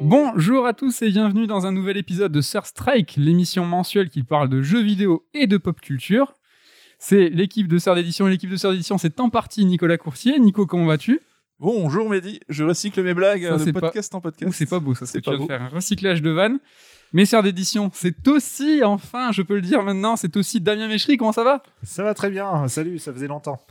Bonjour à tous et bienvenue dans un nouvel épisode de Third Strike, l'émission mensuelle qui parle de jeux vidéo et de pop culture. C'est l'équipe de Third Edition et l'équipe de Third Edition, c'est en partie Nicolas Coursier. Nico, comment vas-tu ? Bonjour Mehdi, je recycle mes blagues de podcast en podcast. C'est pas beau ça, c'est tu pas vas beau. faire un recyclage de vannes. Mais Third Edition, c'est aussi, enfin, je peux le dire maintenant, c'est aussi Damien Méchery, comment ça va ? Ça va très bien, salut, ça faisait longtemps.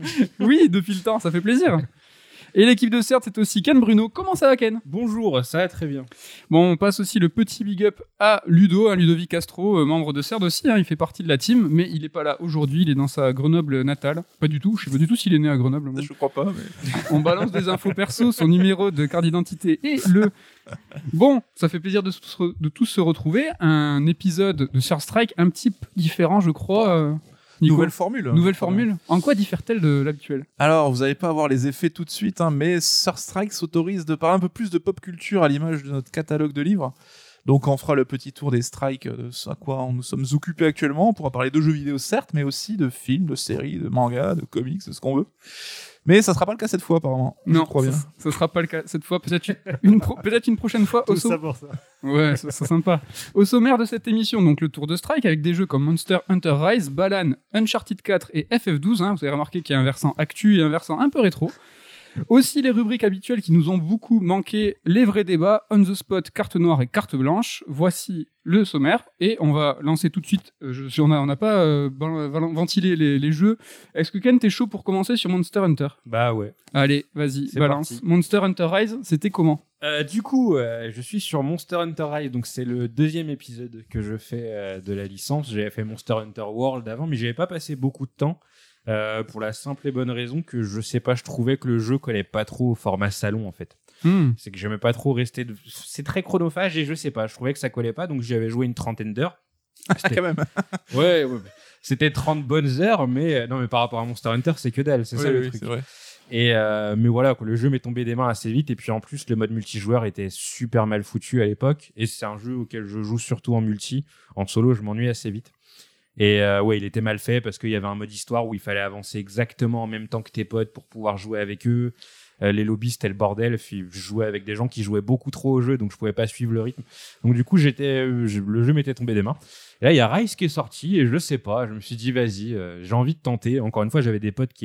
Oui, depuis le temps, ça fait plaisir. Et l'équipe de Third, c'est aussi Ken Bruno. Comment ça va, Ken ? Bonjour, ça va très bien. Bon, on passe aussi le petit big up à Ludo, Ludovic Castro, membre de Third aussi, il fait partie de la team, mais il n'est pas là aujourd'hui, il est dans sa Grenoble natale. Pas du tout, je sais pas du tout s'il est né à Grenoble. Moi. Je crois pas, mais... On balance des infos perso, son numéro de carte d'identité et le... Bon, ça fait plaisir de tous se retrouver. Un épisode de Third Strike un petit peu différent, je crois. Nico. Nouvelle formule. Nouvelle formule. En quoi diffère-t-elle de l'habituel ? Alors, vous n'allez pas avoir les effets tout de suite, mais Third Strike s'autorise de parler un peu plus de pop culture à l'image de notre catalogue de livres. Donc, on fera le petit tour des strikes, de ce à quoi nous sommes occupés actuellement. On pourra parler de jeux vidéo, certes, mais aussi de films, de séries, de mangas, de comics, de ce qu'on veut. Mais ça sera pas le cas cette fois, apparemment. Non, je crois bien. Ça sera pas le cas cette fois. Peut-être une prochaine fois. Tout ça pour ça. Ouais, c'est sympa. Au sommaire de cette émission, donc le tour de strike avec des jeux comme Monster Hunter Rise, Balan, Uncharted 4 et FF12. Vous avez remarqué qu'il y a un versant actu et un versant un peu rétro. Aussi les rubriques habituelles qui nous ont beaucoup manqué, les vrais débats, on the spot, carte noire et carte blanche. Voici le sommaire et on va lancer tout de suite. On n'a pas ventilé les jeux. Est-ce que Ken, t'es chaud pour commencer sur Monster Hunter ? Bah ouais. Allez, vas-y, C'est balance. parti. Monster Hunter Rise, c'était comment ? Du coup, je suis sur Monster Hunter Rise, donc c'est le deuxième épisode que je fais de la licence. J'avais fait Monster Hunter World avant, mais j'avais pas passé beaucoup de temps. Pour la simple et bonne raison que je sais pas, je trouvais que le jeu collait pas trop au format salon en fait. C'est que j'aimais pas trop rester. C'est très chronophage et je sais pas, je trouvais que ça collait pas, donc j'y avais joué une trentaine d'heures. Quand même. Ouais. C'était 30 bonnes heures, mais non, mais par rapport à Monster Hunter, c'est que dalle, c'est ça le Oui, truc. c'est vrai. Et mais voilà, quoi, le jeu m'est tombé des mains assez vite, et puis en plus, le mode multijoueur était super mal foutu à l'époque, et c'est un jeu auquel je joue surtout en multi. En solo, je m'ennuie assez vite. Et ouais, il était mal fait parce qu'il y avait un mode histoire où il fallait avancer exactement en même temps que tes potes pour pouvoir jouer avec eux. Les lobbies, c'était le bordel. Je jouais avec des gens qui jouaient beaucoup trop au jeu, donc je pouvais pas suivre le rythme. Donc du coup, le jeu m'était tombé des mains. Et là, il y a Rise qui est sorti et je sais pas, je me suis dit vas-y, j'ai envie de tenter. Encore une fois, j'avais des potes qui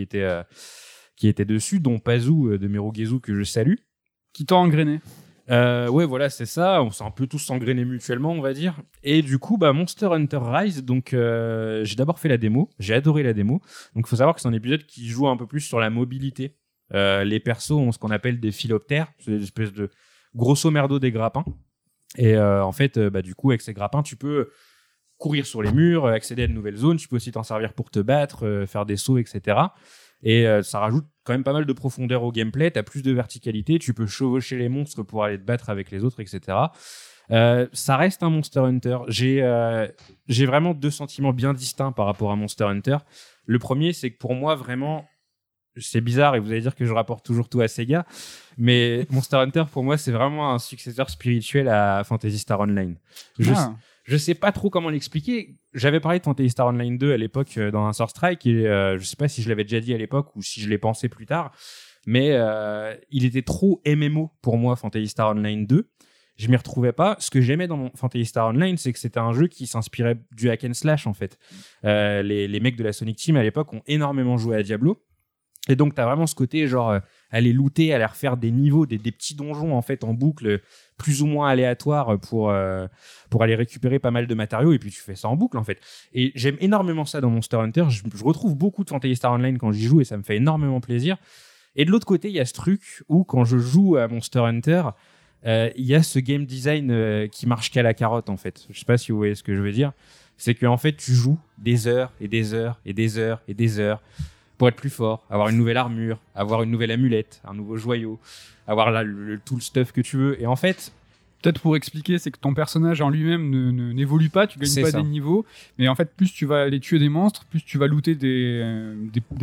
étaient dessus, dont Pazou de Merugezu que je salue. Qui t'a engrainé ? Ouais, voilà, c'est ça. On s'est un peu tous engrainés mutuellement, on va dire. Et du coup, Monster Hunter Rise, donc j'ai d'abord fait la démo. J'ai adoré la démo. Donc, il faut savoir que c'est un épisode qui joue un peu plus sur la mobilité. Les persos ont ce qu'on appelle des philoptères. C'est des espèces de grosso merdo des grappins. Et en fait, du coup, avec ces grappins, tu peux courir sur les murs, accéder à de nouvelles zones. Tu peux aussi t'en servir pour te battre, faire des sauts, etc. Et ça rajoute quand même pas mal de profondeur au gameplay. T'as plus de verticalité, tu peux chevaucher les monstres pour aller te battre avec les autres, etc. Ça reste un Monster Hunter. J'ai vraiment deux sentiments bien distincts par rapport à Monster Hunter. Le premier, c'est que pour moi, vraiment, c'est bizarre et vous allez dire que je rapporte toujours tout à Sega, mais Monster Hunter, pour moi, c'est vraiment un successeur spirituel à Phantasy Star Online. Je sais pas trop comment l'expliquer. J'avais parlé de Phantasy Star Online 2 à l'époque dans un Third Strike et je sais pas si je l'avais déjà dit à l'époque ou si je l'ai pensé plus tard, mais il était trop MMO pour moi, Phantasy Star Online 2. Je m'y retrouvais pas. Ce que j'aimais dans Phantasy Star Online, c'est que c'était un jeu qui s'inspirait du hack and slash en fait. Les mecs de la Sonic Team à l'époque ont énormément joué à Diablo. Et donc, t'as vraiment ce côté, genre, aller looter, aller refaire des niveaux, des petits donjons, en fait, en boucle, plus ou moins aléatoires pour aller récupérer pas mal de matériaux. Et puis, tu fais ça en boucle, en fait. Et j'aime énormément ça dans Monster Hunter. Je retrouve beaucoup de Phantasy Star Online quand j'y joue et ça me fait énormément plaisir. Et de l'autre côté, il y a ce truc où, quand je joue à Monster Hunter, il y a ce game design qui marche qu'à la carotte, en fait. Je sais pas si vous voyez ce que je veux dire. C'est qu'en fait, tu joues des heures et des heures et des heures et des heures pour être plus fort, avoir une nouvelle armure, avoir une nouvelle amulette, un nouveau joyau, avoir tout le stuff que tu veux. Et en fait, peut-être pour expliquer, c'est que ton personnage en lui-même n'évolue pas, tu gagnes pas des niveaux, mais en fait, plus tu vas aller tuer des monstres, plus tu vas looter des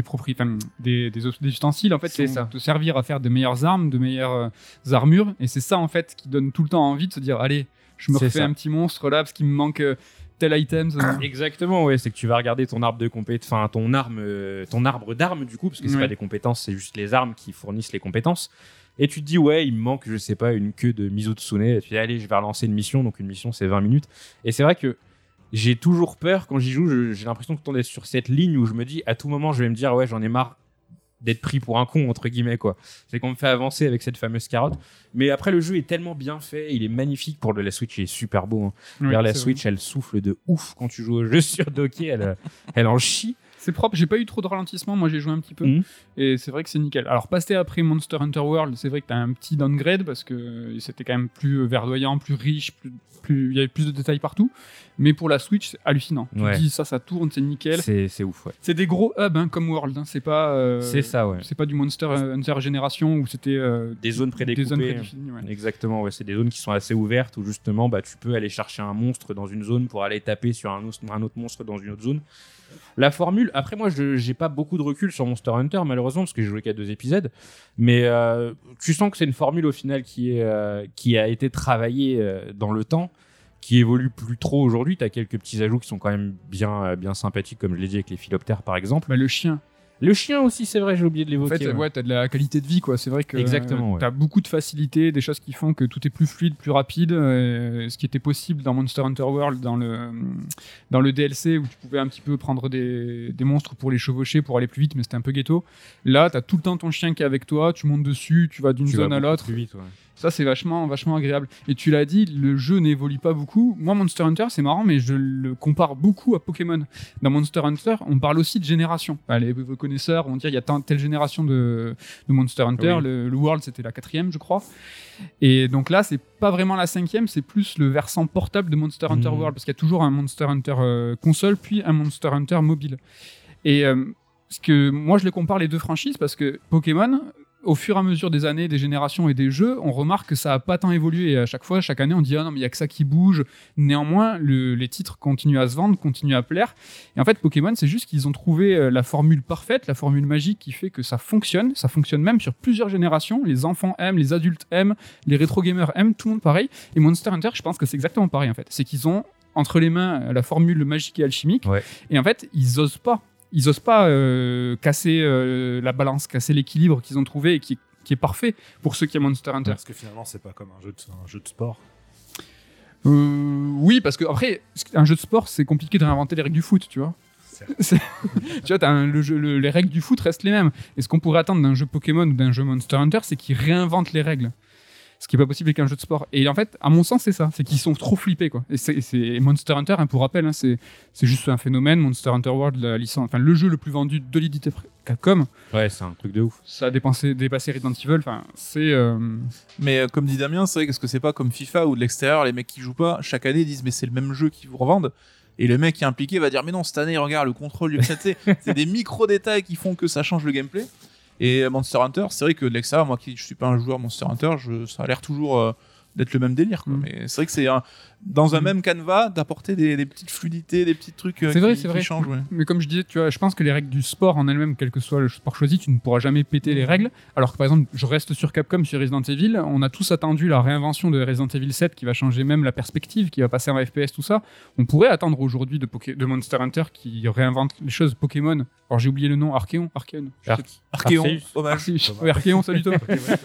ustensiles en fait, qui vont te servir à faire de meilleures armes, de meilleures armures, et c'est ça en fait qui donne tout le temps envie de se dire, allez, je me refais un petit monstre là parce qu'il me manque tel item. Exactement, ouais, c'est que tu vas regarder ton arbre de compétences, enfin ton arbre d'armes du coup, parce que c'est pas des compétences, c'est juste les armes qui fournissent les compétences. Et tu te dis, ouais, il me manque, je sais pas, une queue de Mizutsune. Et tu dis, allez, je vais relancer une mission. Donc, une mission, c'est 20 minutes. Et c'est vrai que j'ai toujours peur quand j'y joue. J'ai l'impression que on est sur cette ligne où je me dis, à tout moment, je vais me dire, ouais, j'en ai marre d'être pris pour un con, entre guillemets, quoi. C'est qu'on me fait avancer avec cette fameuse carotte. Mais après, le jeu est tellement bien fait. Il est magnifique pour la Switch. Il est super beau. Hein. Oui, D'ailleurs, la c'est Switch, elle souffle de ouf quand tu joues au jeu sur docké. Elle en chie. C'est propre, j'ai pas eu trop de ralentissement, moi j'ai joué un petit peu, et c'est vrai que c'est nickel. Alors passer après Monster Hunter World, c'est vrai que t'as un petit downgrade, parce que c'était quand même plus verdoyant, plus riche, il y avait plus de détails partout, mais pour la Switch, c'est hallucinant. Tu te dis, ça tourne, c'est nickel. C'est ouf, ouais. C'est des gros hubs, hein, comme World, hein. C'est pas... c'est ça, ouais. C'est pas du Monster Hunter Génération, où c'était... des zones prédécoupées. Des zones prédéfinies, ouais. Exactement, ouais. C'est des zones qui sont assez ouvertes, où justement, bah, tu peux aller chercher un monstre dans une zone pour aller taper sur un autre monstre dans une autre zone. La formule, après moi j'ai pas beaucoup de recul sur Monster Hunter malheureusement parce que j'ai joué qu'à 2 épisodes, mais tu sens que c'est une formule au final qui a été travaillée dans le temps, qui évolue plus trop aujourd'hui. T'as quelques petits ajouts qui sont quand même bien sympathiques, comme je l'ai dit avec les philoptères par exemple. Bah, Le chien aussi, c'est vrai, j'ai oublié de l'évoquer. En fait, ouais, t'as de la qualité de vie, quoi. C'est vrai que exactement, ouais. T'as beaucoup de facilité, des choses qui font que tout est plus fluide, plus rapide. Ce qui était possible dans Monster Hunter World, dans le DLC, où tu pouvais un petit peu prendre des monstres pour les chevaucher, pour aller plus vite, mais c'était un peu ghetto. Là, t'as tout le temps ton chien qui est avec toi, tu montes dessus, tu vas d'une zone à l'autre. Plus vite, ouais. Ça, c'est vachement agréable. Et tu l'as dit, le jeu n'évolue pas beaucoup. Moi, Monster Hunter, c'est marrant, mais je le compare beaucoup à Pokémon. Dans Monster Hunter, on parle aussi de génération. Les connaisseurs vont dire, il y a telle génération de Monster Hunter. Oui. Le World, c'était la 4e, je crois. Et donc là, c'est pas vraiment la 5e, c'est plus le versant portable de Monster Hunter World, parce qu'il y a toujours un Monster Hunter console, puis un Monster Hunter mobile. Et parce que moi, je les compare les deux franchises, parce que Pokémon... Au fur et à mesure des années, des générations et des jeux, on remarque que ça a pas tant évolué. Et à chaque fois, chaque année, on dit ah non mais il y a que ça qui bouge. Néanmoins, les titres continuent à se vendre, continuent à plaire. Et en fait, Pokémon, c'est juste qu'ils ont trouvé la formule parfaite, la formule magique qui fait que ça fonctionne. Ça fonctionne même sur plusieurs générations. Les enfants aiment, les adultes aiment, les rétro gamers aiment, tout le monde pareil. Et Monster Hunter, je pense que c'est exactement pareil en fait. C'est qu'ils ont entre les mains la formule magique et alchimique. Ouais. Et en fait, ils osent pas casser la balance, casser l'équilibre qu'ils ont trouvé et qui est parfait pour ceux qui aiment Monster Hunter. Parce que finalement, c'est pas comme un jeu de sport. Oui, parce que après, un jeu de sport, c'est compliqué de réinventer les règles du foot, tu vois. Tu vois, les règles du foot restent les mêmes. Et ce qu'on pourrait attendre d'un jeu Pokémon ou d'un jeu Monster Hunter, c'est qu'ils réinventent les règles. Ce qui est pas possible avec un jeu de sport. Et en fait, à mon sens, c'est ça. C'est qu'ils sont trop flippés, quoi. Et c'est Monster Hunter, hein, pour rappel, hein, c'est juste un phénomène. Monster Hunter World, le jeu le plus vendu de l'édité Capcom. Ouais, c'est un truc de ouf. Ça a dépassé Resident Evil. Enfin, c'est. Mais comme dit Damien, c'est vrai que c'est pas comme FIFA ou de l'extérieur, les mecs qui jouent pas, chaque année disent mais c'est le même jeu qu'ils vous revendent. Et le mec qui est impliqué va dire mais non, cette année, regarde le contrôle du c'est des micro-détails qui font que ça change le gameplay. Et Monster Hunter, c'est vrai que de l'extérieur, moi qui je suis pas un joueur Monster Hunter, ça a l'air toujours d'être le même délire, quoi. Mais c'est vrai que c'est dans un même canevas d'apporter des petites fluidités, des petits trucs qui changent. Ouais. Mais comme je disais, tu vois, je pense que les règles du sport en elles-mêmes, quel que soit le sport choisi, tu ne pourras jamais péter les règles. Alors que par exemple, je reste sur Capcom, sur Resident Evil, on a tous attendu la réinvention de Resident Evil 7 qui va changer même la perspective, qui va passer en FPS, tout ça. On pourrait attendre aujourd'hui de Monster Hunter qui réinvente les choses Pokémon. Alors j'ai oublié le nom, Archéon. Hommage. Oui, Archéon, salut toi.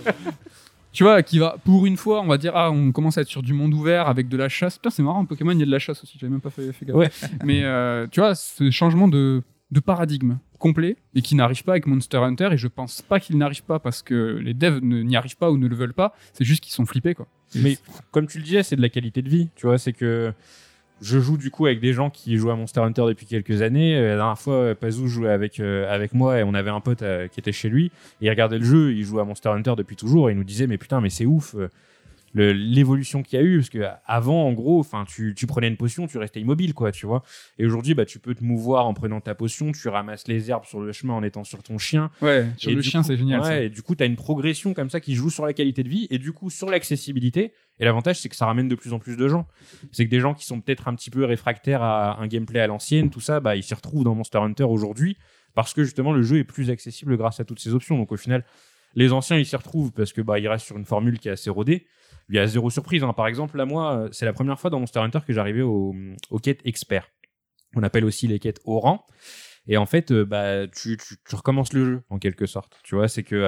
Tu vois, qui va, pour une fois, on va dire, on commence à être sur du monde ouvert avec de la chasse. Putain, c'est marrant, Pokémon, il y a de la chasse aussi, j'avais même pas fait gaffe. Ouais. Mais tu vois, ce changement de paradigme complet et qui n'arrive pas avec Monster Hunter, et je pense pas qu'il n'arrive pas parce que les devs n'y arrivent pas ou ne le veulent pas, c'est juste qu'ils sont flippés, quoi. Mais comme tu le disais, c'est de la qualité de vie, tu vois, c'est que je joue du coup avec des gens qui jouent à Monster Hunter depuis quelques années. La dernière fois, Pazou jouait avec moi et on avait un pote qui était chez lui. Et il regardait le jeu, il joue à Monster Hunter depuis toujours et il nous disait mais putain mais c'est ouf l'évolution qu'il y a eu, parce que avant en gros tu prenais une potion, tu restais immobile quoi, tu vois. Et aujourd'hui tu peux te mouvoir en prenant ta potion, tu ramasses les herbes sur le chemin en étant sur ton chien. Ouais, sur le chien c'est génial. Ouais, ça. et du coup tu as une progression comme ça qui joue sur la qualité de vie et du coup sur l'accessibilité. Et l'avantage, c'est que ça ramène de plus en plus de gens. C'est que des gens qui sont peut-être un petit peu réfractaires à un gameplay à l'ancienne, tout ça, ils s'y retrouvent dans Monster Hunter aujourd'hui parce que justement le jeu est plus accessible grâce à toutes ces options. Donc au final, les anciens ils s'y retrouvent parce que ils restent sur une formule qui est assez rodée. Il y a zéro surprise. Hein. Par exemple, là moi, c'est la première fois dans Monster Hunter que j'arrivais aux quêtes experts. On appelle aussi les quêtes au rang. Et en fait, tu recommences le jeu en quelque sorte. Tu vois, c'est que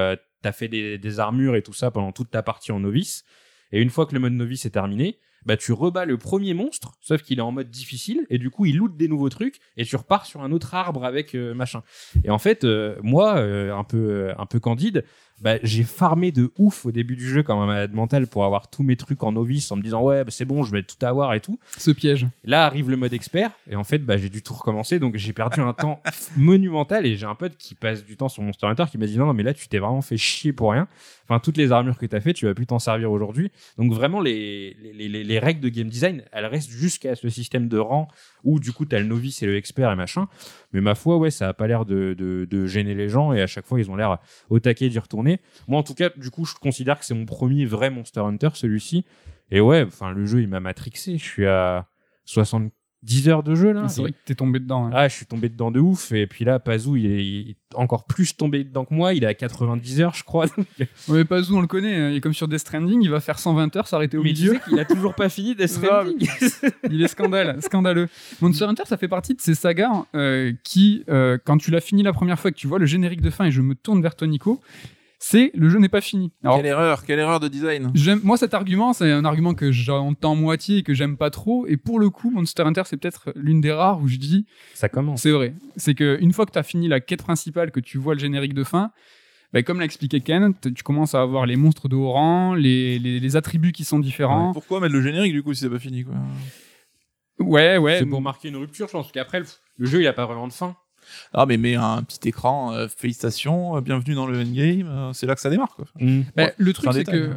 t'as fait des armures et tout ça pendant toute ta partie en novice. Et une fois que le mode novice est terminé, bah tu rebats le premier monstre, sauf qu'il est en mode difficile, et du coup il loot des nouveaux trucs, et tu repars sur un autre arbre avec machin. Et en fait, moi, un peu candide, bah, j'ai farmé de ouf au début du jeu comme un malade mental pour avoir tous mes trucs en novice en me disant ouais bah, c'est bon, je vais tout avoir et tout. Ce piège. Là arrive le mode expert, et en fait bah, j'ai dû tout recommencer, donc j'ai perdu un temps monumental, et j'ai un pote qui passe du temps sur Monster Hunter qui m'a dit non mais là tu t'es vraiment fait chier pour rien. Enfin, toutes les armures que t'as fait, tu vas plus t'en servir aujourd'hui. Donc vraiment, les règles de game design, elles restent jusqu'à ce système de rang où du coup t'as le novice et le expert et machin. Mais ma foi, ouais, ça a pas l'air de gêner les gens, et à chaque fois ils ont l'air au taquet d'y retourner. Moi, en tout cas, du coup, je considère que c'est mon premier vrai Monster Hunter, celui-ci. Et ouais, enfin, le jeu, il m'a matrixé. Je suis à 70 heures de jeu là. C'est vrai que t'es tombé dedans. Hein. Ah, je suis tombé dedans de ouf. Et puis là, Pazou, il est encore plus tombé dedans que moi. Il est à 90 heures, je crois. Ouais, Pazou, on le connaît. Il est comme sur Death Stranding, il va faire 120 heures, s'arrêter au Mais milieu. tu sais qu'il a toujours pas fini Death Stranding. Il est scandaleux. Monster Hunter, ça fait partie de ces sagas qui, quand tu l'as fini la première fois, que tu vois le générique de fin, et je me tourne vers toi, Nico, c'est le jeu n'est pas fini. Alors, Quelle erreur de design. moi, cet argument, c'est un argument que j'entends moitié et que j'aime pas trop. Et pour le coup, Monster Hunter, c'est peut-être l'une des rares où je dis, Ça commence. c'est vrai. C'est qu'une fois que tu as fini la quête principale, que tu vois le générique de fin, bah, comme l'a expliqué Ken, tu commences à avoir les monstres de haut rang, les attributs qui sont différents. Pourquoi mettre le générique du coup si c'est pas fini quoi? Ouais. C'est pour marquer une rupture, je pense qu'après, le jeu, il a pas vraiment de fin. Ah mais un petit écran, félicitations, bienvenue dans le endgame, c'est là que ça démarre quoi. Bah, le truc, c'est un c'est que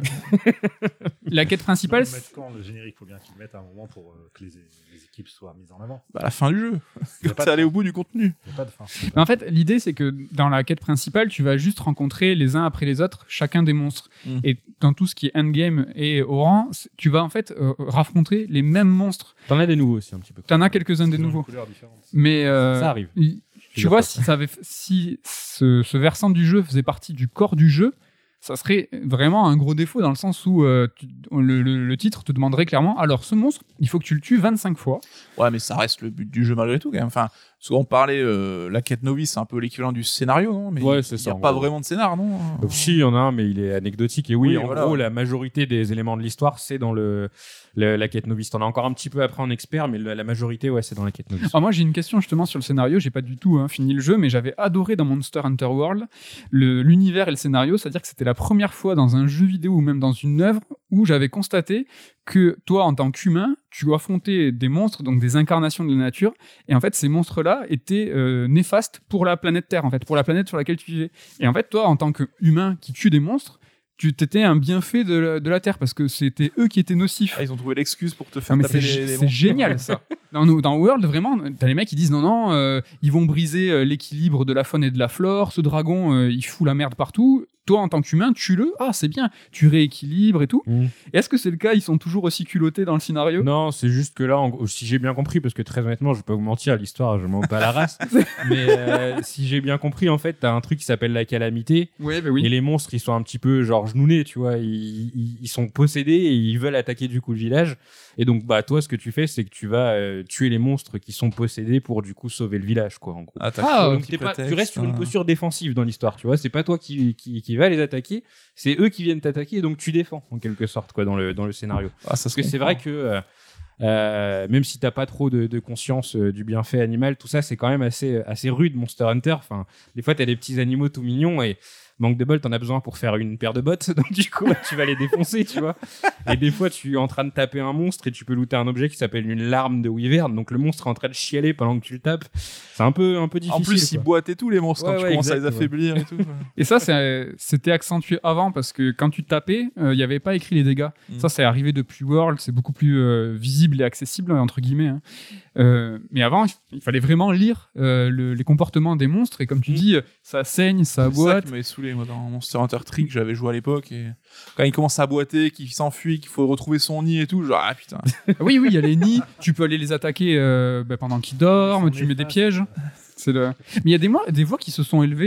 la quête principale, Ils mettent quand le générique, faut bien qu'ils le mettent à un moment pour que les équipes soient mises en avant. Bah, la fin du jeu. Y a pas C'est de aller fin. au bout du contenu. Il n'y a pas de fin. en fait, l'idée, c'est que dans la quête principale, tu vas juste rencontrer les uns après les autres chacun des monstres. Et dans tout ce qui est endgame et au rang, tu vas en fait raffronter les mêmes monstres. T'en as des nouveaux aussi, un petit peu. T'en as quelques-uns des Ils ont une nouveaux. couleur différente. Mais Ça arrive. tu vois, si ce versant du jeu faisait partie du corps du jeu, ça serait vraiment un gros défaut dans le sens où le titre te demanderait clairement alors ce monstre, il faut que tu le tues 25 fois. Ouais, mais ça reste le but du jeu malgré tout quand même. Enfin, souvent on parlait la quête novice, c'est un peu l'équivalent du scénario, non? Mais Ouais, c'est il ça, n'y a en pas gros. vraiment de scénar, non? Si, il y en a un, mais il est anecdotique. Et oui, Oui, en voilà. gros, la majorité des éléments de l'histoire, c'est dans la quête novice. T'en as encore un petit peu après en expert, mais la majorité, ouais, c'est dans la quête novice. Alors moi j'ai une question justement sur le scénario, j'ai pas du tout fini le jeu, mais j'avais adoré dans Monster Hunter World l'univers et le scénario, c'est-à-dire que c'était la première fois dans un jeu vidéo ou même dans une œuvre où j'avais constaté que toi en tant qu'humain, tu affrontais des monstres, donc des incarnations de la nature, et en fait ces monstres-là étaient néfastes pour la planète Terre, en fait, pour la planète sur laquelle tu vivais. Et en fait toi en tant qu'humain qui tue des monstres, tu t'étais un bienfait de la Terre parce que c'était eux qui étaient nocifs. Ah, ils ont trouvé l'excuse pour te faire Non, mais taper c'est les c'est monstres. génial ça. Dans World, vraiment, t'as les mecs qui disent non, ils vont briser l'équilibre de la faune et de la flore, ce dragon, il fout la merde partout. Toi, en tant qu'humain, tue-le, c'est bien, tu rééquilibres et tout. Et est-ce que c'est le cas? Ils sont toujours aussi culottés dans le scénario? Non, c'est juste que là, si j'ai bien compris, parce que très honnêtement, je vais pas vous mentir, l'histoire, je m'en bats la race. Mais si j'ai bien compris, en fait, t'as un truc qui s'appelle la calamité. Ouais, bah oui. Et les monstres, ils sont un petit peu genre genounés, tu vois. Ils sont possédés et ils veulent attaquer du coup le village. Et donc, bah, toi, ce que tu fais, c'est que tu vas tuer les monstres qui sont possédés pour du coup sauver le village, quoi, en gros. Ah, t'as Ah, trouvé un Donc petit tu prétexte, restes sur une hein. posture défensive dans l'histoire, tu vois. C'est pas toi qui va les attaquer, c'est eux qui viennent t'attaquer et donc tu défends en quelque sorte, quoi, dans le scénario. Ah, ça Parce que c'est vrai que même si t'as pas trop de conscience du bienfait animal, tout ça c'est quand même assez rude Monster Hunter. Enfin, des fois t'as des petits animaux tout mignons et manque de bol, t'en as besoin pour faire une paire de bottes, donc du coup tu vas les défoncer, tu vois. Et des fois tu es en train de taper un monstre et tu peux looter un objet qui s'appelle une larme de wyvern, donc le monstre est en train de chialer pendant que tu le tapes. C'est un peu difficile. En plus, ils quoi. boitent et tout, les monstres, Ouais, quand tu ouais, commences à les exact, affaiblir et tout. Et ça, c'était accentué avant parce que quand tu tapais, il n'y avait pas écrit les dégâts. Ça, c'est arrivé depuis World, c'est beaucoup plus visible et accessible, entre guillemets. Hein. Mais avant, il fallait vraiment lire les comportements des monstres. Et comme tu dis, ça saigne, ça C'est ça boite. qui m'avait saoulé, moi, dans Monster Hunter Trick, j'avais joué à l'époque, et quand il commence à boiter, qu'il s'enfuit, qu'il faut retrouver son nid et tout, genre, ah putain. Oui, il y a les nids. Tu peux aller les attaquer pendant qu'ils dorment. Ils sont Tu mets des néfastes. pièges. Mais il y a des voix qui se sont élevées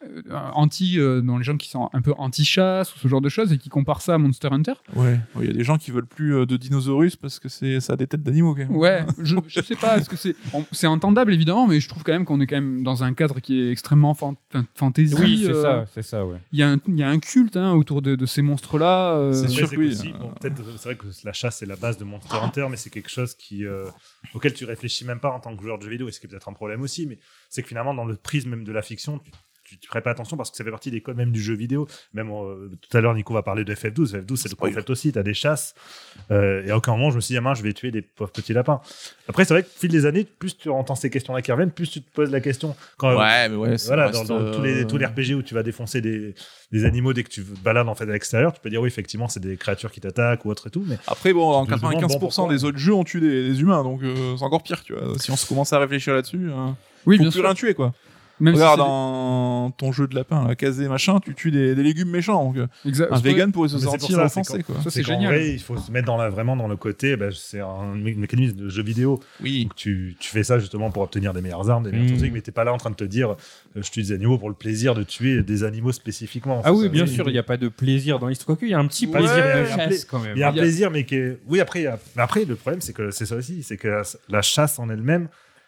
dans les gens qui sont un peu anti-chasse ou ce genre de choses et qui comparent ça à Monster Hunter. Ouais, il y a des gens qui veulent plus de dinosaures parce que ça a des têtes d'animaux quand même. Ouais, je sais pas, est-ce que c'est entendable évidemment, mais je trouve quand même qu'on est quand même dans un cadre qui est extrêmement fantasy. Oui, c'est ça, ouais. Il y a un culte autour de ces monstres-là. C'est sûr c'est que oui. aussi, bon, peut-être, c'est vrai que la chasse c'est la base de Monster Hunter, mais c'est quelque chose auquel tu réfléchis même pas en tant que joueur de jeux vidéo, et ce qui est peut-être un problème aussi, mais c'est que finalement dans le prisme même de la fiction, tu prêtes pas attention parce que ça fait partie des codes même du jeu vidéo. Même tout à l'heure Nico va parler de FF12. FF12 c'est le concept aussi, t'as des chasses et à aucun moment je me suis dit je vais tuer des pauvres petits lapins. Après c'est vrai que au fil des années, plus tu entends ces questions là qui reviennent, plus tu te poses la question quand voilà, dans tous les RPG où tu vas défoncer des animaux dès que tu te balades en fait à l'extérieur, tu peux dire oui effectivement c'est des créatures qui t'attaquent ou autre et tout, mais après en te demandes, 95% des autres jeux on tue des humains, donc c'est encore pire, tu vois. Si on se commence à réfléchir là-dessus, oui, faut bien plus sûr. rien tuer, quoi. Même Regarde, si dans ton jeu de lapin, la casée machin, tu tues des légumes méchants. Donc, un vegan pourrait se mais c'est pour sentir ça, offensé, quoi. Ça, c'est qu'en génial. vrai, il faut se mettre vraiment dans le côté, c'est un mécanisme de jeu vidéo. Oui. Donc tu fais ça justement pour obtenir des meilleures armes, des meilleurs trucs, mais t'es pas là en train de te dire je tue des animaux pour le plaisir de tuer des animaux spécifiquement. Ah oui, bien sûr, il n'y a pas de plaisir dans l'histoire. Quoique, il y a un petit plaisir de chasse quand même. Il y a un plaisir, mais oui, après, mais après, le problème, c'est que c'est ça aussi, c'est que la chasse en elle-même,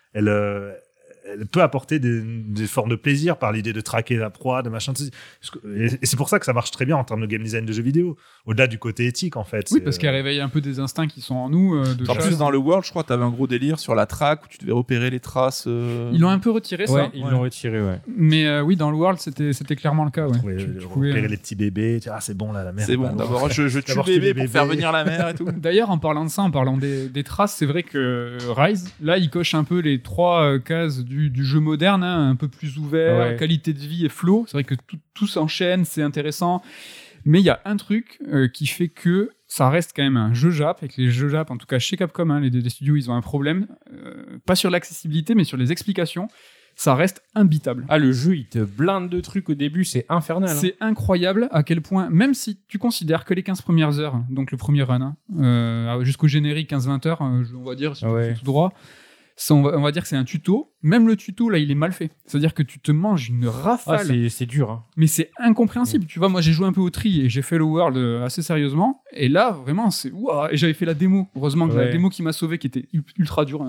elle peut apporter des formes de plaisir par l'idée de traquer la proie, de machin. Et c'est pour ça que ça marche très bien en termes de game design de jeux vidéo, au-delà du côté éthique en fait. Oui, parce qu'elle réveille un peu des instincts qui sont en nous. En plus, dans le World, je crois, t'avais un gros délire sur la traque où tu devais repérer les traces. Ils l'ont un peu retiré, ça. Ouais, ils l'ont retiré, ouais. Mais oui, dans le World, c'était clairement le cas. Ouais. Tu repérer les petits bébés, c'est bon là, la mère. C'est bon, d'abord je tue le bébé pour faire venir la mère et tout. D'ailleurs, en parlant de ça, en parlant des traces, c'est vrai que Rise, là, il coche un peu les 3 cases du jeu moderne, un peu plus ouvert, qualité de vie et flow. C'est vrai que tout s'enchaîne, c'est intéressant. Mais il y a un truc qui fait que ça reste quand même un jeu Jap, et que les jeux Jap, en tout cas chez Capcom, les studios, ils ont un problème, pas sur l'accessibilité, mais sur les explications. Ça reste imbitable. Ah, le jeu, il te blinde de trucs au début, c'est infernal. C'est incroyable à quel point, même si tu considères que les 15 premières heures, donc le premier run, jusqu'au générique 15-20 heures, on va dire, si tu fais tout droit, on va dire que c'est un tuto. Même le tuto, là, il est mal fait. C'est-à-dire que tu te manges une rafale. Ah, c'est dur. Hein. Mais c'est incompréhensible. Tu vois, moi, j'ai joué un peu au tri et j'ai fait le World assez sérieusement. Et là, vraiment, c'est... Ouah, et j'avais fait la démo. Heureusement que la démo qui m'a sauvé, qui était ultra dure.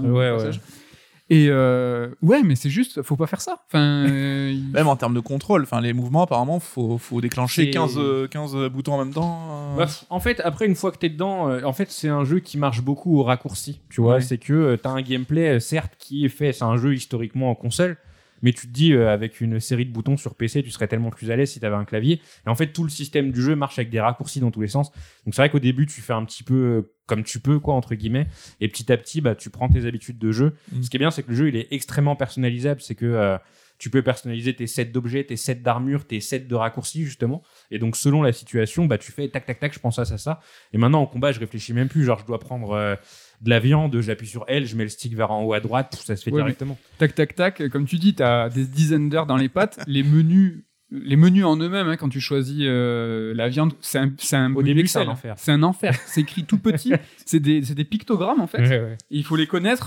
Et mais c'est juste, faut pas faire ça. Enfin, même en termes de contrôle, les mouvements, apparemment, faut déclencher 15 boutons en même temps. En fait, après, une fois que t'es dedans, c'est un jeu qui marche beaucoup au raccourci. Tu vois, c'est que t'as un gameplay, certes, qui est fait, c'est un jeu historiquement en console, mais tu te dis, avec une série de boutons sur PC, tu serais tellement plus à l'aise si t'avais un clavier. Et en fait, tout le système du jeu marche avec des raccourcis dans tous les sens. Donc c'est vrai qu'au début, tu fais un petit peu comme tu peux, quoi, entre guillemets. Et petit à petit, tu prends tes habitudes de jeu. Ce qui est bien, c'est que le jeu, il est extrêmement personnalisable. C'est que tu peux personnaliser tes sets d'objets, tes sets d'armure, tes sets de raccourcis, justement. Et donc, selon la situation, tu fais tac, tac, tac, je pense à ça. Et maintenant, en combat, je réfléchis même plus. Genre, je dois prendre de la viande, j'appuie sur L, je mets le stick vers en haut à droite, ça se fait directement. Tac, tac, tac. Comme tu dis, t'as des dizaines d'heures dans les pattes. Les menus en eux-mêmes, quand tu choisis la viande, c'est un au début, Excel. c'est un enfer. C'est un enfer. C'est écrit tout petit. C'est des pictogrammes, en fait. Ouais. Et il faut les connaître.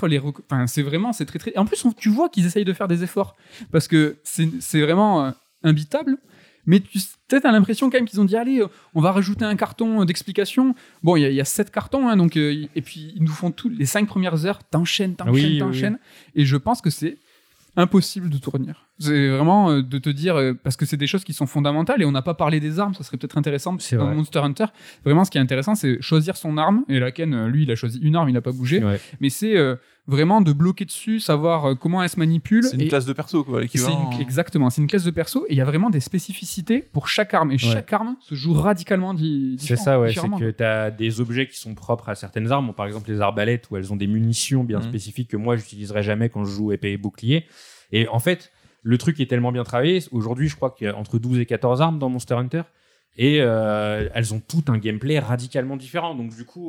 C'est très, très... En plus, tu vois qu'ils essayent de faire des efforts. Parce que c'est vraiment imbitable. Mais t'as l'impression quand même qu'ils ont dit allez, on va rajouter un carton d'explication. Bon, il y a 7 cartons, donc, et puis ils nous font les 5 premières heures, t'enchaînes. Oui. Et je pense que c'est impossible de tout retenir. C'est vraiment de te dire, parce que c'est des choses qui sont fondamentales, et on n'a pas parlé des armes, ça serait peut-être intéressant dans Monster Hunter. Vraiment, ce qui est intéressant, c'est choisir son arme, et la Ken, lui, il a choisi une arme, il n'a pas bougé, mais c'est vraiment de bloquer dessus, savoir comment elle se manipule. C'est une classe de perso, quoi, l'équivalent. Exactement, c'est une classe de perso, et il y a vraiment des spécificités pour chaque arme, et chaque arme se joue radicalement différemment. C'est ça, c'est que t'as des objets qui sont propres à certaines armes, par exemple les arbalètes, où elles ont des munitions bien spécifiques que moi, j'utiliserai jamais quand je joue épée et bouclier. Et en fait, le truc est tellement bien travaillé. Aujourd'hui, je crois qu'il y a entre 12 et 14 armes dans Monster Hunter. Et elles ont tout un gameplay radicalement différent. Donc du coup,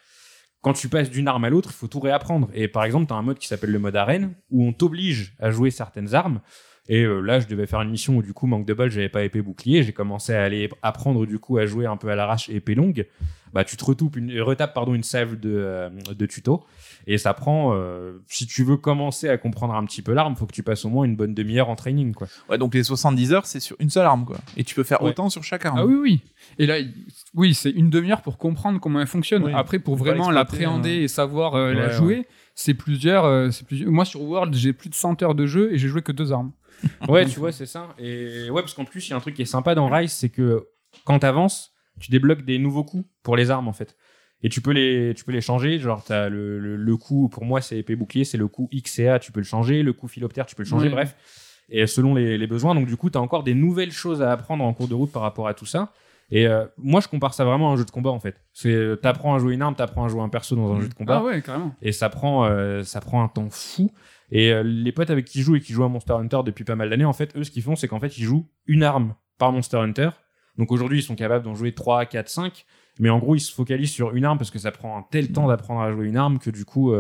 quand tu passes d'une arme à l'autre, il faut tout réapprendre. Et par exemple, tu as un mode qui s'appelle le mode arène, où on t'oblige à jouer certaines armes. Et là, je devais faire une mission où du coup, manque de bol, j'avais pas épée bouclier. J'ai commencé à aller apprendre du coup à jouer un peu à l'arrache épée longue. Bah, tu te retapes une salve de tuto. Et ça prend, si tu veux commencer à comprendre un petit peu l'arme, faut que tu passes au moins une bonne demi-heure en training, quoi. Ouais, donc les 70 heures, c'est sur une seule arme, quoi. Et tu peux faire Ouais. autant sur chaque arme. Ah oui. Et là, oui, c'est une demi-heure pour comprendre comment elle fonctionne. Oui. Après, pour Faut pas vraiment l'exploiter, l'appréhender et savoir la Ouais, jouer, c'est plusieurs. Moi, sur World, j'ai plus de 100 heures de jeu et j'ai joué que 2 armes. Ouais, tu vois, c'est ça. Et ouais, parce qu'en plus, il y a un truc qui est sympa dans Rise, c'est que quand t'avances, tu débloques des nouveaux coups pour les armes, en fait. Et tu peux les changer. Genre, t'as le coup, pour moi, c'est épée bouclier, c'est le coup X et A, tu peux le changer. Le coup philoptère, tu peux le changer, Ouais. bref. Et selon les besoins. Donc, du coup, t'as encore des nouvelles choses à apprendre en cours de route par rapport à tout ça. Et moi, je compare ça vraiment à un jeu de combat, en fait. T'apprends à jouer une arme, t'apprends à jouer un perso dans un jeu de combat. Ah ouais, carrément. Et ça prend un temps fou. Et les potes avec qui je joue et qui jouent à Monster Hunter depuis pas mal d'années, en fait, eux, ce qu'ils font, c'est qu'en fait, ils jouent une arme par Monster Hunter. Donc aujourd'hui, ils sont capables d'en jouer 3, 4, 5. Mais en gros, ils se focalisent sur une arme parce que ça prend un tel temps d'apprendre à jouer une arme que du coup,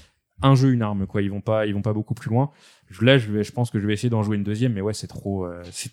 un jeu, une arme, quoi. Ils vont pas beaucoup plus loin. Là, je pense que je vais essayer d'en jouer une deuxième, mais ouais, c'est trop.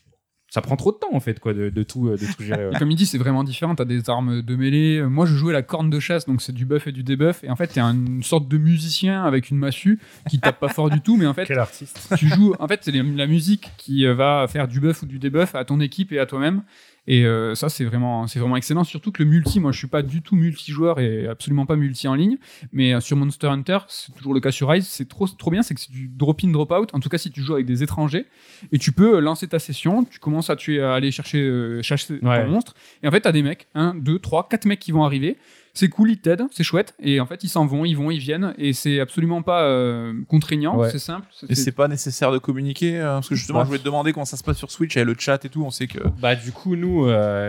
Ça prend trop de temps, en fait, quoi, de tout gérer. Ouais. Et comme il dit, c'est vraiment différent. T'as des armes de mêlée. Moi, je jouais la corne de chasse, donc c'est du buff et du debuff. Et en fait, t'es une sorte de musicien avec une massue qui tape pas fort du tout, mais en fait, Quel artiste. tu joues. En fait, c'est la musique qui va faire du buff ou du debuff à ton équipe et à toi-même. Et ça, c'est vraiment excellent. Surtout que le multi, moi, je suis pas du tout multijoueur et absolument pas multi en ligne. Mais sur Monster Hunter, c'est toujours le cas sur Rise. C'est trop bien, c'est que c'est du drop-in, drop-out. En tout cas, si tu joues avec des étrangers, et tu peux lancer ta session, tu commences à aller chasser Ouais. ton monstre. Et en fait, t'as des mecs, 1, 2, 3, 4 mecs qui vont arriver. C'est cool, ils t'aident, c'est chouette. Et en fait, ils s'en vont, ils viennent. Et c'est absolument pas contraignant, Ouais. c'est simple. Et c'est pas nécessaire de communiquer parce que justement, Ouais. je voulais te demander comment ça se passe sur Switch avec le chat et tout. On sait que Bah, du coup, nous,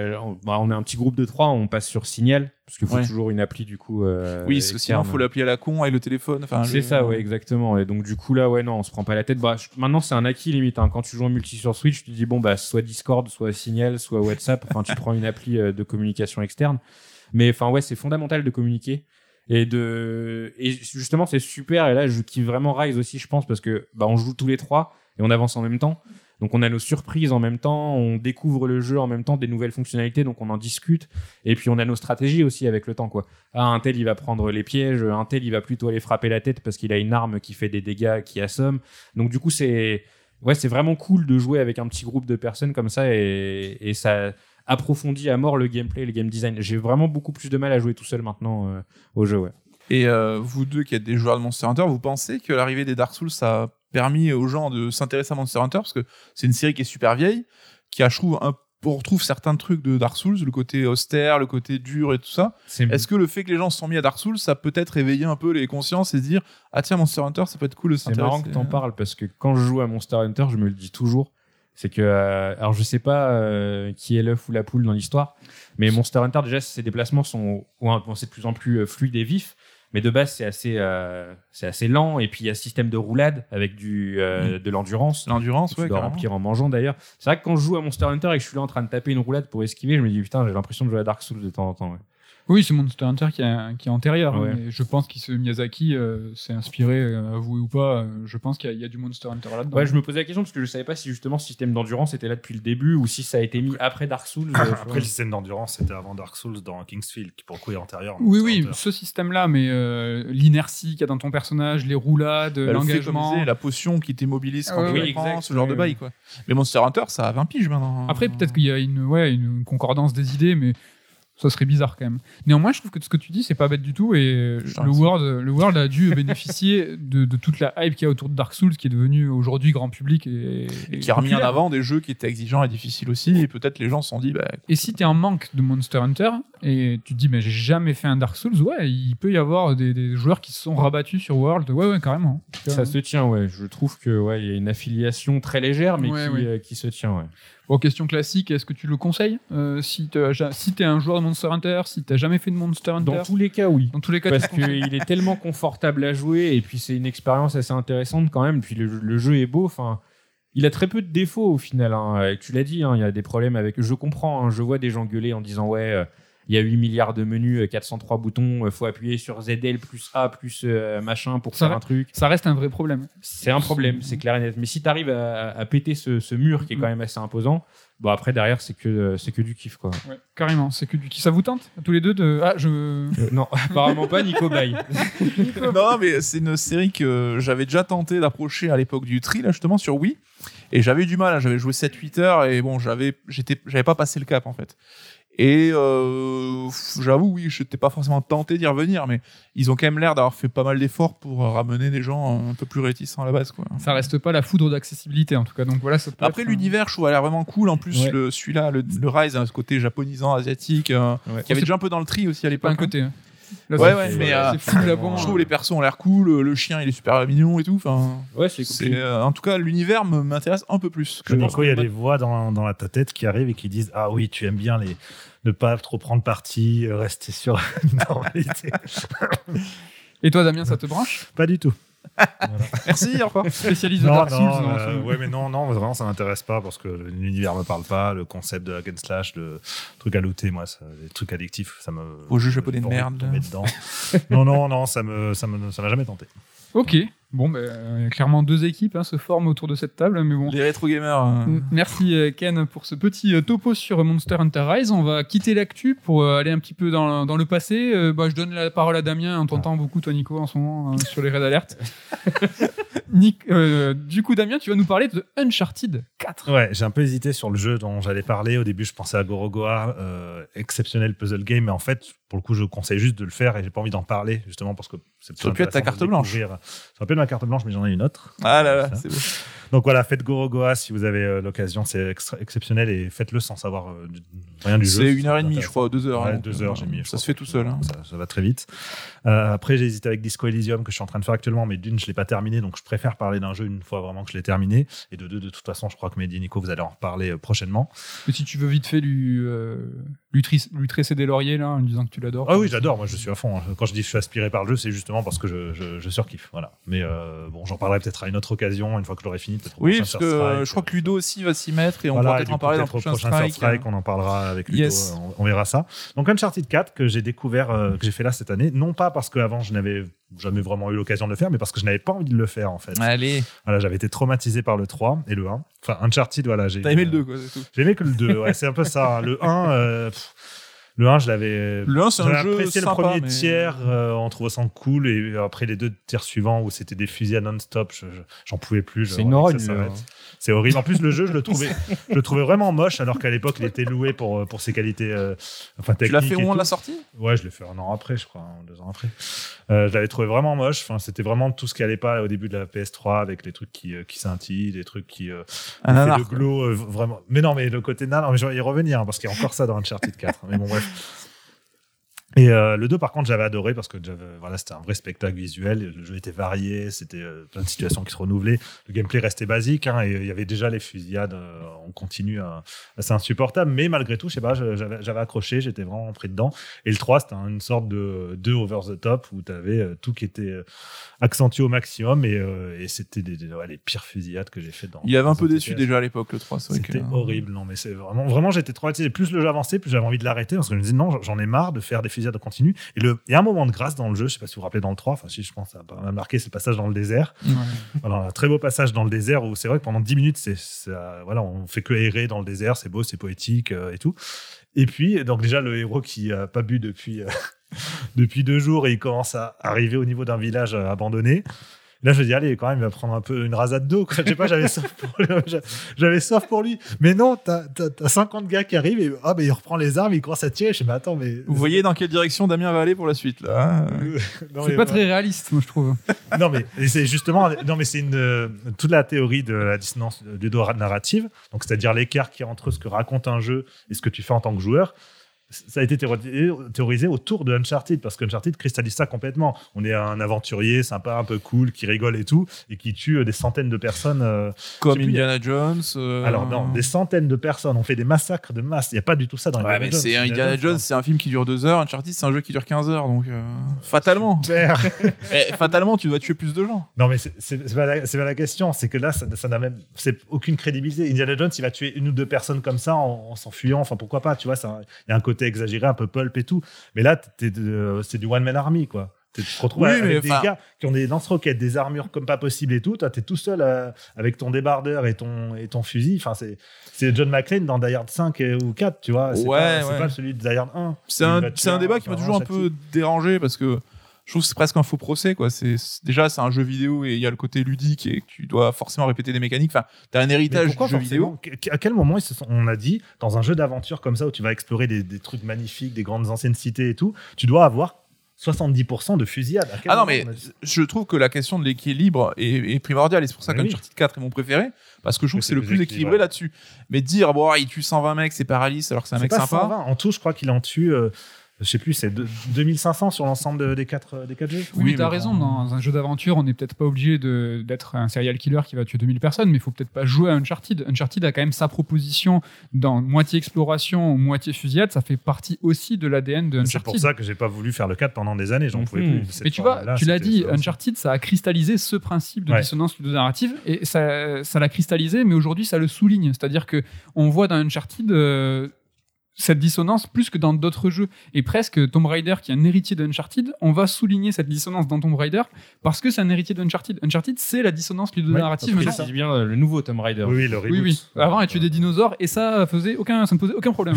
on est un petit groupe de 3, on passe sur Signal, parce qu'il faut Ouais. toujours une appli, du coup. oui, parce que sinon, externe. faut l'appeler à la con avec le téléphone. Enfin, C'est ça, ouais, exactement. Et donc, du coup, là, ouais, non, on se prend pas la tête. Bah, maintenant, c'est un acquis limite. Hein. Quand tu joues en multi sur Switch, tu te dis, bon, bah, soit Discord, soit Signal, soit WhatsApp. Enfin, tu prends une appli de communication externe. Mais, enfin, ouais, c'est fondamental de communiquer. Et justement, c'est super. Et là, je kiffe vraiment Rise aussi, je pense, parce que, bah, on joue tous les 3 et on avance en même temps. Donc, on a nos surprises en même temps, on découvre le jeu en même temps, des nouvelles fonctionnalités, donc on en discute. Et puis, on a nos stratégies aussi avec le temps, quoi. Ah, un tel, il va prendre les pièges, un tel, il va plutôt aller frapper la tête parce qu'il a une arme qui fait des dégâts, qui assomme. Donc, du coup, c'est vraiment cool de jouer avec un petit groupe de personnes comme ça et ça approfondit à mort le gameplay, le game design. J'ai vraiment beaucoup plus de mal à jouer tout seul maintenant au jeu, ouais. Et vous deux qui êtes des joueurs de Monster Hunter, vous pensez que l'arrivée des Dark Souls, ça a permis aux gens de s'intéresser à Monster Hunter parce que c'est une série qui est super vieille, qui a, je trouve, on retrouve certains trucs de Dark Souls, le côté austère, le côté dur et tout ça. Est-ce que le fait que les gens se sont mis à Dark Souls, ça peut être éveiller un peu les consciences et se dire ah tiens, Monster Hunter, ça peut être cool de C'est s'intéresser. marrant que t'en parles parce que quand je joue à Monster Hunter, je me le dis toujours. C'est que, alors je sais pas qui est l'œuf ou la poule dans l'histoire, mais Monster Hunter, déjà, ses déplacements sont c'est de plus en plus fluides et vifs. Mais de base, c'est assez lent. Et puis, il y a ce système de roulade avec de l'endurance. L'endurance, Tu ouais, dois carrément. remplir en mangeant d'ailleurs. C'est vrai que quand je joue à Monster Hunter et que je suis là en train de taper une roulade pour esquiver, je me dis putain, j'ai l'impression de jouer à Dark Souls de temps en temps. Ouais. Oui, c'est Monster Hunter qui est antérieur. Ouais. Hein, mais je pense que Miyazaki s'est inspiré, avoué ou pas. Je pense qu'il y a du Monster Hunter là-dedans. Ouais, je me posais la question parce que je savais pas si justement ce système d'endurance était là depuis le début ou si ça a été mis après Dark Souls. Après, le système d'endurance, c'était avant Dark Souls dans Kingsfield, qui pour le coup est antérieur. à Oui, Monster oui, Hunter. ce système-là, mais l'inertie qu'il y a dans ton personnage, les roulades, Bah, le fait, comme je l'engagement. disais, la potion qui t'immobilise quand Ouais, tu oui, la prends, exact, ce genre de oui, bail, oui. quoi. Mais Monster Hunter, ça a 20 piges maintenant. Après, peut-être qu'il y a une concordance des idées, mais ça serait bizarre quand même. Néanmoins, je trouve que ce que tu dis, c'est pas bête du tout. Et Putain, le World a dû bénéficier de toute la hype qu'il y a autour de Dark Souls, qui est devenu aujourd'hui grand public. Et qui a remis en populaire. avant des jeux qui étaient exigeants et difficiles aussi. Et peut-être les gens se sont dit, bah, Et si t'es en manque de Monster Hunter et tu te dis mais j'ai jamais fait un Dark Souls, ouais, il peut y avoir des joueurs qui se sont rabattus sur World, ouais carrément. Ça se tient, ouais. Je trouve que ouais, il y a une affiliation très légère, mais Ouais, qui se tient, ouais. Bon, question classique, est-ce que tu le conseilles si t'es un joueur de Monster Hunter, si t'as jamais fait de Monster Hunter? Dans tous les cas, oui. Dans tous les cas, Parce tu le conseilles. qu'il est tellement confortable à jouer et puis c'est une expérience assez intéressante quand même. Puis le jeu est beau. Enfin, il a très peu de défauts au final. Hein. Tu l'as dit, hein, il y a des problèmes avec. Je comprends. Hein, je vois des gens gueuler en disant ouais, il y a 8 milliards de menus, 403 boutons, faut appuyer sur ZL plus A plus machin pour Ça faire va. un truc. Ça reste un vrai problème. C'est un problème, c'est clair et net. Mais si tu arrives à péter ce mur qui est quand même assez imposant, bon après derrière c'est que du kiff quoi. Ouais, carrément, c'est que du qui. Ça vous tente tous les deux de. Ah, Non, apparemment pas, Nico Bay. Non, mais c'est une série que j'avais déjà tenté d'approcher à l'époque du Tri, là, justement, sur Wii. Et j'avais eu du mal, hein. J'avais joué 7-8 heures et bon, j'avais pas passé le cap, en fait. Et j'avoue, oui, je n'étais pas forcément tenté d'y revenir, mais ils ont quand même l'air d'avoir fait pas mal d'efforts pour ramener des gens un peu plus réticents à la base, quoi. Ça reste pas la foudre d'accessibilité en tout cas. Donc voilà, ça peut Après, être, l'univers, je trouve, a l'air vraiment cool. En plus, Ouais. celui-là, le Rise, a ce côté japonisant, asiatique, qui avait déjà un peu dans le Tri aussi à pas l'époque. un côté. Hein. Là, Ouais, c'est- ouais, c'est- mais, c'est full Japon. Je trouve les persos ont l'air cool, le chien il est super mignon et tout. Enfin, Ouais, c'est c'est en tout cas l'univers m'intéresse un peu plus. que- Nico, il y a des voix dans ta tête qui arrivent et qui disent ah oui, tu aimes bien ne pas trop prendre parti, rester sur une normalité. Et toi, Damien, ça te branche? Pas du tout. Merci, au revoir. Spécialiste de Non, Dark Souls. non, en ce moment. ouais, mais non, vraiment, ça m'intéresse pas parce que l'univers me parle pas, le concept de hack and slash, le truc à looter, moi, les trucs addictifs, ça me. Aux jeux japonais de j'ai pas envie merde. tomber dedans. non, ça m'a jamais tenté. Ok. Bon, clairement, deux équipes se forment autour de cette table, mais bon. Les rétro gamers. Merci Ken pour ce petit topo sur Monster Hunter Rise. On va quitter l'actu pour aller un petit peu dans le passé. Je donne la parole à Damien. On t'entend beaucoup, toi, Nico, en ce moment, sur les Red Alert. Du coup, Damien, tu vas nous parler de Uncharted 4. Ouais, j'ai un peu hésité sur le jeu dont j'allais parler. Au début, je pensais à Gorogoa, exceptionnel puzzle game, mais en fait, pour le coup, je conseille juste de le faire et j'ai pas envie d'en parler, justement, parce que c'est Ça aurait pu être ta intéressant de carte blanche. découvrir. Ça aurait pu être ma carte blanche, mais j'en ai une autre. Ah là là, Ça. c'est beau. Donc voilà, faites Gorogoa si vous avez l'occasion, c'est exceptionnel et faites-le sans savoir rien du jeu. C'est 1h30, je intéressant. crois, 2 heures. Ouais, donc, 2 heures, j'ai mis. Ça se fait tout seul. Hein. Ça va très vite. Après, j'ai hésité avec Disco Elysium que je suis en train de faire actuellement, mais d'une, je l'ai pas terminé, donc je préfère parler d'un jeu une fois vraiment que je l'ai terminé. Et de deux, de toute façon, je crois que Mehdi et Nico, vous allez en reparler prochainement. Et si tu veux vite fait lui tresser des lauriers là, en disant que tu l'adores. Ah oui, j'adore, moi je suis à fond. Hein. Quand je dis que je suis aspiré par le jeu, c'est justement parce que je surkiffe. Voilà. Mais bon, j'en parlerai peut-être à une autre occasion, une fois que je l'aurai fini. Peut-être au Oui, prochain parce que First Strike. je crois que Ludo aussi va s'y mettre et on Voilà, pourra et peut-être du en coup, parler dans le peut-être prochain au Strike. Strike, on en parlera avec Ludo, Yes. on verra ça. Donc Uncharted 4 que j'ai découvert, que j'ai fait là cette année, non pas parce qu'avant je n'avais jamais vraiment eu l'occasion de le faire, mais parce que je n'avais pas envie de le faire en fait. Allez, Voilà, j'avais été traumatisé par le 3 et le 1. Enfin, Uncharted, voilà. t'as aimé le 2, quoi, c'est tout. J'ai aimé que le 2, ouais, c'est un peu ça. Hein. Le 1, le 1, je l'avais. Le 1, c'est un J'avais jeu apprécié sympa, le premier mais- tiers en trouvant ça cool et après les 2 tiers suivants où c'était des fusillades non-stop, j'en pouvais plus. C'est une horreur. horreur. C'est horrible. En plus, le jeu, je le trouvais vraiment moche alors qu'à l'époque, il était loué pour ses qualités techniques. Tu l'as fait au et moment de tout. la sortie? Ouais, je l'ai fait 1 an après, je crois, 2 ans après. Je l'avais trouvé vraiment moche. Enfin, c'était vraiment tout ce qui allait pas au début de la PS3 avec les trucs qui scintillent, des trucs qui Un fait nanar, le quoi. glow, vraiment. Mais non, mais le côté nanar, mais je vais y revenir hein, parce qu'il y a encore ça dans Uncharted 4. Mais bon, bref. Et le 2, par contre, j'avais adoré parce que voilà, c'était un vrai spectacle visuel. Le jeu était varié, c'était plein de situations qui se renouvelaient. Le gameplay restait basique hein, et il y avait déjà les fusillades en continu assez insupportables. Mais malgré tout, je sais pas, j'avais accroché, j'étais vraiment pris dedans. Et le 3, c'était une sorte de over the top où tu avais tout qui était accentué au maximum et c'était les pires fusillades que j'ai fait dans. Il avait un dans peu un déçu TPS. déjà à l'époque, le 3. C'est vrai que, C'était horrible, non mais c'est vraiment j'étais traumatisé. Plus le jeu avançait, plus j'avais envie de l'arrêter parce que je me disais non, j'en ai marre de faire des fusillades continues. Et il y a un moment de grâce dans le jeu, je sais pas si vous vous rappelez dans le 3, enfin si je pense que ça a pas mal marqué, c'est le passage dans le désert. Ouais. Voilà, un très beau passage dans le désert où c'est vrai que pendant 10 minutes, voilà, on fait que errer dans le désert, c'est beau, c'est poétique et tout. Et puis, donc déjà, le héros qui a pas bu depuis 2 jours et il commence à arriver au niveau d'un village abandonné. Là, je me dis, allez, quand même, il va prendre un peu une rasade d'eau. Quoi. Je sais pas, j'avais soif pour lui. Mais non, t'as 50 gars qui arrivent et il reprend les armes, il commence à tirer. Je dis, mais attends, mais. Vous voyez dans quelle direction Damien va aller pour la suite, là, hein. Non, C'est mais pas très réaliste, moi je trouve. Non, mais c'est justement, c'est toute la théorie de la dissonance ludo-narrative. Donc, c'est-à-dire l'écart qu'il y a entre ce que raconte un jeu et ce que tu fais en tant que joueur. Ça a été théorisé autour de Uncharted parce qu'Uncharted cristallise ça complètement. On est un aventurier sympa, un peu cool, qui rigole et tout, et qui tue des centaines de personnes. Comme je sais plus, Indiana Jones. Alors non, des centaines de personnes. On fait des massacres de masse. Il n'y a pas du tout ça dans Ouais, Indiana mais Jones. c'est Indiana Jones, c'est un film qui dure 2 heures. Uncharted, c'est un jeu qui dure 15 heures, donc fatalement. Super. Fatalement, tu dois tuer plus de gens. Non, mais c'est pas la question. C'est que là, ça n'a même aucune crédibilité. Indiana Jones, il va tuer 1 ou 2 personnes comme ça en s'enfuyant. Enfin, pourquoi pas, tu vois, il y a un côté côté exagéré, un peu pulp et tout. Mais là, c'est du one man army, quoi. Tu te retrouves avec des gars qui ont des lance-roquettes, des armures comme pas possible et tout. Toi, t'es tout seul avec ton débardeur et ton fusil. Enfin, c'est John McClane dans Die Hard 5 ou 4, tu vois. C'est pas celui de Die Hard 1. C'est un débat qui m'a toujours un peu dérangé parce que je trouve que c'est presque un faux procès, quoi. Déjà, c'est un jeu vidéo et il y a le côté ludique et que tu dois forcément répéter des mécaniques. Enfin, t'as un héritage du jeu vidéo. À quel moment on a dit, dans un jeu d'aventure comme ça où tu vas explorer des trucs magnifiques, des grandes anciennes cités et tout, tu dois avoir 70% de fusillade. Non, mais je trouve que la question de l'équilibre est primordiale et c'est pour ça qu'Uncharted 4 est mon préféré parce que je trouve que c'est le plus équilibré là-dessus. Mais dire, il tue 120 mecs, c'est paralyse alors que c'est un mec sympa. 120. En tout, je crois qu'il en tue. Je sais plus, c'est 2500 sur l'ensemble des 4 jeux. Oui, mais t'as raison, dans un jeu d'aventure, on n'est peut-être pas obligé d'être un serial killer qui va tuer 2000 personnes, mais il faut peut-être pas jouer à Uncharted. Uncharted a quand même sa proposition dans moitié exploration, moitié fusillade, ça fait partie aussi de l'ADN de Uncharted. C'est pour ça que j'ai pas voulu faire le 4 pendant des années, j'en pouvais plus. Mais tu vois, tu l'as dit, Uncharted, ça a cristallisé ce principe de dissonance ludonarrative, et ça l'a cristallisé, mais aujourd'hui, ça le souligne. C'est-à-dire que on voit dans Uncharted cette dissonance plus que dans d'autres jeux. Et presque Tomb Raider, qui est un héritier d'Uncharted, on va souligner cette dissonance dans Tomb Raider parce que c'est un héritier d'Uncharted. Uncharted, c'est la dissonance ludonarrative. C'est bien le nouveau Tomb Raider. Oui, le reboot. Oui. Avant, elle tuait des dinosaures et ça me posait aucun problème.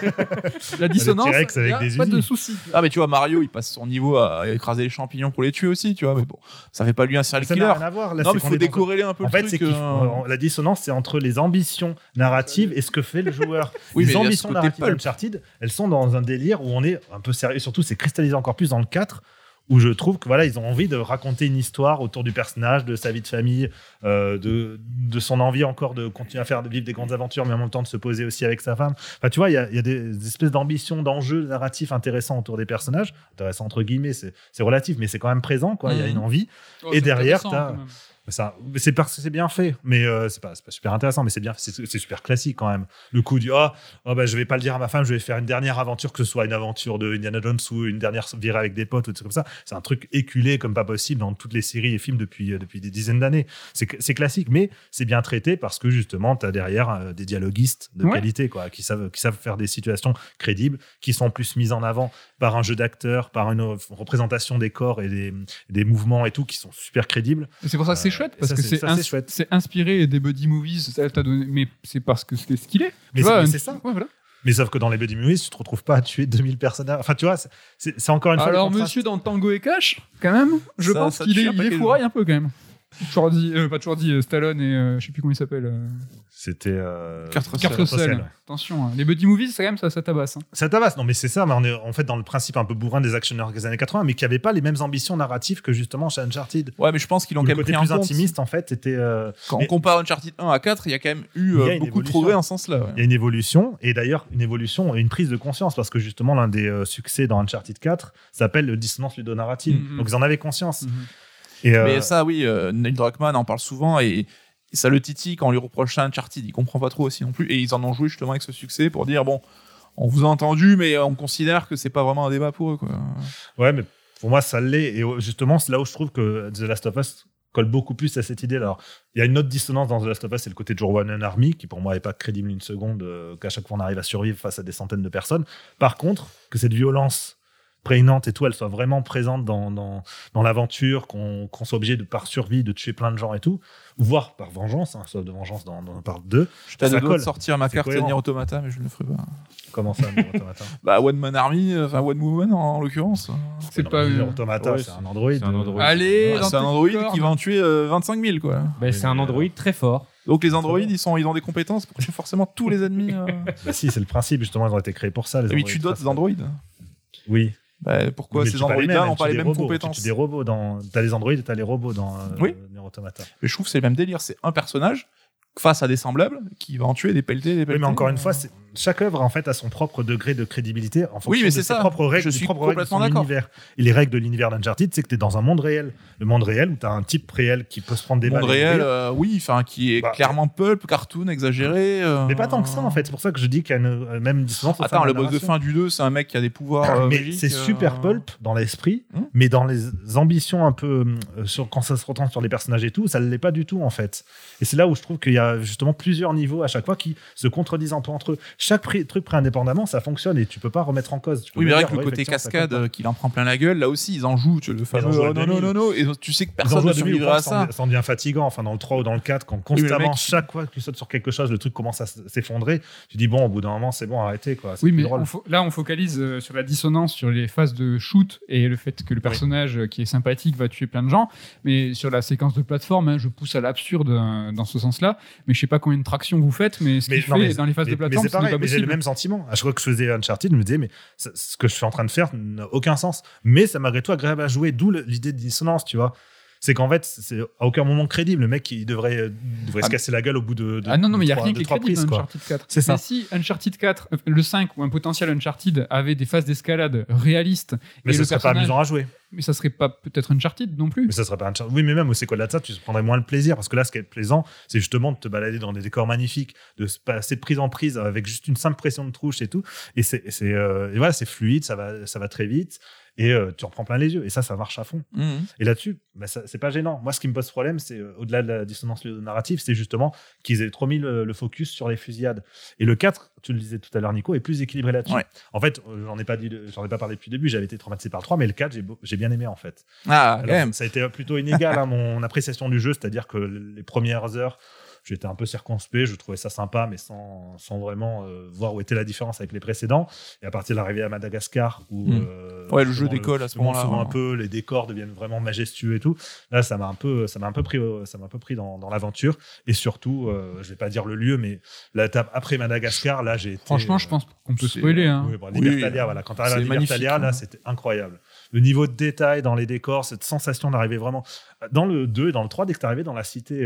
La dissonance, il n'y a pas de souci. Ah, mais tu vois, Mario, il passe son niveau à écraser les champignons pour les tuer aussi, tu vois. Mais bon, ça fait pas lui un serial killer. Ça n'a rien à voir. Là, non, mais il faut décorréler un peu le truc. En fait, la dissonance, c'est entre les ambitions narratives et ce que fait le joueur. Les ambitions narratives d'Uncharted, elles sont dans un délire où on est un peu sérieux. Surtout, c'est cristallisé encore plus dans le 4, où je trouve que ils ont envie de raconter une histoire autour du personnage, de sa vie de famille, de son envie encore de continuer à vivre des grandes aventures, mais en même temps de se poser aussi avec sa femme. Enfin, tu vois, il y a des espèces d'ambitions, d'enjeux narratifs intéressants autour des personnages. Intéressant entre guillemets, c'est relatif, mais c'est quand même présent, quoi. Il y a une envie. Et derrière, t'as... c'est parce que c'est bien fait, mais c'est pas super intéressant, mais c'est super classique quand même. Le coup du je vais pas le dire à ma femme, je vais faire une dernière aventure, que ce soit une aventure de Indiana Jones ou une dernière virée avec des potes ou des trucs comme ça. C'est un truc éculé comme pas possible dans toutes les séries et films depuis des dizaines d'années. C'est classique, mais c'est bien traité parce que justement t'as derrière des dialoguistes de qualité, quoi, qui savent faire des situations crédibles, qui sont plus mises en avant par un jeu d'acteurs, par une représentation des corps et des mouvements et tout, qui sont super crédibles. Et c'est pour ça que c'est chouette, parce que c'est inspiré des buddy movies, ça t'a donné, mais c'est parce que c'est ce qu'il est. Mais c'est ça. Ouais, voilà. Mais sauf que dans les buddy movies, tu te retrouves pas à tuer 2000 personnages. Enfin, tu vois, c'est encore une fois. Alors, monsieur, dans Tango et Cash, quand même, je pense qu'il est fourraille un peu quand même. Pas toujours dit Stallone et je sais plus comment il s'appelle. C'était Kurt Russell. Attention, hein. Les buddy movies, c'est quand même ça tabasse. Hein. Ça tabasse, non mais c'est ça, mais on est en fait dans le principe un peu bourrin des actionneurs des années 80, mais qui n'avaient pas les mêmes ambitions narratives que justement chez Uncharted. Ouais, mais je pense qu'ils l'ont quand même pris en compte. Le côté plus intimiste, en fait, était... Quand on compare Uncharted 1 à 4, il y a quand même eu beaucoup de progrès en ce sens-là. Ouais. Il y a une évolution, et d'ailleurs une évolution et une prise de conscience, parce que justement l'un des succès dans Uncharted 4 s'appelle le dissonance ludonarrative. Donc ils en avaient conscience. Mais ça, oui, Neil Druckmann en parle souvent et ça le titille quand on lui reproche ça à Uncharted. Il comprend pas trop aussi non plus. Et ils en ont joué justement avec ce succès pour dire bon, on vous a entendu, mais on considère que c'est pas vraiment un débat pour eux, quoi. Ouais, mais pour moi, ça l'est. Et justement, c'est là où je trouve que The Last of Us colle beaucoup plus à cette idée. Alors, il y a une autre dissonance dans The Last of Us, c'est le côté de One Man Army, qui pour moi n'est pas crédible une seconde, qu'à chaque fois on arrive à survivre face à des centaines de personnes. Par contre, que cette violence prégnante et tout, elle soit vraiment présente dans l'aventure, qu'on soit obligé de par survie de tuer plein de gens et tout, voire par vengeance, sauf de vengeance dans part 2. Je t'ai de sortir ma carte Nier Automata, mais je ne le ferai pas. Comment ça, Nier Automata? One Man Army, enfin One Woman en l'occurrence. C'est pas Nier Automata, c'est un Android. Allez, c'est un Android qui va en tuer 25 000, quoi. C'est un Android très fort. Donc les androïdes, ils ont des compétences pour tuer forcément tous les ennemis. Bah si, c'est le principe, justement, ils ont été créés pour ça. Mais tu dotes des androïdes. Oui. Pourquoi ces androïdes-là n'ont pas les mêmes compétences? Tu des robots t'as les androïdes et t'as les robots dans Nier Automata. Mais je trouve que c'est le même délire. C'est un personnage face à des semblables qui va en tuer des pelletés. Oui, mais encore une fois, chaque œuvre en fait a son propre degré de crédibilité en fonction de ses propres règles, je suis complètement d'accord. Univers. Et les règles de l'univers d'Uncharted, c'est que tu es dans un monde réel. Le monde réel où tu as un type réel qui peut se prendre des balles. Monde réel, qui est clairement pulp, cartoon, exagéré. Mais pas tant que ça en fait. C'est pour ça que je dis qu'il y a une même dissonance. Attends, le boss de fin du 2, c'est un mec qui a des pouvoirs mais magiques. C'est super pulp dans l'esprit, mais dans les ambitions un peu quand ça se retrouve sur les personnages et tout, ça ne l'est pas du tout en fait. Et c'est là où je trouve qu'il y a justement plusieurs niveaux à chaque fois qui se contredisent un peu entre eux. chaque truc pris indépendamment, ça fonctionne et tu peux pas remettre en cause. Oui, mais avec le côté cascade qu'il en prend plein la gueule, là aussi, ils en jouent. Tu le fameux non, et tu sais que personne ne survivra à ça. Ça en devient fatigant, enfin, dans le 3 ou dans le 4, quand constamment, chaque fois que tu sautes sur quelque chose, le truc commence à s'effondrer, tu dis, bon, au bout d'un moment, c'est bon, arrêtez, quoi. Oui, mais là, on focalise sur la dissonance, sur les phases de shoot et le fait que le personnage qui est sympathique va tuer plein de gens. Mais sur la séquence de plateforme, je pousse à l'absurde dans ce sens-là. Mais je sais pas combien de tractions vous faites, mais ce qu'il fait dans les phases de plateforme, c'est pas possible. Mais j'ai le même sentiment. À chaque fois que je faisais Uncharted, je me disais, mais ce que je suis en train de faire n'a aucun sens. Mais c'est malgré tout agréable à jouer, d'où l'idée de dissonance, tu vois. C'est qu'en fait, c'est à aucun moment crédible. Le mec, il devrait se casser la gueule au bout de non, mais il n'y a rien qui est crédible dans Uncharted 4. C'est ça. Mais si Uncharted 4, le 5 ou un potentiel Uncharted avait des phases d'escalade réalistes... Mais ce serait pas amusant à jouer. Mais ça serait pas peut-être Uncharted non plus. Mais ça serait pas Uncharted. Oui, mais même au sequel de ça, tu prendrais moins le plaisir. Parce que là, ce qui est plaisant, c'est justement de te balader dans des décors magnifiques, de se passer de prise en prise avec juste une simple pression de touche et tout. Et voilà, c'est fluide, ça va très vite. Et tu en prends plein les yeux. Et ça marche à fond. Et là-dessus, c'est pas gênant. Moi, ce qui me pose problème, c'est au-delà de la dissonance narrative, c'est justement qu'ils aient trop mis le focus sur les fusillades. Et le 4, tu le disais tout à l'heure, Nico, est plus équilibré là-dessus. Ouais. En fait, j'en ai pas parlé depuis le début, j'avais été traumatisé par le 3, mais le 4, j'ai bien aimé en fait. Alors, ça a été plutôt inégal, mon appréciation du jeu, c'est-à-dire que les premières heures, j'étais un peu circonspect, je trouvais ça sympa, mais sans vraiment voir où était la différence avec les précédents. Et à partir de l'arrivée à Madagascar, où le jeu décolle à ce moment-là, souvent un peu, les décors deviennent vraiment majestueux et tout. Là, ça m'a un peu pris dans l'aventure. Et surtout, je vais pas dire le lieu, mais l'étape après Madagascar, là, j'ai été. Franchement, je pense qu'on peut spoiler. Hein. Libertalia, voilà. Quand tu arrives à Libertalia, là, c'était incroyable. Le niveau de détail dans les décors, cette sensation d'arriver vraiment. Dans le 2 et dans le 3, dès que tu arrivé dans la cité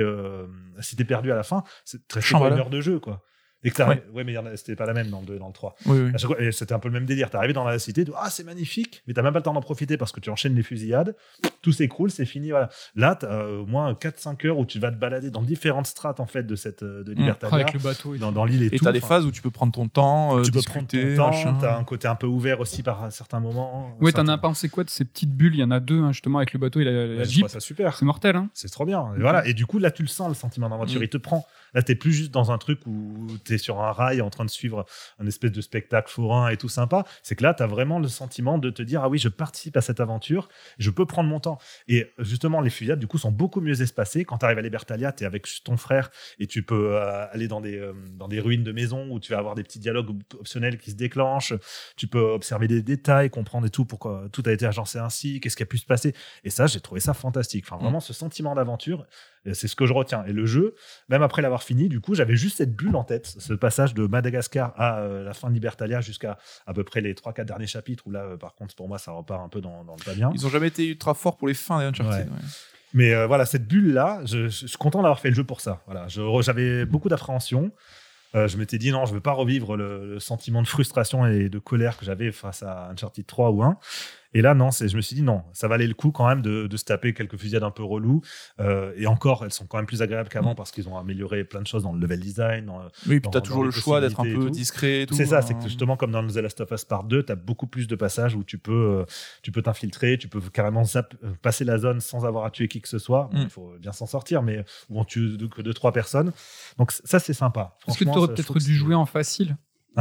perdue à la fin, c'est très une heure de jeu, quoi. Et que ouais, mais c'était pas la même dans le 2 et dans le 3. Oui. À chaque fois, c'était un peu le même délire. T'es arrivé dans la cité, c'est magnifique, mais t'as même pas le temps d'en profiter parce que tu enchaînes les fusillades, tout s'écroule, c'est fini. Voilà. Là, t'as au moins 4-5 heures où tu vas te balader dans différentes strates en fait, de Libertalia. Avec le bateau. Dans l'île et tout. Et t'as des phases où tu peux prendre ton temps, discuter. T'as un côté un peu ouvert aussi par certains moments. Ouais, t'en as pensé quoi de ces petites bulles? Il y en a deux, justement, avec le bateau et la Jeep. Ça super. C'est mortel. Hein. C'est trop bien. Et voilà. Et du coup, là, tu le sens, le sentiment d'aventure. Il te prend. Là, t'es plus juste dans un truc où t'es sur un rail en train de suivre un espèce de spectacle forain et tout sympa. C'est que là, t'as vraiment le sentiment de te dire, ah oui, je participe à cette aventure, je peux prendre mon temps. Et justement, les fusillades, du coup, sont beaucoup mieux espacées. Quand t'arrives à Libertalia, t'es avec ton frère et tu peux aller dans des ruines de maisons où tu vas avoir des petits dialogues optionnels qui se déclenchent. Tu peux observer des détails, comprendre et tout, pourquoi tout a été agencé ainsi, qu'est-ce qui a pu se passer. Et ça, j'ai trouvé ça fantastique. Enfin, vraiment, ce sentiment d'aventure, c'est ce que je retiens. Et le jeu, même après l'avoir fini, du coup, j'avais juste cette bulle en tête, ce passage de Madagascar à la fin de Libertalia jusqu'à à peu près les 3-4 derniers chapitres, où là, par contre, pour moi, ça repart un peu dans le pas bien. Ils ont jamais été ultra forts pour les fins des Uncharted. Ouais. Mais voilà, cette bulle-là, je suis content d'avoir fait le jeu pour ça. Voilà, j'avais beaucoup d'appréhension. Je m'étais dit non, je veux pas revivre le sentiment de frustration et de colère que j'avais face à Uncharted 3 ou 1. Et là, non, je me suis dit non, ça valait le coup quand même de se taper quelques fusillades un peu reloues. Et encore, elles sont quand même plus agréables qu'avant parce qu'ils ont amélioré plein de choses dans le level design. Oui, puis t'as toujours le choix d'être un peu discret et tout. C'est ça, c'est que justement, comme dans The Last of Us Part 2, t'as beaucoup plus de passages où tu peux t'infiltrer, tu peux carrément passer la zone sans avoir à tuer qui que ce soit. Il faut bien s'en sortir, mais où on tue que 2-3 personnes. Donc ça, c'est sympa. Est-ce que tu aurais peut-être dû jouer en facile?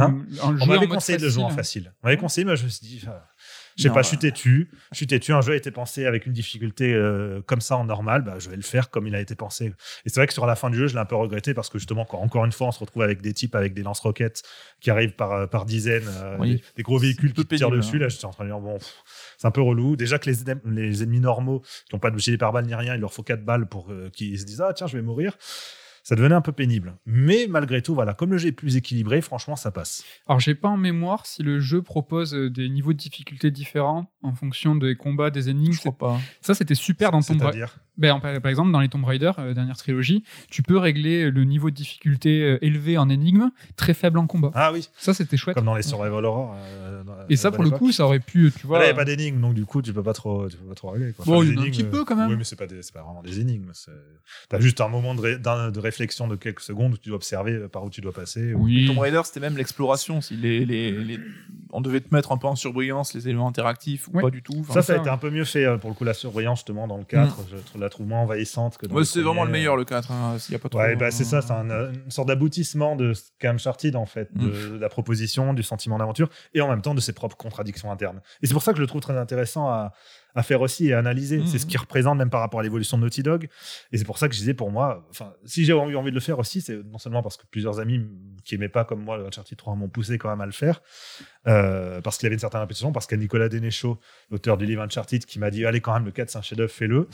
On m'avait conseillé de jouer en facile. On m'avait conseillé, mais je me suis dit... Je sais pas, je suis têtu. Un jeu a été pensé avec une difficulté comme ça en normal, je vais le faire comme il a été pensé. Et c'est vrai que sur la fin du jeu, je l'ai un peu regretté parce que justement, encore une fois, on se retrouve avec des types avec des lance-roquettes qui arrivent par dizaines, des gros véhicules qui tirent dessus. Là, j'étais en train de dire, c'est un peu relou. Déjà que les ennemis normaux qui n'ont pas de gilet pare-balles ni rien, il leur faut 4 balles pour qu'ils se disent, tiens, je vais mourir. Ça devenait un peu pénible. Mais malgré tout, voilà, comme le jeu est plus équilibré, franchement, ça passe. Alors, j'ai pas en mémoire si le jeu propose des niveaux de difficulté différents en fonction des combats, des énigmes. Je crois pas. Ça, c'était super dans Tomb Raider. Par exemple, dans les Tomb Raider, dernière trilogie, tu peux régler le niveau de difficulté élevé en énigme, très faible en combat. Ah oui. Ça, c'était chouette. Comme dans les Survival Horror. Et ça, pour le coup, ça aurait pu, tu vois. Là, il n'y a pas d'énigme, donc du coup, tu peux pas trop régler. Quoi. Bon, il y en a un petit peu quand même. Oui, mais c'est pas vraiment des énigmes. T'as juste un moment de réflexion de quelques secondes où tu dois observer par où tu dois passer. Oui. Tomb Raider, c'était même l'exploration. Si on devait te mettre un peu en surbrillance les éléments interactifs ou Ouais. pas du tout. Enfin, Ça a été un peu mieux fait pour le coup, la surbrillance justement dans le 4. Je la trouve moins envahissante que dans le c'est vraiment premier. le meilleur, le 4. Hein, s'il y a pas trop, Ouais, bah c'est ça, c'est une sorte d'aboutissement de ce qu'est Uncharted en fait, de la proposition, du sentiment d'aventure et en même temps de ses propres contradictions internes. Et c'est pour ça que je le trouve très intéressant à faire aussi et à analyser. C'est ce qui représente même par rapport à l'évolution de Naughty Dog. Et c'est pour ça que je disais pour moi, si j'ai eu envie de le faire aussi, c'est non seulement parce que plusieurs amis qui aimaient pas comme moi le Uncharted 3 m'ont poussé quand même à le faire, parce qu'il y avait une certaine répétition, parce qu'il y a Nicolas Denéchaud, l'auteur du livre Uncharted, qui m'a dit allez quand même le 4 c'est un chef-d'œuvre, fais-le.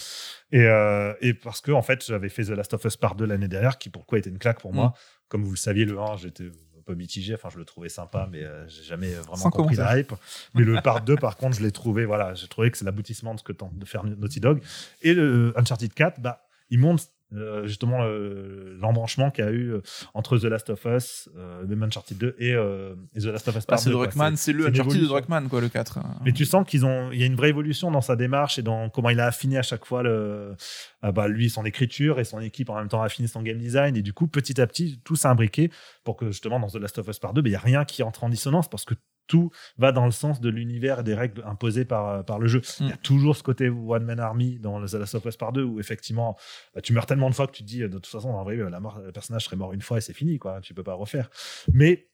Et parce que en fait j'avais fait The Last of Us Part 2 l'année dernière, qui pourquoi était une claque pour moi. Comme vous le saviez, le 1 j'étais un peu mitigé, enfin je le trouvais sympa, mais j'ai jamais vraiment compris la hype. Mais le Part 2 par contre je l'ai trouvé, voilà, j'ai trouvé que c'est l'aboutissement de ce que tente de faire Naughty Dog. Et le Uncharted 4, il montre justement l'embranchement qu'il y a eu entre The Last of Us, même Uncharted 2 et The Last of Us Part 2. C'est Druckmann, c'est le Uncharted de Druckmann, quoi, le 4. Mais tu sens il y a une vraie évolution dans sa démarche et dans comment il a affiné à chaque fois lui, son écriture, et son équipe en même temps a affiné son game design. Et du coup, petit à petit, tout s'est imbriqué pour que justement dans The Last of Us Part 2, il n'y a rien qui entre en dissonance parce que tout va dans le sens de l'univers et des règles imposées par le jeu. Il y a toujours ce côté One Man Army dans The Last of Us Part 2 où effectivement tu meurs tellement de fois que tu te dis de toute façon en vrai le personnage serait mort une fois et c'est fini, quoi. Tu peux pas refaire. Mais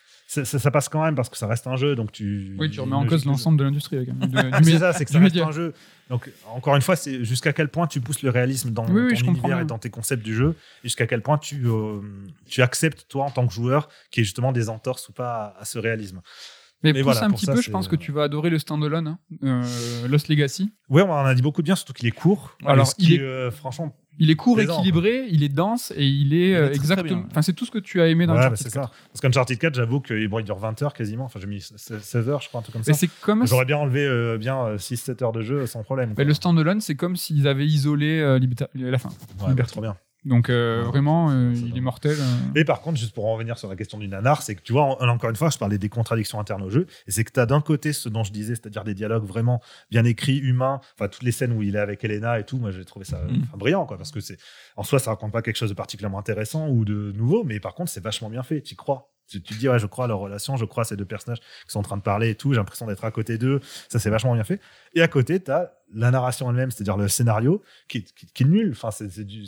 ça passe quand même parce que ça reste un jeu, donc tu remets en cause l'ensemble de l'industrie. C'est ça, c'est que ça reste média. un jeu. Donc encore une fois, c'est jusqu'à quel point tu pousses le réalisme dans ton univers et dans tes concepts du jeu, et jusqu'à quel point tu acceptes toi en tant que joueur qu'il y ait justement des entorses ou pas à ce réalisme. Mais pousse un petit peu, je pense que tu vas adorer le standalone, Lost Legacy. Ouais, on en a dit beaucoup de bien, surtout qu'il est court. Alors, franchement, il est court, plaisant, équilibré, il est dense et il est exactement. Enfin, c'est tout ce que tu as aimé dans Uncharted 4. C'est ça. Parce qu'Uncharted 4, j'avoue qu'il dure 20 heures quasiment. Enfin, j'ai mis 16 heures, je crois, un truc comme ça. C'est comme J'aurais bien enlevé 6-7 heures de jeu sans problème. Le standalone, c'est comme s'ils avaient isolé la fin. Ouais, bah, trop bien. Donc vraiment, il est mortel. Mais par contre, juste pour en revenir sur la question du nanar, c'est que tu vois, encore une fois, je parlais des contradictions internes au jeu, et c'est que tu as d'un côté ce dont je disais, c'est-à-dire des dialogues vraiment bien écrits, humains, enfin toutes les scènes où il est avec Elena et tout, moi j'ai trouvé ça brillant, quoi, parce que en soi ça raconte pas quelque chose de particulièrement intéressant ou de nouveau, mais par contre c'est vachement bien fait, tu y crois. Tu te dis, ouais, je crois à leur relation, je crois à ces deux personnages qui sont en train de parler et tout, j'ai l'impression d'être à côté d'eux, ça c'est vachement bien fait. Et à côté, tu as la narration elle-même, c'est-à-dire le scénario qui est nul, enfin c'est du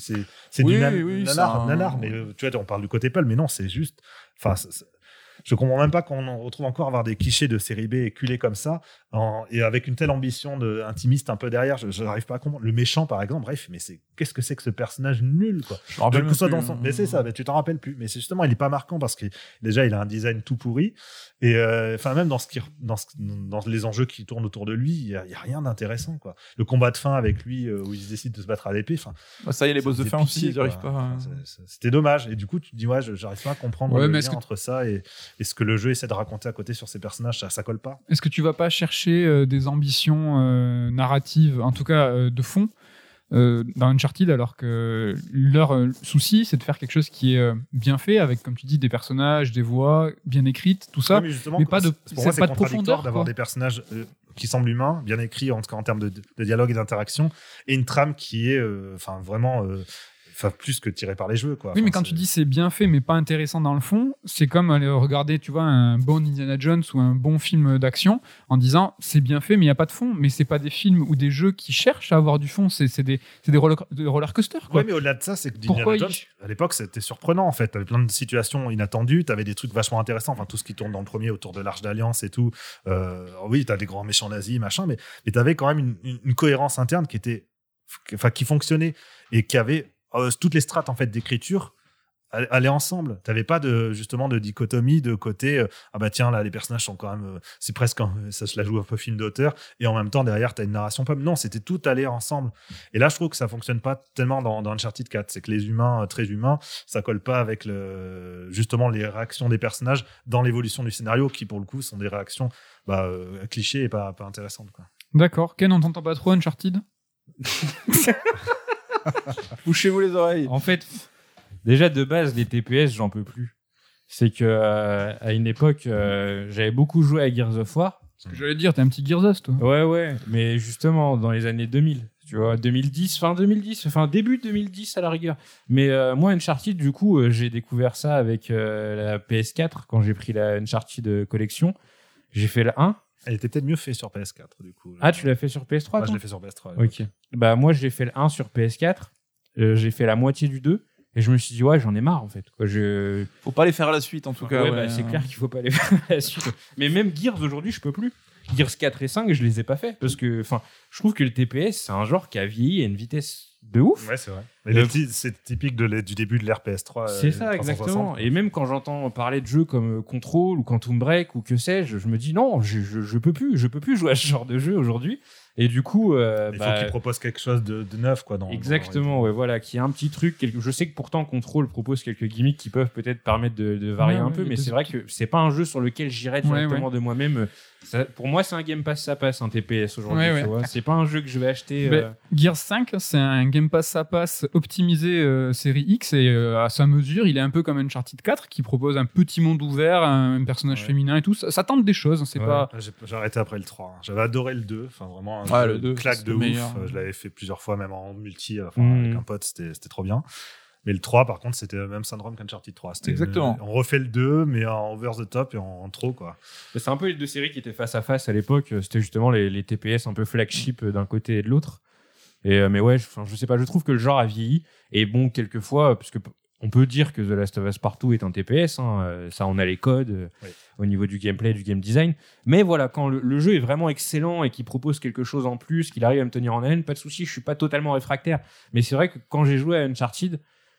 nanar, mais tu vois, on parle du côté Pulp, mais non, c'est juste, enfin je comprends même pas qu'on retrouve encore avoir des clichés de série B éculés comme ça, et avec une telle ambition intimiste un peu derrière, je n'arrive pas à comprendre. Le méchant, par exemple, bref, mais qu'est-ce que c'est que ce personnage nul, quoi. Je me rappelle plus, mais c'est ça, mais tu t'en rappelles plus. Mais c'est justement, il est pas marquant parce que déjà, il a un design tout pourri, et enfin même dans les enjeux qui tournent autour de lui, il y a rien d'intéressant, quoi. Le combat de fin avec lui où il décide de se battre à l'épée, enfin. Ça y est, les boss de fin aussi, ils n'y arrivent pas. C'était dommage, et du coup, tu te dis ouais, j'arrive pas à comprendre le lien entre ça et ce que le jeu essaie de raconter à côté sur ces personnages, ça colle pas. Est-ce que tu vas pas chercher des ambitions narratives, en tout cas de fond, dans Uncharted, alors que leur souci, c'est de faire quelque chose qui est bien fait, avec, comme tu dis, des personnages, des voix bien écrites, tout ça, mais pas de, pour moi, c'est pas de profondeur d'avoir des personnages qui semblent humains, bien écrits en tout cas en termes de dialogue et d'interaction, et une trame qui est vraiment plus que tiré par les cheveux, quoi. Oui, mais quand tu dis c'est bien fait mais pas intéressant dans le fond, c'est comme aller regarder, tu vois, un bon Indiana Jones ou un bon film d'action en disant c'est bien fait mais il y a pas de fond. Mais c'est pas des films ou des jeux qui cherchent à avoir du fond, c'est des roller coasters, quoi. Ouais, mais au-delà de ça, c'est que Indiana Jones, à l'époque, c'était surprenant, en fait. T'avais plein de situations inattendues, t'avais des trucs vachement intéressants, enfin tout ce qui tourne dans le premier autour de l'Arche d'Alliance et tout. Oui, t'as des grands méchants nazis, machin, mais t'avais quand même une cohérence interne qui fonctionnait et qui avait toutes les strates en fait d'écriture allaient ensemble. T'avais pas de dichotomie de côté ah bah tiens là les personnages sont quand même c'est presque ça se la joue un peu film d'auteur et en même temps derrière t'as une narration pop. Non, c'était tout allé ensemble. Et là je trouve que ça fonctionne pas tellement dans Uncharted 4. C'est que les humains très humains, ça colle pas avec justement les réactions des personnages dans l'évolution du scénario qui pour le coup sont des réactions clichés et pas intéressantes, quoi. D'accord. Ken, on t'entend pas trop Uncharted? Bouchez-vous les oreilles. En fait, déjà de base, les TPS, j'en peux plus. C'est que à une époque, j'avais beaucoup joué à Gears of War. Ce que j'allais dire, t'es un petit Gearzos, toi. Ouais, mais justement, dans les années 2000, Tu vois, 2010, début 2010 à la rigueur. Mais moi, Uncharted, du coup, j'ai découvert ça avec la PS4 quand j'ai pris la Uncharted collection. J'ai fait le 1. Elle était peut-être mieux fait sur PS4 du coup. Ah, tu l'as fait sur PS3 Moi, je toi l'ai fait sur PS3. Ok. Bah, moi, j'ai fait le 1 sur PS4. J'ai fait la moitié du 2. Et je me suis dit, ouais, j'en ai marre en fait. Quoi. Faut pas les faire à la suite en tout cas. Ouais, bah, c'est clair qu'il faut pas aller faire la suite. Mais même Gears aujourd'hui, je peux plus. Gears 4 et 5, je les ai pas fait parce que, je trouve que le TPS, c'est un genre qui a vieilli à une vitesse de ouf. Ouais, c'est vrai. Mais c'est typique du début de l'ère PS3. C'est ça, exactement. Et même quand j'entends parler de jeux comme Control ou Quantum Break ou que sais-je, je me dis non, je peux plus jouer à ce genre de jeu aujourd'hui. Et du coup, il faut qu'ils proposent quelque chose de neuf, quoi. Exactement, ouais, voilà, qui a un petit truc. Je sais que pourtant Control propose quelques gimmicks qui peuvent peut-être permettre de varier un peu, mais c'est vrai que c'est pas un jeu sur lequel j'irais directement de moi-même. Ça, pour moi, c'est un Game Pass, ça passe, un TPS aujourd'hui. Tu vois. C'est pas un jeu que je vais acheter. Gears 5, c'est un Game Pass, ça passe optimisé série X et à sa mesure, il est un peu comme Uncharted 4 qui propose un petit monde ouvert, un personnage féminin et tout. Ça tente des choses, c'est pas. J'ai arrêté après le 3. J'avais adoré le 2, enfin vraiment. Le 2, claque de ouf. Meilleur. Je l'avais fait plusieurs fois, même en multi, avec un pote, c'était trop bien. Mais le 3, par contre, c'était le même syndrome qu'Uncharted 3. Exactement. On refait le 2, mais en over the top et en trop, quoi. C'est un peu les deux séries qui étaient face à face à l'époque. C'était justement les TPS un peu flagship d'un côté et de l'autre. Mais ouais, je sais pas, je trouve que le genre a vieilli. Et bon, quelquefois, parce que on peut dire que The Last of Us Partout est un TPS, ça on a les codes au niveau du gameplay, du game design. Mais voilà, quand le jeu est vraiment excellent et qu'il propose quelque chose en plus, qu'il arrive à me tenir en haleine, pas de souci, je suis pas totalement réfractaire. Mais c'est vrai que quand j'ai joué à Uncharted,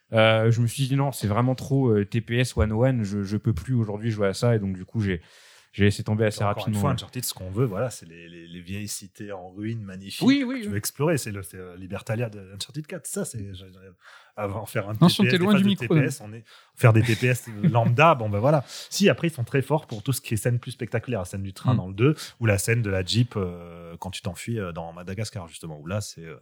je me suis dit non, c'est vraiment trop TPS 101, je peux plus aujourd'hui jouer à ça, et donc du coup j'ai laissé tomber assez rapidement. Une fois, Uncharted, ce qu'on veut, voilà, c'est les vieilles cités en ruines magnifiques. Oui, tu veux explorer, c'est Libertalia de Uncharted 4. Ça, c'est avant faire un Attention, TPS, t'es loin du micro. TPS, faire des TPS lambda. Bon ben voilà. Si après ils sont très forts pour tout ce qui est scène plus spectaculaire, la scène du train dans le 2 ou la scène de la Jeep quand tu t'enfuis dans Madagascar justement. Où là,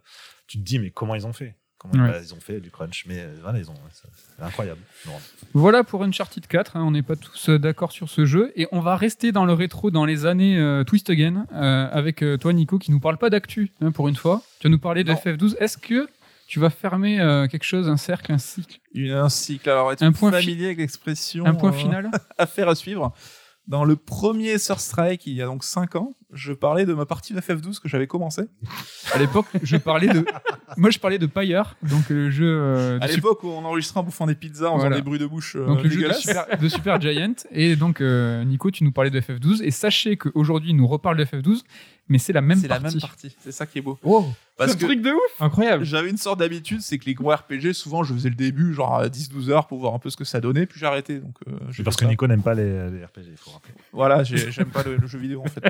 tu te dis mais comment ils ont fait? Ils ont fait du crunch, mais voilà, c'est incroyable. Voilà pour Uncharted 4, on n'est pas tous d'accord sur ce jeu, et on va rester dans le rétro dans les années Twist Again, avec toi Nico qui nous parle pas d'actu pour une fois. Tu vas nous parler de FF12. Est-ce que tu vas fermer quelque chose, un cercle, un cycle? Un cycle, alors être familier avec l'expression. Un point final. Affaire à suivre. Dans le premier Third Strike, il y a donc 5 ans, je parlais de ma partie de FF12 que j'avais commencé. À l'époque, je parlais de Pyre, donc le jeu. À l'époque où on enregistrait en bouffant des pizzas, en faisant des bruits de bouche. Donc le jeu de Super Giant. Et donc, Nico, tu nous parlais de FF12. Et sachez qu'aujourd'hui, il nous reparle de FF12, mais c'est la même partie. C'est la même partie. C'est ça qui est beau. Oh, parce que truc de ouf! Incroyable! J'avais une sorte d'habitude, c'est que les gros RPG, souvent, je faisais le début, genre à 10-12 heures pour voir un peu ce que ça donnait, puis j'ai arrêté. Donc, parce que Nico n'aime pas les RPG, il faut rappeler. Voilà, j'aime pas le jeu vidéo en fait.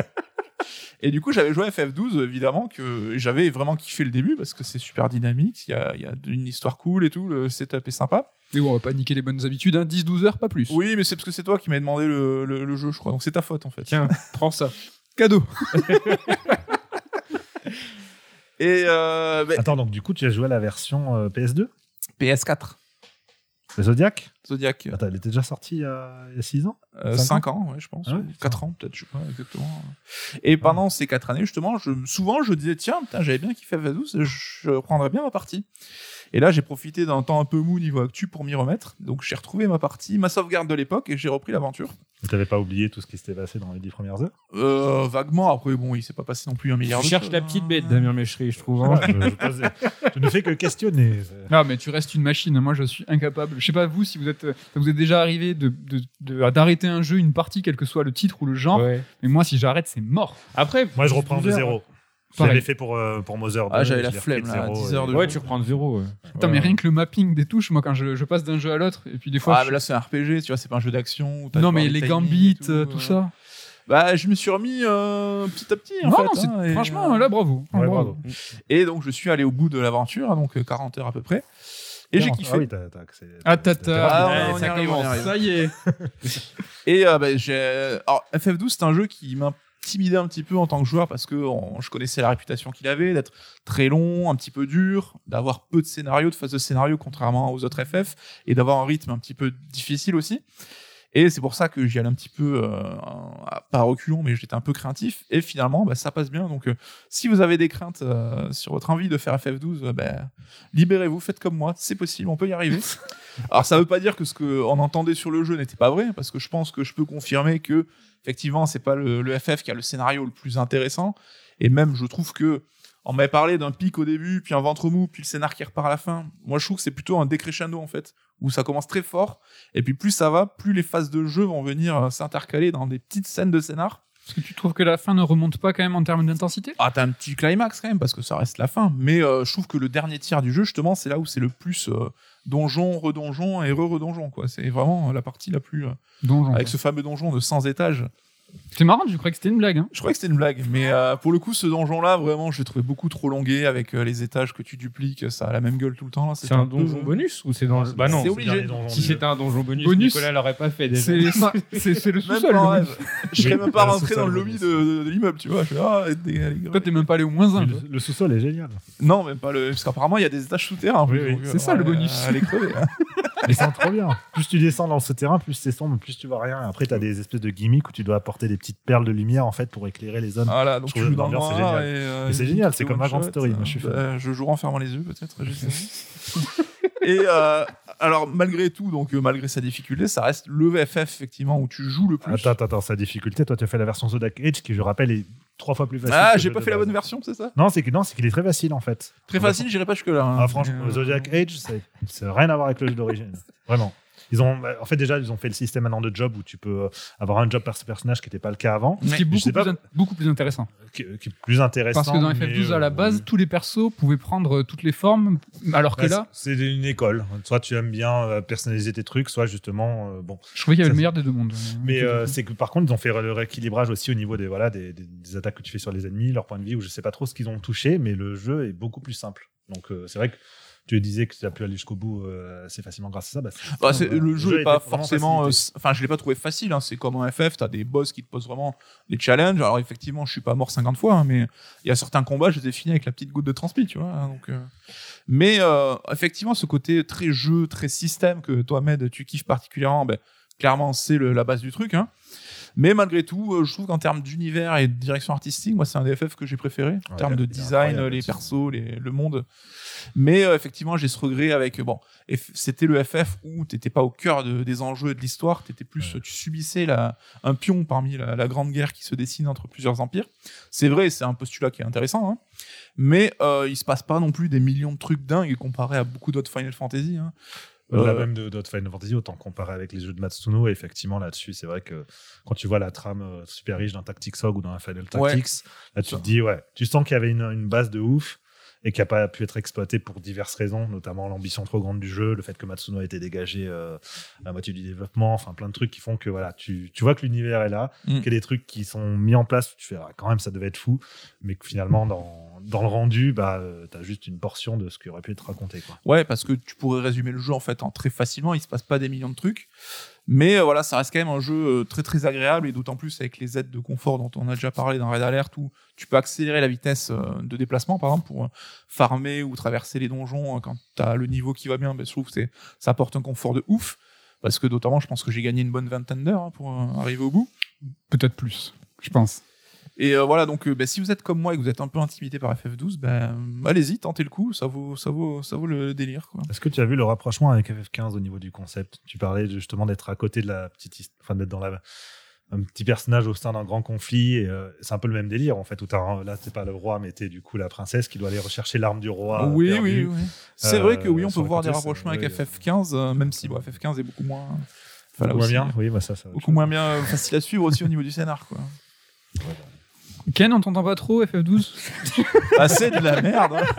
Et du coup, j'avais joué à FF12, évidemment, que j'avais vraiment kiffé le début parce que c'est super dynamique, il y a une histoire cool et tout, le setup est sympa. Mais bon, on va pas niquer les bonnes habitudes, 10-12 heures, pas plus. Oui, mais c'est parce que c'est toi qui m'as demandé le jeu, je crois, donc c'est ta faute en fait. Tiens, prends ça. Cadeau. Et Attends, donc du coup, tu as joué à la version PS2 PS4. Le Zodiac. Attends, elle était déjà sortie il y a 6 ans 5 ans, ouais, je pense. Ah ouais, 4 ans, peut-être, je sais pas exactement. Et pendant ces 4 années, justement, souvent, je disais, tiens, j'avais bien kiffé FF12, je prendrais bien ma partie. Et là, j'ai profité d'un temps un peu mou niveau actu pour m'y remettre. Donc, j'ai retrouvé ma partie, ma sauvegarde de l'époque, et j'ai repris l'aventure. Tu n'avais pas oublié tout ce qui s'était passé dans les 10 premières heures Vaguement. Après, bon, il s'est pas passé non plus un milliard de choses. Tu cherches la petite bête, Damien Méchery, je trouve. Hein. Je ne fais que questionner. Non, mais tu restes une machine. Moi, je suis incapable. Je sais pas vous si vous êtes déjà arrivé d'arrêter un jeu, une partie, quel que soit le titre ou le genre. Ouais. Mais moi, si j'arrête, c'est mort. Après, moi, je reprends de zéro. Je l'avais fait pour Mother 2. J'avais la flemme, là, 10 heures de jeu. Ouais, tu reprends de zéro. Ouais. Attends, mais rien que le mapping des touches, moi, quand je passe d'un jeu à l'autre, et puis des fois. Mais là, c'est un RPG, tu vois, c'est pas un jeu d'action. Non, mais les gambits, tout ça. Bah, je me suis remis petit à petit, en fait. Franchement, là, bravo. Ouais, bravo. Et donc, je suis allé au bout de l'aventure, donc 40 heures à peu près. Et j'ai kiffé. Ah oui, t'as accès. On y arrive. Ça y est. Et alors, FF12, c'est un jeu qui m'intimidait un petit peu en tant que joueur parce que je connaissais la réputation qu'il avait d'être très long, un petit peu dur, d'avoir peu de phases de scénario contrairement aux autres FF, et d'avoir un rythme un petit peu difficile aussi. Et c'est pour ça que j'y allais un petit peu, pas reculons, mais j'étais un peu craintif. Et finalement, ça passe bien. Donc, si vous avez des craintes sur votre envie de faire FF12, libérez-vous, faites comme moi, c'est possible, on peut y arriver. Alors, ça veut pas dire que ce qu'on entendait sur le jeu n'était pas vrai, parce que je pense que je peux confirmer que, effectivement, c'est pas le FF qui a le scénario le plus intéressant. Et même, je trouve que on m'avait parlé d'un pic au début, puis un ventre mou, puis le scénar qui repart à la fin. Moi, je trouve que c'est plutôt un décrescendo, en fait, où ça commence très fort, et puis plus ça va, plus les phases de jeu vont venir s'intercaler dans des petites scènes de scénar. Est-ce que tu trouves que la fin ne remonte pas quand même en termes d'intensité ? Ah, t'as un petit climax quand même, parce que ça reste la fin, mais je trouve que le dernier tiers du jeu, justement, c'est là où c'est le plus donjon, redonjon et re-redonjon, quoi. C'est vraiment la partie la plus... Donjon. avec ce fameux donjon de 100 étages. C'est marrant, je croyais que c'était une blague. Hein. Je croyais que c'était une blague, mais pour le coup, ce donjon-là, vraiment, je l'ai trouvé beaucoup trop longué avec les étages que tu dupliques, ça a la même gueule tout le temps. Là. C'est un donjon bonus ou c'est dans Bah non, c'est obligé. Si c'était un donjon bonus, Bonus. Nicolas l'aurait pas fait déjà. C'est le Même sous-sol. pas le en bonus. rêve. Je serais même pas le rentré dans le sous-sol, lobby de l'immeuble, tu vois. Je fais, allez, Toi, t'es même pas allé au moins 1. Le sous-sol est génial. non, même pas le. Parce qu'apparemment, il y a des étages souterrains. en plus, Oui, oui. donc, C'est ça, le bonus. Allez crever. Mais c'est trop bien. Plus tu descends dans ce terrain, plus c'est sombre, plus tu vois rien. Après, t'as des espèces de gimmicks où tu dois apporter des petites perles de lumière en fait pour éclairer les zones. Voilà, donc Je tu trouve joues dans le l'ambiance, c'est noir. génial. Mais c'est génial, c'est comme one Vagrant shot, Story, moi, je suis fan. Je joue en fermant les yeux, peut-être. Je sais pas. Et alors, malgré tout, donc malgré sa difficulté, ça reste le FF effectivement où tu joues le plus. Attends, sa difficulté. Toi, tu as fait la version Zodiac Age qui, je rappelle, est 3 fois plus facile. Ah, que j'ai le pas jeu fait de la base. bonne version, c'est ça? Non, c'est qu'il est très facile en fait. Très facile, j'irai pas jusque-là. hein. Ah, franchement, Zodiac Age, c'est rien à voir avec le jeu d'origine. Vraiment. En fait, déjà, ils ont fait le système maintenant de job où tu peux avoir un job par ce personnage qui n'était pas le cas avant. Ce qui est Je sais beaucoup plus intéressant. Qui est plus intéressant. Parce que dans mais, FF12, à la base, tous les persos pouvaient prendre toutes les formes, alors que là, c'est une école. Soit tu aimes bien personnaliser tes trucs, soit justement, bon. je trouvais qu'il y avait Ça, le meilleur des deux mondes. Mais c'est que par contre, ils ont fait le rééquilibrage aussi au niveau des attaques que tu fais sur les ennemis, leur point de vie, où je sais pas trop ce qu'ils ont touché, mais le jeu est beaucoup plus simple. Donc c'est vrai que tu disais que tu as pu aller jusqu'au bout assez facilement grâce à ça. Le jeu n'est pas était vraiment forcément. facilité. Enfin, je l'ai pas trouvé facile. Hein. C'est comme un FF, t'as des boss qui te posent vraiment des challenges. Alors effectivement, je suis pas mort 50 fois, hein, mais il y a certains combats, je les ai finis avec la petite goutte de transpi, tu vois. Hein, donc, mais effectivement, ce côté très jeu, très système que toi, Med, tu kiffes particulièrement, clairement, c'est la base du truc. Hein. Mais malgré tout, je trouve qu'en termes d'univers et de direction artistique, moi, c'est un des FF que j'ai préféré. En termes de design, les persos, le monde. Mais effectivement, j'ai ce regret avec... c'était le FF où t'étais pas au cœur des enjeux et de l'histoire. T'étais plus... Tu subissais un pion parmi la grande guerre qui se dessine entre plusieurs empires. C'est vrai, c'est un postulat qui est intéressant. Hein. Mais il se passe pas non plus des millions de trucs dingues comparé à beaucoup d'autres Final Fantasy. Hein. Au-delà même d'autres Final Fantasy, autant comparé avec les jeux de Matsuno, et effectivement là-dessus, c'est vrai que quand tu vois la trame super riche d'un Tactics Ogre ou d'un Final Tactics, là tu te dis, tu sens qu'il y avait une base de ouf et qui n'a pas pu être exploitée pour diverses raisons, notamment l'ambition trop grande du jeu, le fait que Matsuno a été dégagé à la moitié du développement, enfin plein de trucs qui font que tu vois que l'univers est là, qu'il y a des trucs qui sont mis en place, tu fais quand même ça devait être fou, mais que finalement dans le rendu, t'as juste une portion de ce qui aurait pu être raconté. Quoi. Ouais, parce que tu pourrais résumer le jeu en fait en très facilement, il se passe pas des millions de trucs. Mais ça reste quand même un jeu très très agréable et d'autant plus avec les aides de confort dont on a déjà parlé dans Red Alert où tu peux accélérer la vitesse de déplacement par exemple pour farmer ou traverser les donjons quand t'as le niveau qui va bien. Je trouve que ça apporte un confort de ouf parce que notamment je pense que j'ai gagné une bonne vingtaine d'heures pour arriver au bout. Peut-être plus, je pense. Et voilà, donc si vous êtes comme moi et que vous êtes un peu intimidé par FF12, allez-y, tentez le coup, ça vaut le délire. Quoi. Est-ce que tu as vu le rapprochement avec FF15 au niveau du concept ? Tu parlais justement d'être à côté de la petite, enfin d'être dans un petit personnage au sein d'un grand conflit, et c'est un peu le même délire en fait, où là t'es pas le roi, mais t'es du coup la princesse qui doit aller rechercher l'arme du roi. Oui. C'est vrai que oui, on peut voir des rapprochements avec oui, FF15, même si FF15 est beaucoup moins... Beaucoup moins bien, oui, ça beaucoup moins bien facile à suivre aussi au niveau du scénar, quoi. Ken, on t'entend pas trop, FF12 c'est de la merde. Hein.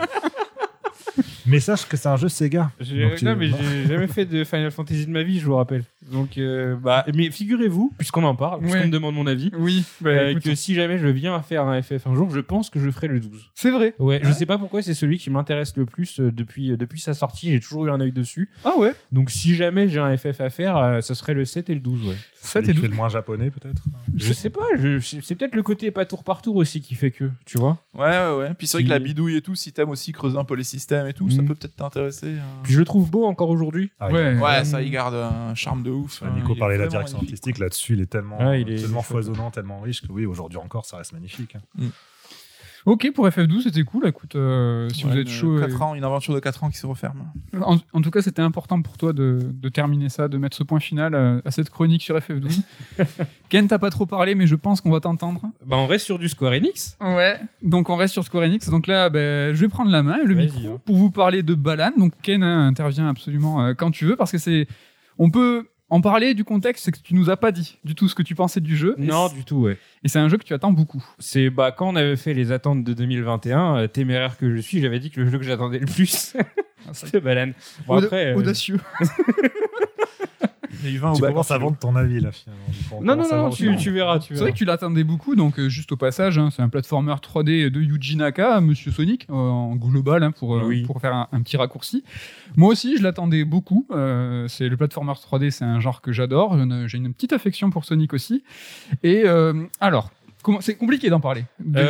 Mais sache que c'est un jeu Sega. Non, mais j'ai jamais fait de Final Fantasy de ma vie, je vous rappelle. Donc, mais figurez-vous, puisqu'on en parle, puisqu'on me demande mon avis, que si jamais je viens à faire un FF un jour, je pense que je ferai le 12. C'est vrai. Ouais, je sais pas pourquoi, c'est celui qui m'intéresse le plus depuis sa sortie, j'ai toujours eu un œil dessus. Ah ouais. Donc si jamais j'ai un FF à faire, ce serait le 7 et le 12, ouais. 7 et 12. C'est le moins japonais peut-être. Je sais pas, c'est peut-être le côté pas tour par tour aussi qui fait que, tu vois. Ouais. Puis c'est vrai que la bidouille et tout, si t'aimes aussi creuser un peu les systèmes et tout, ça peut peut-être t'intéresser. Puis je le trouve beau encore aujourd'hui. Ah, Ouais. Ouais, ça y garde un charme de ouf. Nico Il est parlait de la vraiment direction magnifique. artistique là-dessus, il est tellement, Ouais, il est tellement chouette. foisonnant, tellement riche que oui, aujourd'hui encore, ça reste magnifique. Ok, pour FF12, c'était cool. Écoute, si vous êtes chaud. 4 ans, une aventure de 4 ans qui se referme. En tout cas, c'était important pour toi de terminer ça, de mettre ce point final à cette chronique sur FF12. Ken, t'as pas trop parlé, mais je pense qu'on va t'entendre. Bah, on reste sur du Square Enix. Ouais, donc on reste sur Square Enix. Donc là, je vais prendre la main, le Vas-y, micro, hein. pour vous parler de Balan. Donc Ken intervient absolument quand tu veux, parce que on peut en parler du contexte, c'est que tu nous as pas dit du tout ce que tu pensais du jeu. Non, du tout, ouais. Et c'est un jeu que tu attends beaucoup. C'est quand on avait fait les attentes de 2021, téméraire que je suis, j'avais dit que le jeu que j'attendais le plus, c'était Balan. Bon, après, Audacieux. Il y a eu 20 au Tu bac. commences à vendre ton avis là finalement. Non, tu verras. C'est vrai que tu l'attendais beaucoup, donc juste au passage, c'est un platformer 3D de Yuji Naka, Monsieur Sonic, en global, pour faire un petit raccourci. Moi aussi, je l'attendais beaucoup. C'est le platformer 3D, c'est un genre que j'adore. J'ai une petite affection pour Sonic aussi. Et alors, c'est compliqué d'en parler.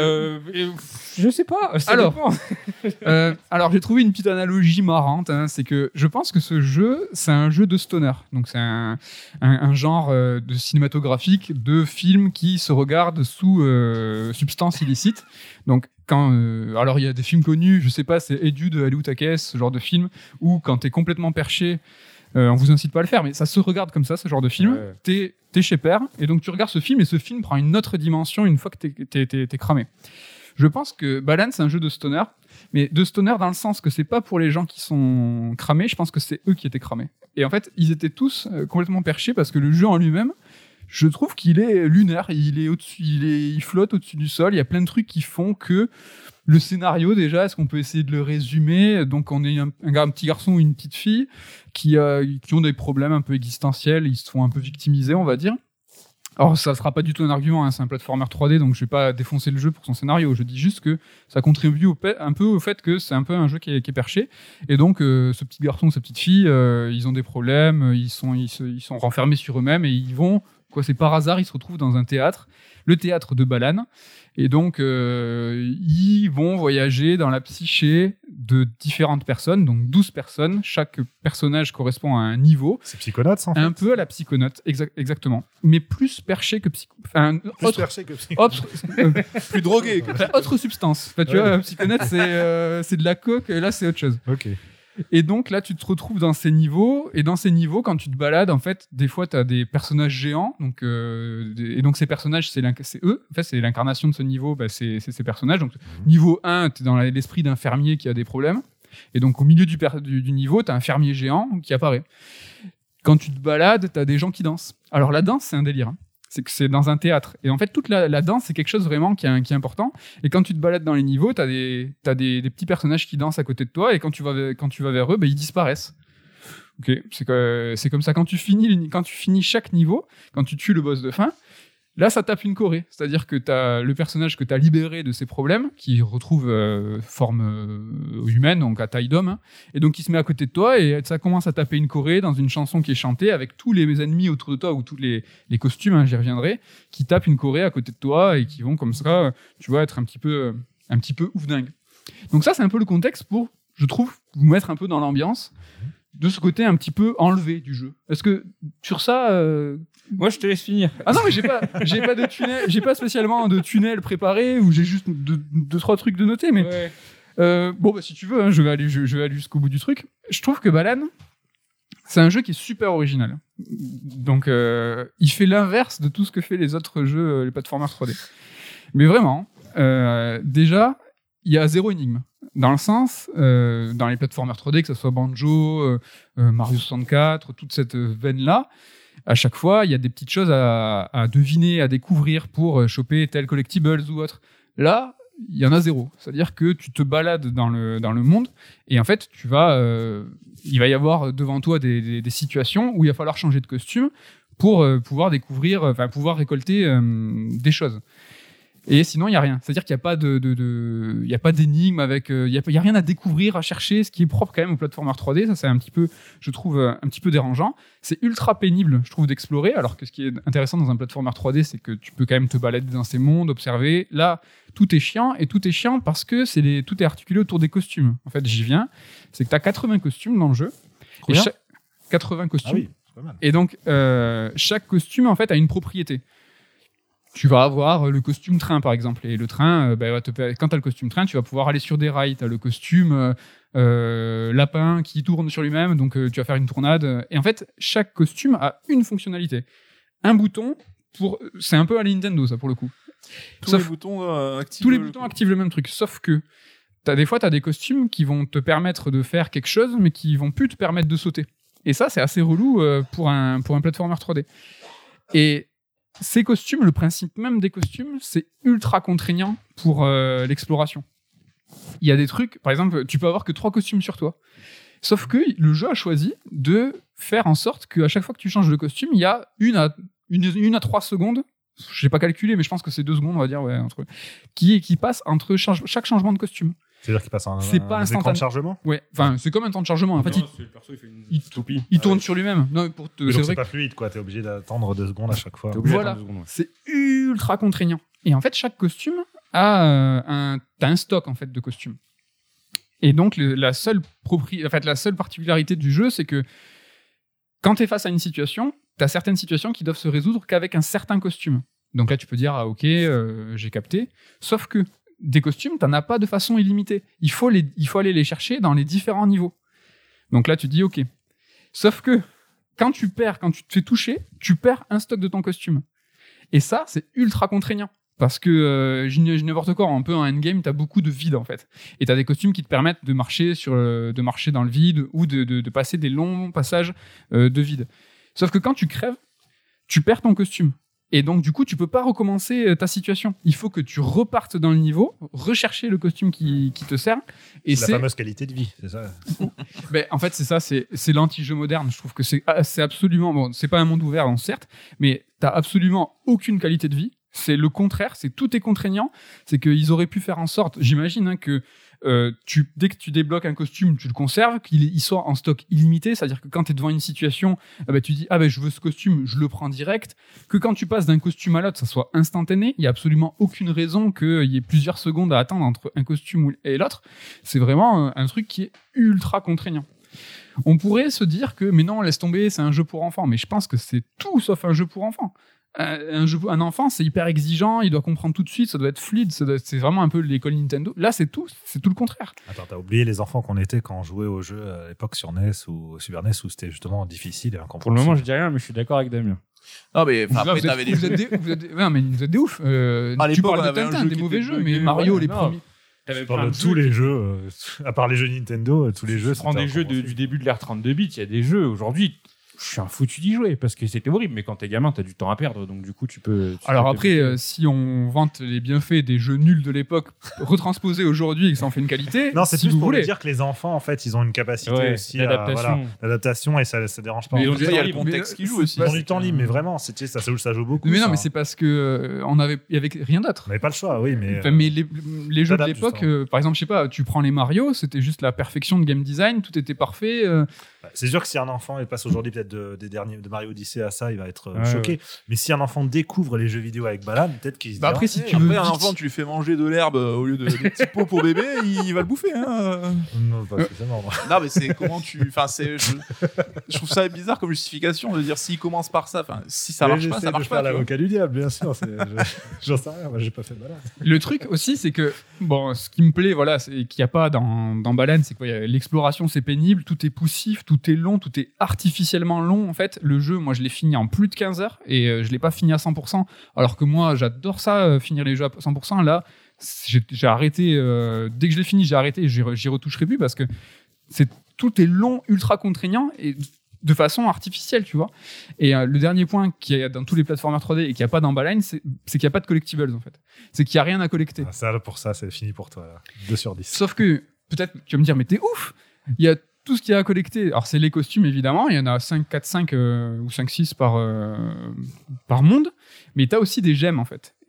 Je sais pas. Ça Alors, dépend. alors j'ai trouvé une petite analogie marrante. C'est que je pense que ce jeu, c'est un jeu de stoner. Donc c'est un genre de cinématographique de film qui se regarde sous substance illicite. Donc alors il y a des films connus, je sais pas, c'est Edu de Haru Takes, ce genre de film où quand t'es complètement perché, on vous incite pas à le faire, mais ça se regarde comme ça, ce genre de film. Ouais. T'es chez Père, et donc tu regardes ce film, et ce film prend une autre dimension une fois que t'es cramé. Je pense que Balan, c'est un jeu de stoner, mais de stoner dans le sens que c'est pas pour les gens qui sont cramés, je pense que c'est eux qui étaient cramés. Et en fait, ils étaient tous complètement perchés, parce que le jeu en lui-même, je trouve qu'il est lunaire, il flotte au-dessus du sol, il y a plein de trucs qui font que le scénario, déjà, est-ce qu'on peut essayer de le résumer? Donc, on est un petit garçon ou une petite fille qui ont des problèmes un peu existentiels, ils se font un peu victimiser, on va dire. Alors, ça sera pas du tout un argument, c'est un platformer 3D, donc je vais pas défoncer le jeu pour son scénario. Je dis juste que ça contribue un peu au fait que c'est un peu un jeu qui est perché. Et donc, ce petit garçon, cette petite fille, ils ont des problèmes, ils sont renfermés sur eux-mêmes et ils vont, c'est par hasard, ils se retrouvent dans un théâtre, le théâtre de Balan. Et donc, ils vont voyager dans la psyché de différentes personnes, donc 12 personnes. Chaque personnage correspond à un niveau. C'est Psychonauts en fait. Un peu à la Psychonaut, exactement. Mais plus perché que Plus drogué. autre substance. Enfin, tu vois, Psychonaut, c'est de la coke, et là, c'est autre chose. Ok. Et donc là, tu te retrouves dans ces niveaux, et dans ces niveaux, quand tu te balades, en fait, des fois, tu as des personnages géants, donc, et donc ces personnages, c'est eux, en fait, c'est l'incarnation de ce niveau, c'est ces personnages. Donc, niveau 1, tu es dans l'esprit d'un fermier qui a des problèmes, et donc au milieu du niveau, tu as un fermier géant qui apparaît. Quand tu te balades, tu as des gens qui dansent. Alors la danse, c'est un délire. C'est que c'est dans un théâtre. Et en fait, toute la danse, c'est quelque chose vraiment qui est important. Et quand tu te balades dans les niveaux, t'as des petits personnages qui dansent à côté de toi, et quand tu vas vers eux, ils disparaissent. Ok, c'est comme ça. Quand tu finis chaque niveau, quand tu tues le boss de fin, là, ça tape une choré. C'est-à-dire que t'as le personnage que t'as libéré de ses problèmes, qui retrouve forme humaine, donc à taille d'homme, et donc il se met à côté de toi, et ça commence à taper une choré dans une chanson qui est chantée, avec tous les ennemis autour de toi, ou tous les costumes, j'y reviendrai, qui tapent une choré à côté de toi, et qui vont comme ça, tu vois, être un petit peu ouf dingue. Donc ça, c'est un peu le contexte pour, je trouve, vous mettre un peu dans l'ambiance de ce côté un petit peu enlevé du jeu. Est-ce que sur ça... Moi, je te laisse finir. Ah non, mais j'ai pas de tunnel, j'ai pas spécialement de tunnel préparé, ou j'ai juste deux, trois trucs de noter, mais Ouais. si tu veux, je vais aller jusqu'au bout du truc. Je trouve que Balan, c'est un jeu qui est super original. Donc, il fait l'inverse de tout ce que fait les autres jeux, les platformers 3D. Mais vraiment, déjà, il y a zéro énigme. Dans le sens, dans les platformers 3D, que ce soit Banjo, Mario 64, toute cette veine-là, à chaque fois, il y a des petites choses à deviner, à découvrir pour choper tel collectibles ou autre. Là, il y en a zéro. C'est-à-dire que tu te balades dans le monde, et en fait, il va y avoir devant toi des situations où il va falloir changer de costume pour pouvoir découvrir, pouvoir récolter des choses. Et sinon, il n'y a rien. C'est-à-dire qu'il n'y a pas il y a pas d'énigme avec, il y a rien à découvrir, à chercher, ce qui est propre quand même aux platformers 3D. Ça, c'est un petit peu, je trouve, un petit peu dérangeant. C'est ultra pénible, je trouve, d'explorer. Alors que ce qui est intéressant dans un platformer 3D, c'est que tu peux quand même te balader dans ces mondes, observer. Là, tout est chiant, et tout est chiant parce que tout est articulé autour des costumes. En fait, j'y viens. C'est que tu as 80 costumes dans le jeu. Combien 80 costumes. Ah oui, c'est pas mal. Et donc, chaque costume, en fait, a une propriété. Tu vas avoir le costume train, par exemple. Et le train, quand tu as le costume train, tu vas pouvoir aller sur des rails. Tu as le costume lapin qui tourne sur lui-même, donc tu vas faire une tournade. Et en fait, chaque costume a une fonctionnalité. Un bouton, c'est un peu à la Nintendo, ça, pour le coup. Tous les boutons activent. Tous les boutons activent le même truc. Sauf que des fois, tu as des costumes qui vont te permettre de faire quelque chose, mais qui vont plus te permettre de sauter. Et ça, c'est assez relou pour un platformer 3D. Et ces costumes, le principe même des costumes, c'est ultra contraignant pour l'exploration. Il y a des trucs, par exemple, tu peux avoir que 3 costumes sur toi. Sauf que le jeu a choisi de faire en sorte qu'à chaque fois que tu changes de costume, il y a une à 3 secondes, je n'ai pas calculé, mais je pense que c'est 2 secondes, on va dire, qui passe entre chaque changement de costume. C'est-à-dire qu'il passe C'est pas un écran instantané. de chargement. Ouais, enfin, c'est comme un temps de chargement. En fait, le perso, il fait une il tourne sur lui-même. Non, Mais donc c'est pas fluide, quoi. T'es obligé d'attendre 2 secondes à chaque fois. Voilà, c'est ultra contraignant. Et en fait, chaque costume a un stock en fait de costumes. Et donc la seule particularité du jeu, c'est que quand tu es face à une situation, tu as certaines situations qui doivent se résoudre qu'avec un certain costume. Donc là, tu peux dire ok, j'ai capté. Sauf que des costumes, t'en as pas de façon illimitée. Il faut aller les chercher dans les différents niveaux. Donc là, tu dis ok. Sauf que quand tu te fais toucher, tu perds un stock de ton costume. Et ça, c'est ultra contraignant. Parce que n'importe quoi, un peu en endgame, t'as beaucoup de vide en fait. Et t'as des costumes qui te permettent de marcher dans le vide ou de passer des longs passages de vide. Sauf que quand tu crèves, tu perds ton costume. Et donc, du coup, tu peux pas recommencer ta situation. Il faut que tu repartes dans le niveau, rechercher le costume qui te sert. Et c'est la fameuse qualité de vie, c'est ça. En fait, c'est ça, c'est l'anti-jeu moderne. Je trouve que c'est absolument... Bon, c'est pas un monde ouvert, donc, certes, mais t'as absolument aucune qualité de vie. C'est le contraire, tout est contraignant. C'est qu'ils auraient pu faire en sorte, j'imagine, que dès que tu débloques un costume, tu le conserves, qu'il soit en stock illimité, c'est-à-dire que quand tu es devant une situation, tu dis je veux ce costume, je le prends direct, que quand tu passes d'un costume à l'autre, ça soit instantané, il n'y a absolument aucune raison qu'il y ait plusieurs secondes à attendre entre un costume et l'autre. C'est vraiment un truc qui est ultra contraignant. On pourrait se dire que mais non, laisse tomber, c'est un jeu pour enfants, mais je pense que c'est tout sauf un jeu pour enfants. Un enfant, c'est hyper exigeant, il doit comprendre tout de suite, ça doit être fluide, c'est vraiment un peu l'école Nintendo. Là, c'est tout le contraire. Attends, t'as oublié les enfants qu'on était quand on jouait au jeu à l'époque sur NES ou Super NES où c'était justement difficile et incompréhensible. Pour le moment, je dis rien, mais je suis d'accord avec Damien. Non, mais après, t'avais des vous êtes des oufs. Tu parles de Tintin, des mauvais jeux, mais Mario, les premiers. Je parle de tous les jeux, à part les jeux Nintendo, tous les jeux. Tu prends des jeux du début de l'ère 32 bits, il y a des jeux aujourd'hui. Je suis un foutu d'y jouer parce que c'était horrible, mais quand t'es gamin, t'as du temps à perdre, donc du coup, tu peux. Alors après, si on vante les bienfaits des jeux nuls de l'époque retransposés aujourd'hui et que ça en fait une qualité, non, c'est si juste vous pour voulez dire que les enfants, en fait, ils ont une capacité aussi d'adaptation et ça dérange pas. Mais il y a le contexte qui joue aussi. Ils ont du temps libre, mais vraiment, ça joue beaucoup. Mais non, mais c'est parce que il y avait rien d'autre. On n'avait pas le choix, oui, mais. Mais les jeux de l'époque, par exemple, je sais pas, tu prends les Mario, c'était juste la perfection de game design, tout était parfait. C'est sûr que si un enfant il passe aujourd'hui peut-être des derniers de Mario Odyssey à ça, il va être choqué. Mais si un enfant découvre les jeux vidéo avec Balan, peut-être qu'il se dit après, si tu veux un enfant, tu lui fais manger de l'herbe au lieu de des petits pots pour bébé, il va le bouffer. Non, pas spécialement. Non, mais c'est comment tu. Enfin, je trouve ça bizarre comme justification de dire s'il commence par ça. Enfin, si ça marche pas, ça marche pas. L'avocat du diable, bien sûr. J'en sais rien. Moi, j'ai pas fait Balan. Le truc aussi, c'est que ce qui me plaît, c'est qu'il n'y a pas dans Balan, c'est que l'exploration c'est pénible, tout est poussif, tout est long, tout est artificiellement long. En fait, le jeu, moi, je l'ai fini en plus de 15 heures et je l'ai pas fini à 100%. Alors que moi, j'adore ça, finir les jeux à 100%. Là, j'ai arrêté. Dès que je l'ai fini, j'ai arrêté et j'y retoucherai plus parce que tout est long, ultra contraignant et de façon artificielle, tu vois. Et le dernier point qu'il y a dans tous les platformers 3D et qu'il n'y a pas dans Balan, c'est qu'il n'y a pas de collectibles, en fait. C'est qu'il n'y a rien à collecter. Pour ça, c'est fini pour toi. Là. 2 sur 10. Sauf que, peut-être, tu vas me dire, mais t'es ouf! Il y a tout ce qu'il y a à collecter. Alors, c'est les costumes, évidemment. Il y en a 5 ou 5-6 par monde. Mais t'as aussi des gemmes, en fait.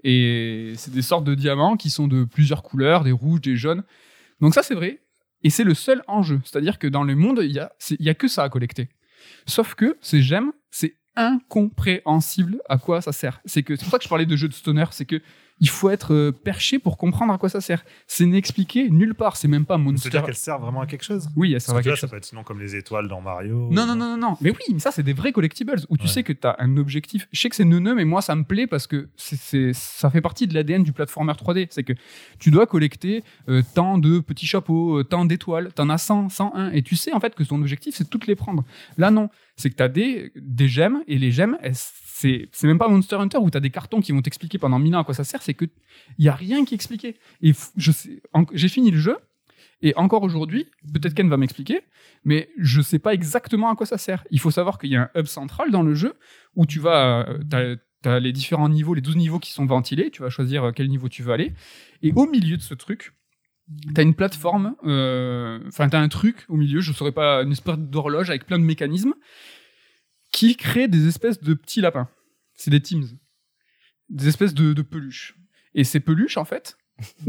Et c'est des sortes de diamants qui sont de plusieurs couleurs, des rouges, des jaunes. Donc ça, c'est vrai. Et c'est le seul enjeu. C'est-à-dire que dans le monde, il y a que ça à collecter. Sauf que ces gemmes, c'est incompréhensible à quoi ça sert. C'est pour ça que je parlais de jeux de stoner. C'est que il faut être perché pour comprendre à quoi ça sert. C'est n'expliqué nulle part. C'est même pas Monster. C'est-à-dire qu'elle sert vraiment à quelque chose. Oui, elle sert à quelque chose. Ça peut être sinon comme les étoiles dans Mario. Non. Mais oui, mais ça, c'est des vrais collectibles où tu sais que tu as un objectif. Je sais que c'est neuneux, mais moi, ça me plaît parce que ça fait partie de l'ADN du platformer 3D. C'est que tu dois collecter tant de petits chapeaux, tant d'étoiles. T'en as 100, 101. Et tu sais, en fait, que ton objectif, c'est de toutes les prendre. Là, non. C'est que tu as des gemmes, et les gemmes, c'est même pas Monster Hunter où tu as des cartons qui vont t'expliquer pendant 1000 ans à quoi ça sert. C'est qu'il n'y a rien qui est expliqué. Et j'ai fini le jeu. Et encore aujourd'hui, peut-être Ken va m'expliquer, mais je sais pas exactement à quoi ça sert. Il faut savoir qu'il y a un hub central dans le jeu où t'as les différents niveaux, les 12 niveaux qui sont ventilés. Tu vas choisir quel niveau tu veux aller. Et au milieu de ce truc, t'as une plateforme, t'as un truc au milieu, je saurais pas, une espèce d'horloge avec plein de mécanismes qui crée des espèces de petits lapins. C'est des Teams. Des espèces de peluches. Et ces peluches, en fait,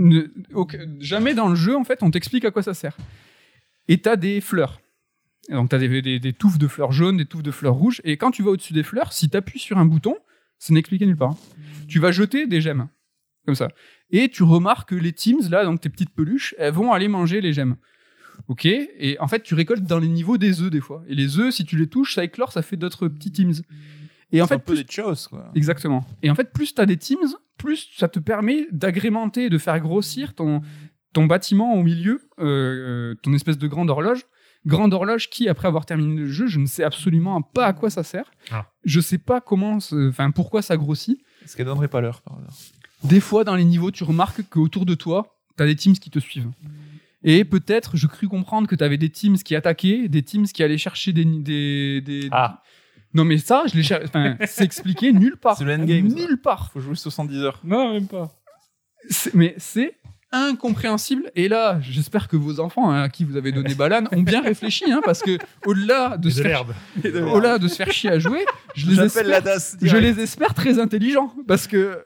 jamais dans le jeu, en fait, on t'explique à quoi ça sert. Et t'as des fleurs. Et donc t'as des touffes de fleurs jaunes, des touffes de fleurs rouges. Et quand tu vas au-dessus des fleurs, si t'appuies sur un bouton, c'est n'expliqué nulle part. Tu vas jeter des gemmes. Comme ça. Et tu remarques que les Teams, là, donc tes petites peluches, elles vont aller manger les gemmes. Ok. Et en fait, tu récoltes dans les niveaux des œufs, des fois. Et les œufs, si tu les touches, ça éclore, ça fait d'autres petits Teams. Et en fait, un peu des choses, quoi. Exactement. Et en fait, plus tu as des Teams, plus ça te permet d'agrémenter, de faire grossir ton bâtiment au milieu, ton espèce de grande horloge. Grande horloge qui, après avoir terminé le jeu, je ne sais absolument pas à quoi ça sert. Je sais pas pourquoi ça grossit. Est-ce qu'elle donnerait pas l'heure, par hasard? Des fois, dans les niveaux, tu remarques qu'autour de toi, tu as des Teams qui te suivent. Et peut-être, je crus comprendre que tu avais des Teams qui attaquaient, des Teams qui allaient chercher des... Ah. Non, mais ça, c'est expliqué nulle part. C'est le endgame. Nulle part. Faut jouer 70 heures. Non, même pas. Mais c'est incompréhensible. Et là, j'espère que vos enfants, à qui vous avez donné Balan, ont bien réfléchi, parce que au-delà de se faire chier à jouer, je les espère très intelligents, parce que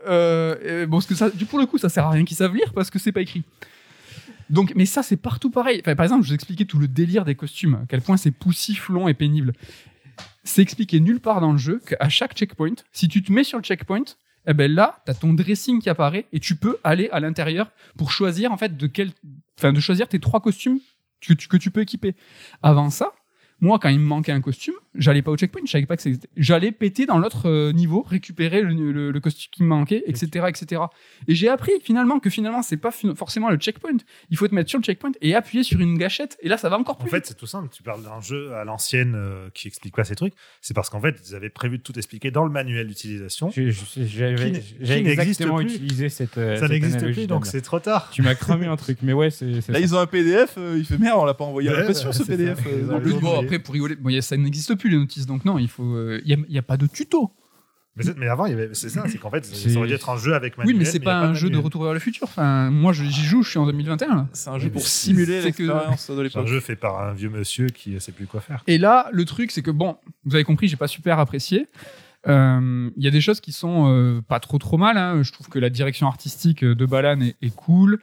pour le coup, ça sert à rien qu'ils savent lire parce que c'est pas écrit. Donc, mais ça, c'est partout pareil. Par exemple, je vous expliquais tout le délire des costumes, à quel point c'est poussif, long et pénible. C'est expliqué nulle part dans le jeu qu'à chaque checkpoint, si tu te mets sur le checkpoint, là, tu as ton dressing qui apparaît et tu peux aller à l'intérieur pour choisir en fait de choisir tes 3 costumes que tu peux équiper. Avant ça, moi, quand il me manquait un costume, j'allais pas au checkpoint, je savais pas que ça existait. J'allais péter dans l'autre niveau, récupérer le costume qui me manquait, etc., etc. Et j'ai appris que finalement, c'est pas forcément le checkpoint. Il faut te mettre sur le checkpoint et appuyer sur une gâchette. Et là, ça va encore plus vite. En fait, c'est tout simple. Tu parles d'un jeu à l'ancienne qui explique pas ces trucs. C'est parce qu'en fait, ils avaient prévu de tout expliquer dans le manuel d'utilisation. J'ai exactement utilisé cette ça n'existe plus, donc c'est trop tard. Tu m'as cramé un truc, mais ouais, c'est là, ils ont un PDF, il fait merde, on l'a pas envoyé à l'impression, ce PDF. Après, pour rigoler, ça n'existe plus les notices, donc non, il y a pas de tuto. Mais avant, c'est qu'en fait, ça aurait dû être un jeu avec manuel. Oui, mais c'est pas un jeu de retour vers le futur. Enfin, moi, j'y joue, je suis en 2021. Là. C'est un jeu pour simuler l'expérience de l'époque. C'est un jeu fait par un vieux monsieur qui sait plus quoi faire. Et là, le truc, c'est que vous avez compris, j'ai pas super apprécié. Il y a des choses qui sont pas trop mal. Je trouve que la direction artistique de Balan est cool.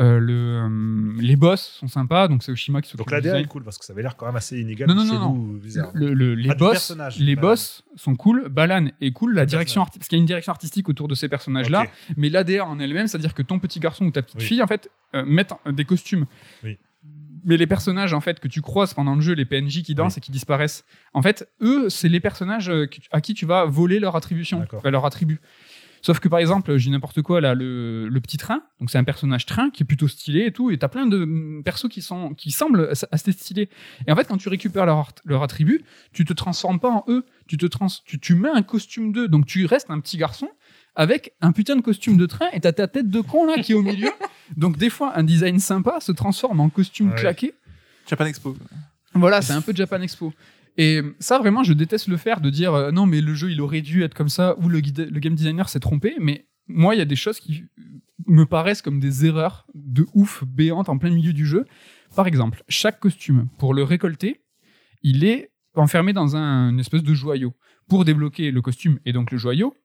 Les boss sont sympas, donc c'est Oshima qui s'occupe du design. Donc l'ADA est cool parce que ça avait l'air quand même assez inégal, chelou, bizarre. Les boss sont cool. Balan est cool. La direction artistique, parce qu'il y a une direction artistique autour de ces personnages-là, mais l'ADA en elle-même, c'est-à-dire que ton petit garçon ou ta petite fille, en fait, mettent des costumes. Oui. Mais les personnages en fait que tu croises pendant le jeu, les PNJ qui dansent et qui disparaissent, en fait, eux, c'est les personnages à qui tu vas voler leur attribution, leur attribut. Sauf que par exemple, j'ai n'importe quoi là, le petit train, donc c'est un personnage train qui est plutôt stylé et tout, et t'as plein de persos qui semblent assez stylés. Et en fait, quand tu récupères leur attribut, tu te transformes pas en eux, tu mets un costume d'eux, donc tu restes un petit garçon avec un putain de costume de train et t'as ta tête de con là qui est au milieu. Donc des fois, un design sympa se transforme en costume claqué. Japan Expo. Voilà, c'est un peu Japan Expo. Et ça, vraiment, je déteste le faire de dire non, mais le jeu, il aurait dû être comme ça, ou le game designer s'est trompé. Mais moi, il y a des choses qui me paraissent comme des erreurs de ouf béantes en plein milieu du jeu. Par exemple, chaque costume, pour le récolter, il est enfermé dans une espèce de joyau. Pour débloquer le costume et donc le joyau,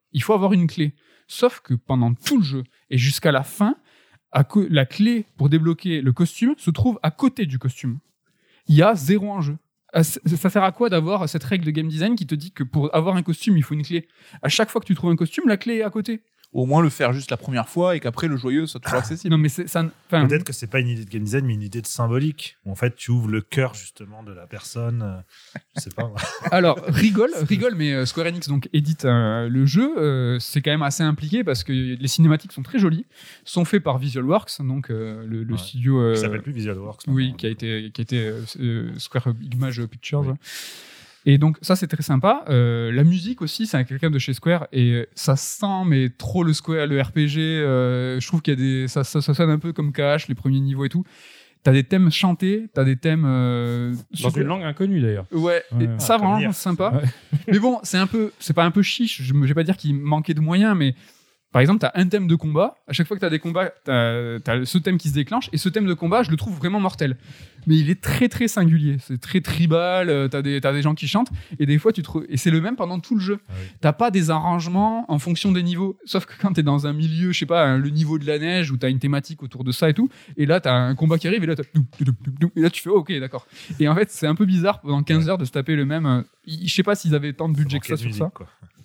il faut avoir une clé. Sauf que pendant tout le jeu et jusqu'à la fin, la clé pour débloquer le costume se trouve à côté du costume. Il y a 0 enjeu. Ça sert à quoi d'avoir cette règle de game design qui te dit que pour avoir un costume, il faut une clé? À chaque fois que tu trouves un costume, la clé est à côté. Au moins le faire juste la première fois et qu'après le joyeux soit toujours accessible. Non, mais ça. Peut-être que c'est pas une idée de game design, mais une idée de symbolique. Où en fait, tu ouvres le cœur justement de la personne. Je sais pas. Alors, rigole, mais Square Enix donc édite le jeu. C'est quand même assez impliqué parce que les cinématiques sont très jolies. Sont faits par Visualworks, donc le studio. Ça s'appelle plus Visualworks. Oui, qui a été Square Image Pictures. Oui. Et donc ça c'est très sympa. La musique aussi, c'est quelqu'un de chez Square et ça sent mais trop le Square, le RPG. Je trouve qu'il y a ça sonne un peu comme KH, les premiers niveaux et tout. T'as des thèmes chantés, t'as des thèmes dans une langue inconnue d'ailleurs. Ouais, ça vraiment c'est sympa. Ouais. Mais bon, c'est pas un peu chiche. Je vais pas dire qu'il manquait de moyens, mais par exemple, t'as un thème de combat. À chaque fois que t'as des combats, t'as ce thème qui se déclenche. Et ce thème de combat, je le trouve vraiment mortel. Mais il est très très singulier. C'est très tribal. T'as des gens qui chantent. Et des fois, et c'est le même pendant tout le jeu. Ah oui. T'as pas des arrangements en fonction des niveaux. Sauf que quand t'es dans un milieu, je sais pas, le niveau de la neige, où t'as une thématique autour de ça et tout. Et là, t'as un combat qui arrive. Et là, et là tu fais, oh, ok, d'accord. Et en fait, c'est un peu bizarre pendant 15 heures de se taper le même. Je sais pas s'ils avaient tant de budget que ça sur ça. Quoi.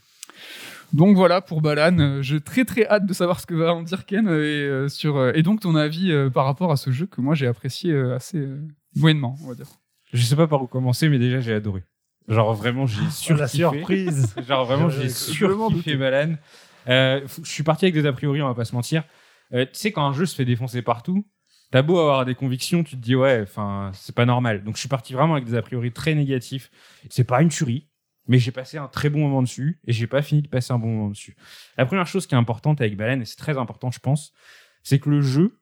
Donc voilà pour Balan, j'ai très très hâte de savoir ce que va en dire Ken et donc ton avis par rapport à ce jeu que moi j'ai apprécié assez moyennement, on va dire. Je sais pas par où commencer, mais déjà j'ai adoré. Genre vraiment j'ai surkiffé. La surprise. Genre vraiment j'ai surkiffé Balan. Je suis parti avec des a priori, on va pas se mentir. Tu sais quand un jeu se fait défoncer partout, t'as beau avoir des convictions, tu te dis ouais, enfin c'est pas normal. Donc je suis parti vraiment avec des a priori très négatifs. C'est pas une tuerie. Mais j'ai passé un très bon moment dessus et j'ai pas fini de passer un bon moment dessus. La première chose qui est importante avec Balan, et c'est très important je pense, c'est que le jeu,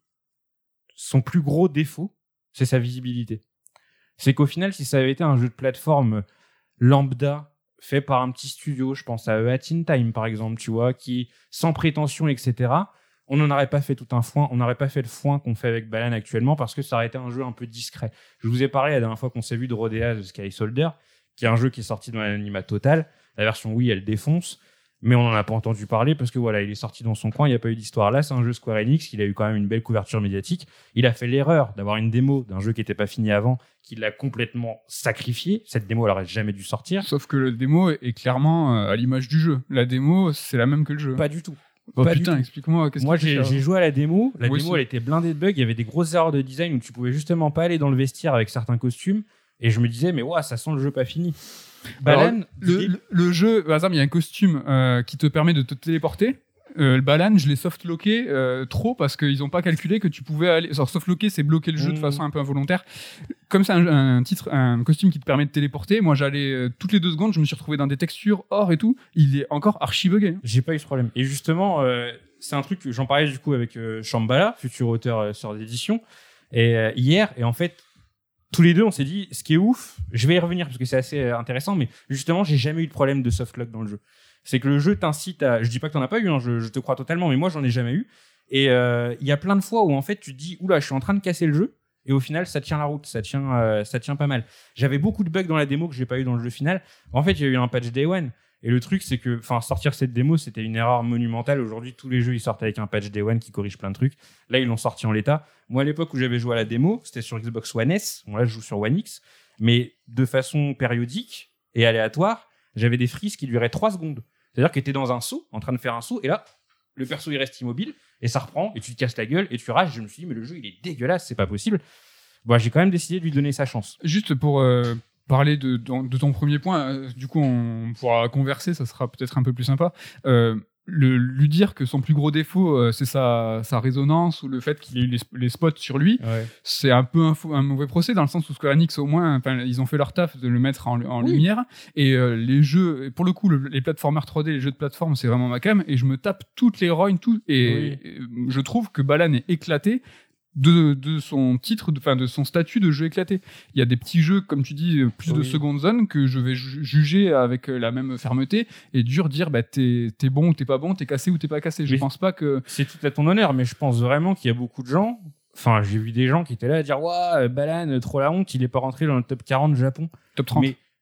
son plus gros défaut, c'est sa visibilité. C'est qu'au final, si ça avait été un jeu de plateforme lambda, fait par un petit studio, je pense à A in Time par exemple, tu vois, qui sans prétention, etc., on n'en aurait pas fait tout un foin, on n'aurait pas fait le foin qu'on fait avec Balan actuellement parce que ça aurait été un jeu un peu discret. Je vous ai parlé la dernière fois qu'on s'est vu de Rodea The Sky Soldier, qui est un jeu qui est sorti dans l'anonymat total. La version Wii, elle défonce, mais on n'en a pas entendu parler parce que voilà, il est sorti dans son coin, il n'y a pas eu d'histoire. Là, c'est un jeu Square Enix, il a eu quand même une belle couverture médiatique. Il a fait l'erreur d'avoir une démo d'un jeu qui n'était pas fini avant, qu'il l'a complètement sacrifié. Cette démo, elle n'aurait jamais dû sortir. Sauf que la démo est clairement à l'image du jeu. La démo, c'est la même que le jeu. Pas du tout. Oh putain, explique-moi. Moi, j'ai joué à la démo. La démo, elle était blindée de bugs. Il y avait des grosses erreurs de design où tu pouvais justement pas aller dans le vestiaire avec certains costumes. Et je me disais, mais ouais, ça sent le jeu pas fini. Balan, le jeu, par exemple, il y a un costume qui te permet de te téléporter. Le Balan, je l'ai softlocké trop parce qu'ils n'ont pas calculé que tu pouvais aller. Alors, softlocker, c'est bloquer le jeu de façon un peu involontaire. Comme c'est un costume qui te permet de téléporter, moi j'allais toutes les 2 secondes, je me suis retrouvé dans des textures or et tout. Il est encore archi bugué. J'ai pas eu ce problème. Et justement, c'est un truc que j'en parlais du coup avec Shambhala, futur auteur sur d'édition, et hier, et en fait. Tous les deux, on s'est dit, ce qui est ouf, je vais y revenir parce que c'est assez intéressant, mais justement, j'ai jamais eu de problème de softlock dans le jeu. C'est que le jeu t'incite à... Je dis pas que t'en as pas eu, hein, je te crois totalement, mais moi, j'en ai jamais eu. Et il y a plein de fois où, en fait, tu te dis, oula, je suis en train de casser le jeu, et au final, ça tient la route, ça tient pas mal. J'avais beaucoup de bugs dans la démo que j'ai pas eu dans le jeu final. En fait, il y a eu un patch Day One. Et le truc, c'est que sortir cette démo, c'était une erreur monumentale. Aujourd'hui, tous les jeux, ils sortent avec un patch Day One qui corrige plein de trucs. Là, ils l'ont sorti en l'état. Moi, à l'époque où j'avais joué à la démo, c'était sur Xbox One S. Bon, là, je joue sur One X. Mais de façon périodique et aléatoire, j'avais des frises qui duraient 3 secondes. C'est-à-dire que t'es dans un saut, en train de faire un saut, et là, le perso, il reste immobile, et ça reprend, et tu te casses la gueule, et tu rages. Je me suis dit, mais le jeu, il est dégueulasse, c'est pas possible. Bon, j'ai quand même décidé de lui donner sa chance. Juste pour... parler de ton premier point, du coup on pourra converser, ça sera peut-être un peu plus sympa. Lui dire que son plus gros défaut c'est sa résonance ou le fait qu'il ait eu les spots sur lui, c'est un peu un mauvais procès dans le sens où Square Enix au moins ils ont fait leur taf de le mettre en lumière et les jeux, pour le coup les platformers 3D, les jeux de plateforme c'est vraiment ma cam et je me tape toutes les rognes et je trouve que Balan est éclaté de son titre, de son statut de jeu éclaté. Il y a des petits jeux, comme tu dis, plus de seconde zone que je vais juger avec la même fermeté et dur dire t'es bon ou t'es pas bon, t'es cassé ou t'es pas cassé. Je pense pas que... C'est tout à ton honneur, mais je pense vraiment qu'il y a beaucoup de gens... Enfin, j'ai vu des gens qui étaient là à dire « Ouah, Balan, trop la honte, il est pas rentré dans le top 40 Japon. » Top 30. Mais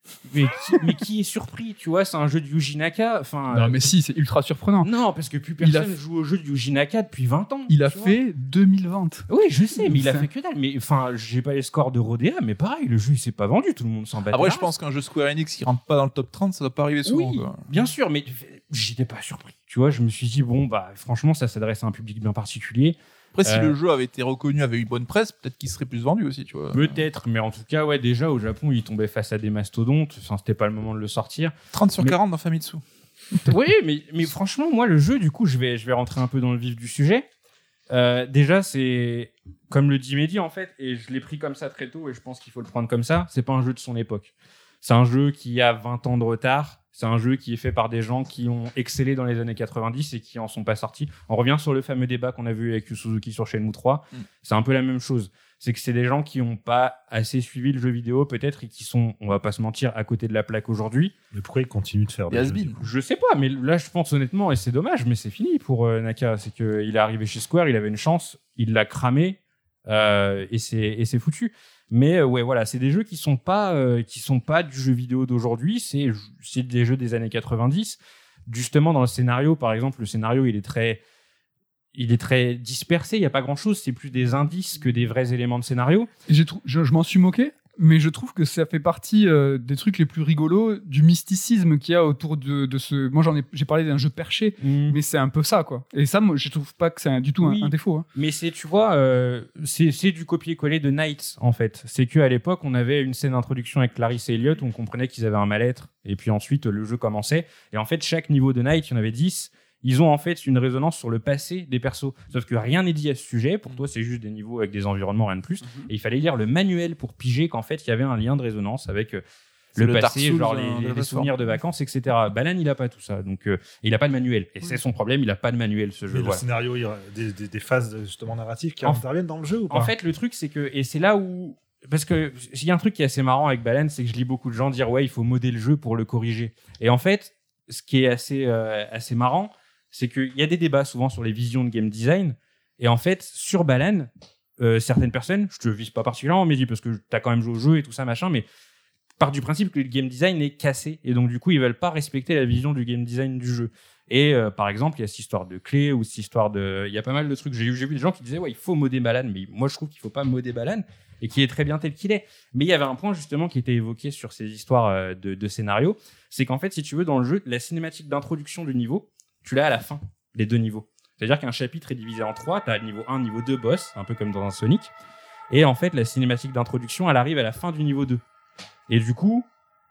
mais qui est surpris, tu vois, c'est un jeu de Yuji Naka. Enfin, Non, mais si, c'est ultra surprenant. non, parce que plus Il a personne joue au jeu de Yuji Naka depuis 20 ans. Il a tu vois. fait 2020. Oui, je sais, mais il a C'est- fait que dalle. Mais enfin, j'ai pas les scores de Rodea, mais pareil, le jeu il s'est pas vendu, tout le monde s'en bat. Après, la je race. pense qu'un jeu Square Enix qui rentre pas dans le top 30, ça doit pas arriver souvent. Oui, Quoi. bien sûr, mais j'étais pas surpris. Tu vois, je me suis dit, bon, bah, franchement, ça s'adresse à un public bien particulier. Après, si le jeu avait été reconnu, avait eu bonne presse, peut-être qu'il serait plus vendu aussi, tu vois. Peut-être, mais en tout cas, ouais, déjà au Japon, il tombait face à des mastodontes. Enfin, c'était pas le moment de le sortir. 30 sur Mais- 40 dans Famitsu. Oui, mais franchement, moi, le jeu, du coup, je vais rentrer un peu dans le vif du sujet. Déjà, c'est comme le dit Mehdi, en fait, et je l'ai pris comme ça très tôt, et je pense qu'il faut le prendre comme ça. C'est pas un jeu de son époque. C'est un jeu qui a 20 ans de retard. C'est un jeu qui est fait par des gens qui ont excellé dans les années 90 et qui en sont pas sortis. On revient sur le fameux débat qu'on a vu avec Yu Suzuki sur Shenmue 3. C'est un peu la même chose. C'est que c'est des gens qui n'ont pas assez suivi le jeu vidéo, peut-être, et qui sont, on va pas se mentir, à côté de la plaque aujourd'hui. Mais pourquoi il continue de faire des Has jeux, been. du coup Je sais pas, mais là, je pense honnêtement, et c'est dommage, mais c'est fini pour Naka. C'est qu'il est arrivé chez Square, il avait une chance, il l'a cramé, et c'est foutu. Mais ouais, voilà, c'est des jeux qui sont pas du jeu vidéo d'aujourd'hui, c'est des jeux des années 90. Justement, dans le scénario, par exemple, le scénario, il est très dispersé, il y a pas grand-chose, c'est plus des indices que des vrais éléments de scénario. Et je m'en suis moqué, mais je trouve que ça fait partie des trucs les plus rigolos du mysticisme qu'il y a autour de ce. Moi, j'ai parlé d'un jeu perché, mais c'est un peu ça, quoi. Et ça, moi, je trouve pas que c'est du tout Oui. un défaut. Hein. Mais tu vois, c'est du copier-coller de Knights, en fait. C'est qu'à l'époque, on avait une scène d'introduction avec Clarice et Elliot où on comprenait qu'ils avaient un mal-être. Et puis ensuite, le jeu commençait. Et en fait, chaque niveau de Knight, il y en avait 10. Ils ont en fait une résonance sur le passé des persos. Sauf que rien n'est dit à ce sujet. Pour toi, c'est juste des niveaux avec des environnements, rien de plus. Et il fallait lire le manuel pour piger qu'en fait, il y avait un lien de résonance avec C'est le le Dark passé, Souls, genre de la les plateforme. souvenirs de vacances, etc. Balan, il a pas tout ça. Donc, il a pas de manuel. Et c'est son problème, il a pas de manuel, ce jeu. Mais le Voilà. scénario, il y a des phases justement narratives qui En- interviennent dans le jeu ou pas En fait, le truc, c'est que, et c'est là où, parce que il y a un truc qui est assez marrant avec Balan, c'est que je lis beaucoup de gens dire ouais, il faut modder le jeu pour le corriger. Et en fait, ce qui est assez marrant, c'est qu'il y a des débats souvent sur les visions de game design. Et en fait, sur Balan, certaines personnes, je te vise pas particulièrement, mais parce que t'as quand même joué au jeu et tout ça, machin, mais part du principe que le game design est cassé. Et donc, du coup, ils veulent pas respecter la vision du game design du jeu. Et par exemple, il y a cette histoire de clé ou cette histoire de. Il y a pas mal de trucs. J'ai vu des gens qui disaient ouais, il faut modder Balan, mais moi je trouve qu'il faut pas modder Balan et qu'il est très bien tel qu'il est. Mais il y avait un point justement qui était évoqué sur ces histoires de scénario, c'est qu'en fait, si tu veux, dans le jeu, la cinématique d'introduction du niveau, tu l'as à la fin des deux niveaux. C'est-à-dire qu'un chapitre est divisé en 3, tu as niveau 1, niveau 2 boss, un peu comme dans un Sonic. Et en fait, la cinématique d'introduction, elle arrive à la fin du niveau 2. Et du coup,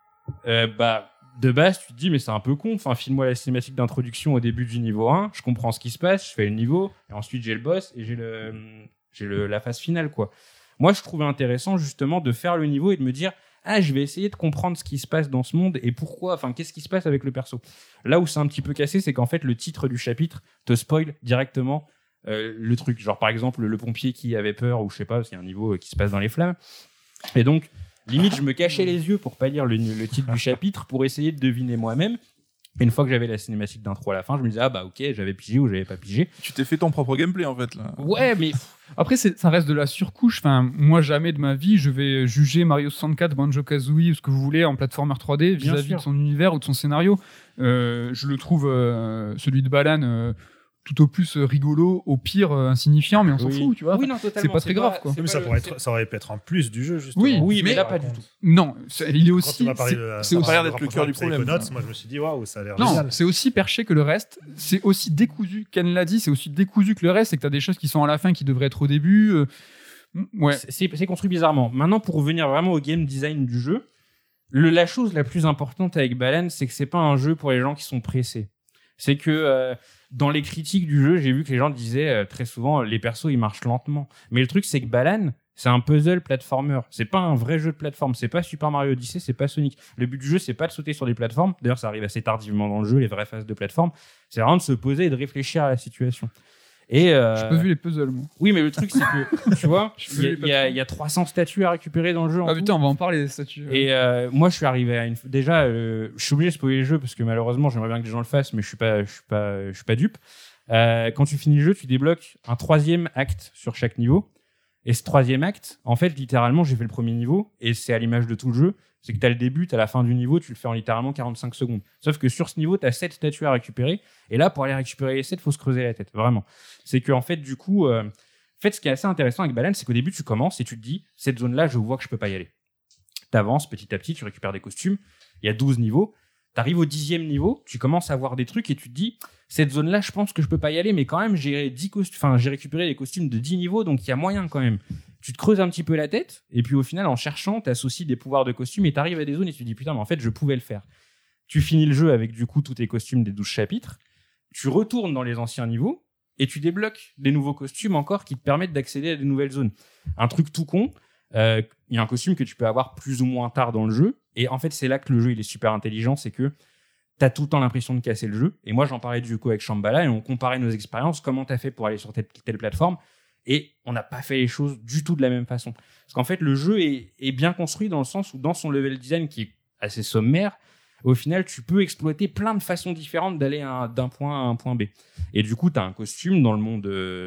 de base, tu te dis, mais c'est un peu con. Enfin, file-moi la cinématique d'introduction au début du niveau 1, je comprends ce qui se passe, je fais le niveau, et ensuite j'ai le boss et j'ai la phase finale, quoi. Moi, je trouvais intéressant, justement, de faire le niveau et de me dire, ah, je vais essayer de comprendre ce qui se passe dans ce monde et pourquoi, enfin, qu'est-ce qui se passe avec le perso. Là où c'est un petit peu cassé, c'est qu'en fait, le titre du chapitre te spoil directement le truc. Genre, par exemple, le pompier qui avait peur, ou je sais pas, parce qu'il y a un niveau qui se passe dans les flammes. Et donc, limite, je me cachais les yeux pour pas lire le titre du chapitre, pour essayer de deviner moi-même. Et une fois que j'avais la cinématique d'intro à la fin, je me disais, ah bah ok, j'avais pigé ou j'avais pas pigé. Tu t'es fait ton propre gameplay en fait là. Ouais, mais Après, ça reste de la surcouche. Enfin, moi, jamais de ma vie, je vais juger Mario 64, Banjo-Kazooie ou ce que vous voulez en platformer 3D Bien vis-à-vis sûr. de son univers ou de son scénario. Je le trouve, celui de Balan, tout au plus rigolo, au pire insignifiant, mais on s'en Oui. fout, tu vois. Oui, non, totalement. c'est pas très grave, quoi. c'est Mais pas ça, le- ça aurait pu être un plus du jeu, justement. Oui, mais là, Par pas du contre, tout. Non, il est Quand aussi. tu m'as parlé de c'est Ça a aussi- l'air d'être le cœur du problème, Psychonauts, ça. moi, je me suis dit, waouh, ça a l'air Non, génial. c'est aussi perché que le reste. C'est aussi décousu. Ken l'a dit, c'est aussi décousu que le reste. C'est que t'as des choses qui sont à la fin qui devraient être au début. Ouais. C'est construit bizarrement. Maintenant, pour revenir vraiment au game design du jeu, la chose la plus importante avec Balan, c'est que c'est pas un jeu pour les gens qui sont pressés. C'est que dans les critiques du jeu, j'ai vu que les gens disaient très souvent les persos ils marchent lentement. Mais le truc c'est que Balan, c'est un puzzle platformer. C'est pas un vrai jeu de plateforme. C'est pas Super Mario Odyssey, c'est pas Sonic. Le but du jeu c'est pas de sauter sur des plateformes. D'ailleurs, ça arrive assez tardivement dans le jeu, les vraies phases de plateforme. C'est vraiment de se poser et de réfléchir à la situation. Et J'ai pas vu les puzzles, moi. oui, mais le truc c'est que tu vois, Je il y a- fais il y, a- il y a 300 statues à récupérer dans le jeu. en Ah tout. putain, on va en parler des statues. Et moi, je suis arrivé à déjà, je suis obligé de spoiler le jeu parce que malheureusement, j'aimerais bien que les gens le fassent, mais je suis pas dupe. Quand tu finis le jeu, tu débloques un 3e acte sur chaque niveau. Et ce 3e acte, en fait, littéralement, j'ai fait le premier niveau, et c'est à l'image de tout le jeu, c'est que t'as le début, t'as la fin du niveau, tu le fais en littéralement 45 secondes. Sauf que sur ce niveau, t'as 7 statues à récupérer, et là, pour aller récupérer les 7, faut se creuser la tête, vraiment. C'est que, en fait, du coup, en fait, ce qui est assez intéressant avec Balan, c'est qu'au début, tu commences et tu te dis, cette zone-là, je vois que je peux pas y aller. T'avances petit à petit, tu récupères des costumes, il y a 12 niveaux, t'arrives au 10e niveau, tu commences à voir des trucs et tu te dis, cette zone-là, je pense que je peux pas y aller, mais quand même, j'ai récupéré les costumes de 10 niveaux, donc il y a moyen quand même. Tu te creuses un petit peu la tête, et puis au final, en cherchant, t'associes des pouvoirs de costumes et t'arrives à des zones et tu te dis, putain, mais en fait, je pouvais le faire. Tu finis le jeu avec du coup tous tes costumes des 12 chapitres, tu retournes dans les anciens niveaux, et tu débloques des nouveaux costumes encore qui te permettent d'accéder à des nouvelles zones. Un truc tout con, il y a un costume que tu peux avoir plus ou moins tard dans le jeu, et en fait, c'est là que le jeu il est super intelligent, c'est que t'as tout le temps l'impression de casser le jeu. Et moi, j'en parlais du coup avec Shambhala et on comparait nos expériences, comment t'as fait pour aller sur telle plateforme. Et on n'a pas fait les choses du tout de la même façon. Parce qu'en fait, le jeu est bien construit dans le sens où dans son level design qui est assez sommaire, au final, tu peux exploiter plein de façons différentes d'aller d'un point à un point B. Et du coup, t'as un costume dans le monde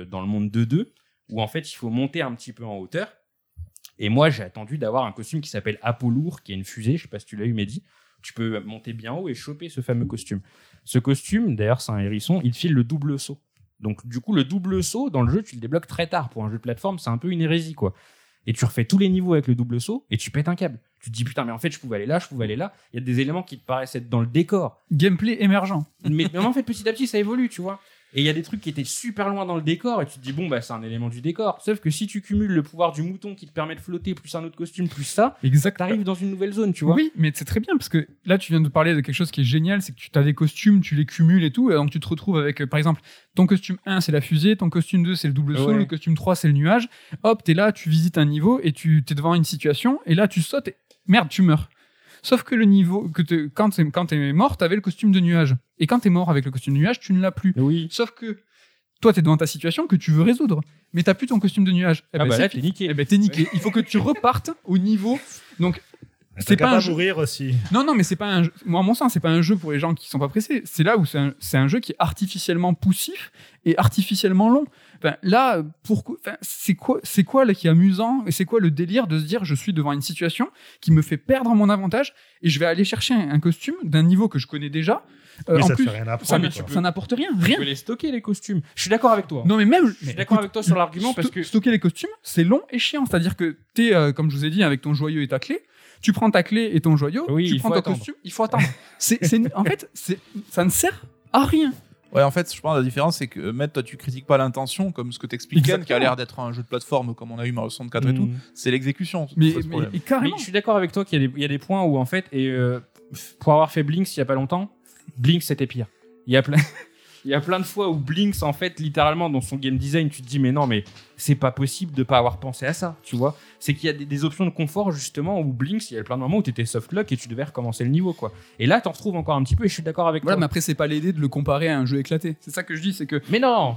2.2 où en fait, il faut monter un petit peu en hauteur. Et moi, j'ai attendu d'avoir un costume qui s'appelle Apollour, qui est une fusée. Je sais pas si tu l'as eu, Mehdi. Tu peux monter bien haut et choper ce fameux costume. Ce costume, d'ailleurs, c'est un hérisson, il te file le double saut. Donc, du coup, le double saut, dans le jeu, tu le débloques très tard. Pour un jeu de plateforme, c'est un peu une hérésie, quoi. Et tu refais tous les niveaux avec le double saut et tu pètes un câble. Tu te dis, putain, mais en fait, je pouvais aller là, je pouvais aller là. Il y a des éléments qui te paraissent être dans le décor. Gameplay émergent. Mais en fait, petit à petit, ça évolue, tu vois. Et il y a des trucs qui étaient super loin dans le décor et tu te dis, bon, bah, c'est un élément du décor. Sauf que si tu cumules le pouvoir du mouton qui te permet de flotter, plus un autre costume, plus ça, t'arrives dans une nouvelle zone, tu vois. Oui, mais c'est très bien parce que là, tu viens de parler de quelque chose qui est génial, c'est que tu as des costumes, tu les cumules et tout. Et donc, tu te retrouves avec, par exemple, ton costume 1, c'est la fusée, ton costume 2, c'est le double saut, le costume 3, c'est le nuage. Hop, t'es là, tu visites un niveau et tu t'es devant une situation et là, tu sautes et merde, tu meurs. Sauf que le niveau, quand t'es mort, t'avais le costume de nuage. Et quand t'es mort avec le costume de nuage, tu ne l'as plus. Oui. Sauf que toi, t'es devant ta situation que tu veux résoudre. Mais t'as plus ton costume de nuage. Ah bah là, t'es niqué. Eh ben, t'es niqué. Il faut que tu repartes au niveau. Donc, c'est pas un jeu. Mourir aussi. Non, mais c'est pas un jeu. Moi, à mon sens, c'est pas un jeu pour les gens qui sont pas pressés. C'est là où c'est un jeu qui est artificiellement poussif et artificiellement long. Enfin, là, c'est quoi là qui est amusant et c'est quoi le délire de se dire je suis devant une situation qui me fait perdre mon avantage et je vais aller chercher un costume d'un niveau que je connais déjà. Mais en ça plus, te fait rien apprendre. ça n'apporte rien. Tu peux les stocker, les costumes. Je suis d'accord avec toi. Non, mais même. Je suis d'accord avec toi sur l'argument parce que. Stocker les costumes, c'est long et chiant. C'est-à-dire que t'es, comme je vous ai dit, avec ton joyau et ta clé. Tu prends ta clé et ton joyau, tu prends ton costume, il faut attendre. En fait, ça ne sert à rien. Ouais, en fait, je pense que la différence, c'est que, Matt, toi, tu critiques pas l'intention, comme ce que t'expliques, Ken, qui a l'air d'être un jeu de plateforme, comme on a eu Mario 64 et tout. C'est l'exécution. Mais carrément. Mais je suis d'accord avec toi qu'il y a des points où, en fait, pour avoir fait Blinks il y a pas longtemps, Blinks c'était pire. Il y a plein de fois où Blinks, en fait, littéralement, dans son game design, tu te dis, mais non, mais c'est pas possible de pas avoir pensé à ça, tu vois. C'est qu'il y a des options de confort, justement, où Blinks, il y a plein de moments où t'étais softlock et tu devais recommencer le niveau, quoi. Et là, t'en retrouves encore un petit peu et je suis d'accord avec toi. Mais après, c'est pas l'idée de le comparer à un jeu éclaté. C'est ça que je dis, c'est que. Mais non!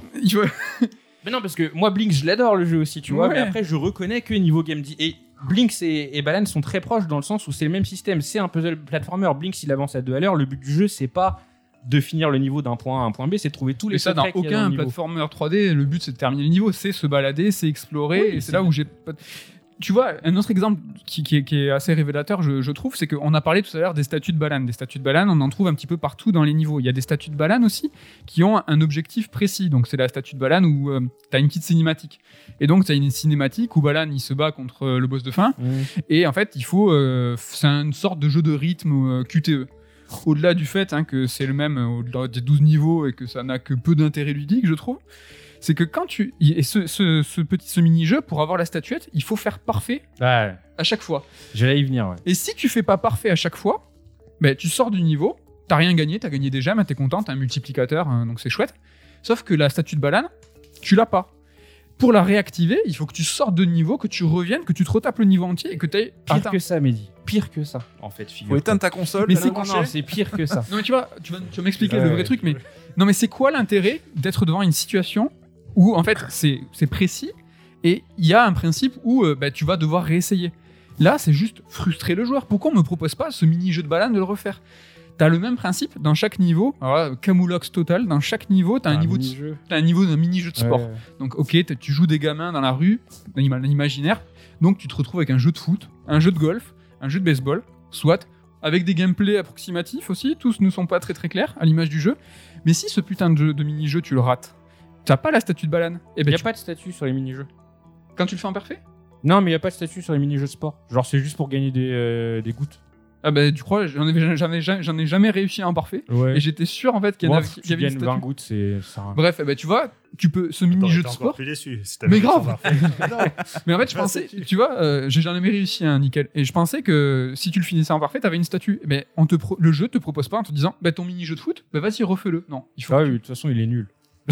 Mais non, parce que moi, Blinks, je l'adore, le jeu aussi, tu vois. Mais après, je reconnais que niveau game design. Et Blinks et Balan sont très proches dans le sens où c'est le même système. C'est un puzzle platformer. Blinks, il avance à 2 à l'heure. Le but du jeu, c'est pas de finir le niveau d'un point A à un point B, c'est de trouver tous les secrets qu'il y a dans le niveau. Et ça, dans aucun platformer 3D, le but c'est de terminer le niveau, c'est se balader, c'est explorer, et c'est là où j'ai... Tu vois, un autre exemple qui est assez révélateur, je trouve, c'est qu'on a parlé tout à l'heure des statues de Balan. Des statues de Balan, on en trouve un petit peu partout dans les niveaux. Il y a des statues de Balan aussi qui ont un objectif précis. Donc c'est la statue de Balan où t'as une petite cinématique. Et donc t'as une cinématique où Balan il se bat contre le boss de fin. Et en fait, il faut... c'est une sorte de jeu de rythme QTE. Au-delà du fait que c'est le même au-delà des 12 niveaux et que ça n'a que peu d'intérêt ludique, je trouve, c'est que quand tu... Et ce mini-jeu, pour avoir la statuette, il faut faire parfait à chaque fois. J'allais y venir, ouais. Et si tu fais pas parfait à chaque fois, tu sors du niveau, t'as rien gagné, t'as gagné des gemmes, t'es content, t'as un multiplicateur, donc c'est chouette. Sauf que la statue de Balan, tu l'as pas. Pour la réactiver, il faut que tu sortes de niveau, que tu reviennes, que tu te retapes le niveau entier et que t'aies pire que ça, Mehdi. Pire que ça, en fait. Faut éteindre ta console. Mais c'est pire que ça. Non mais tu vas m'expliquer le vrai truc, mais non mais c'est quoi l'intérêt d'être devant une situation où en fait c'est précis et il y a un principe où tu vas devoir réessayer. Là, c'est juste frustrer le joueur. Pourquoi on me propose pas ce mini jeu de Balan de le refaire ? T'as le même principe dans chaque niveau. Alors là, Camoulox total, dans chaque niveau, t'as un niveau d'un mini-jeu de sport. Ouais. Donc, ok, tu joues des gamins dans la rue, dans l'imaginaire. Donc, tu te retrouves avec un jeu de foot, un jeu de golf, un jeu de baseball, soit, avec des gameplays approximatifs aussi. Tous ne sont pas très très clairs à l'image du jeu. Mais si ce putain de mini-jeu, tu le rates, t'as pas la statue de Balan. Et Il n'y a pas de statut sur les mini-jeux. Quand tu le fais en parfait. Non, mais il n'y a pas de statut sur les mini-jeux de sport. Genre, c'est juste pour gagner des gouttes. Ah bah, tu crois, j'en ai jamais réussi à en parfait. Ouais. Et j'étais sûr en fait qu'il y, qu'il y tu avait une gagnes statue. 20 gouttes, c'est ça. Bref, bah, tu vois, tu peux ce mini-jeu de T'es sport. encore plus déçu. Si Mais t'avais grave. fait ça. Mais en fait, je Pas pensais, statue. tu vois, j'ai jamais réussi, hein, nickel. Et je pensais que si tu le finissais en parfait, t'avais une statue. Mais le jeu te propose pas en te disant, bah ton mini-jeu de foot, bah vas-y, refais-le. Non, il faut. Ah que oui, tu- de toute façon, il est nul.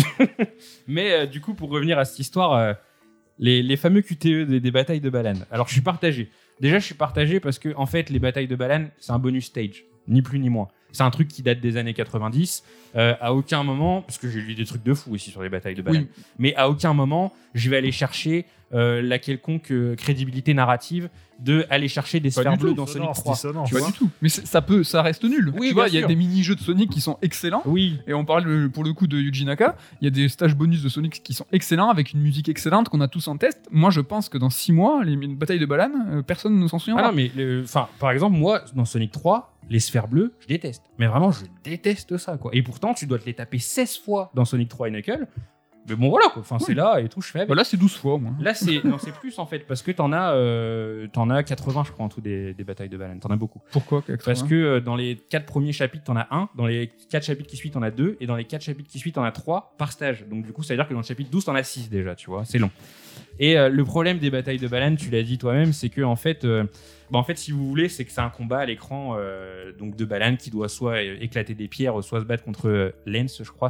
Mais du coup, pour revenir à cette histoire, les fameux QTE des batailles de Balan. Alors, je suis partagé. Déjà, je suis partagé parce que, en fait, les batailles de Balan, c'est un bonus stage. Ni plus ni moins. C'est un truc qui date des années 90. À aucun moment, parce que j'ai lu des trucs de fou aussi sur les batailles de Balan, Oui. mais à aucun moment, je vais aller chercher la quelconque crédibilité narrative de aller chercher des sphères du bleues tout. dans Sonic 3. Pas du tout. Mais ça reste nul. Oui, tu vois, bien il y a sûr. des mini-jeux de Sonic qui sont excellents. Oui, Et on parle pour le coup de Yuji Naka. Il y a des stages bonus de Sonic qui sont excellents avec une musique excellente qu'on a tous en test. Moi, je pense que dans 6 mois, les batailles de Balan, personne ne s'en souviendra. ah non, mais par exemple, moi, dans Sonic 3, les sphères bleues, je déteste. Mais vraiment, je déteste ça, quoi. Et pourtant, tu dois te les taper 16 fois dans Sonic 3 et Knuckles. Mais bon, voilà, quoi. Enfin, c'est là et tout, je fais avec. Voilà, c'est 12 fois, moi. Là, c'est plus, en fait, parce que t'en as 80, je crois, en tout des batailles de Balan. T'en as beaucoup. Pourquoi Parce que dans les 4 premiers chapitres, t'en as 1. Dans les 4 chapitres qui suivent, t'en as 2. Et dans les 4 chapitres qui suivent, t'en as 3 par stage. Donc, du coup, ça veut dire que dans le chapitre 12, t'en as 6 déjà, tu vois. C'est long. Et le problème des batailles de Balan, tu l'as dit toi-même, c'est que, en fait, si vous voulez, c'est que c'est un combat à l'écran donc de Balan qui doit soit éclater des pierres, soit se battre contre Lance, je crois,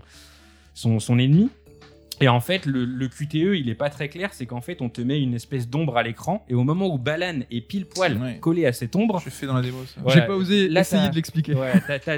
son ennemi. Et en fait, le QTE, il est pas très clair, c'est qu'en fait, on te met une espèce d'ombre à l'écran, et au moment où Balan est pile poil Ouais. collé à cette ombre, J'ai fait dans la démo ça. Voilà. J'ai pas osé Là, essayer t'as- de l'expliquer. ouais,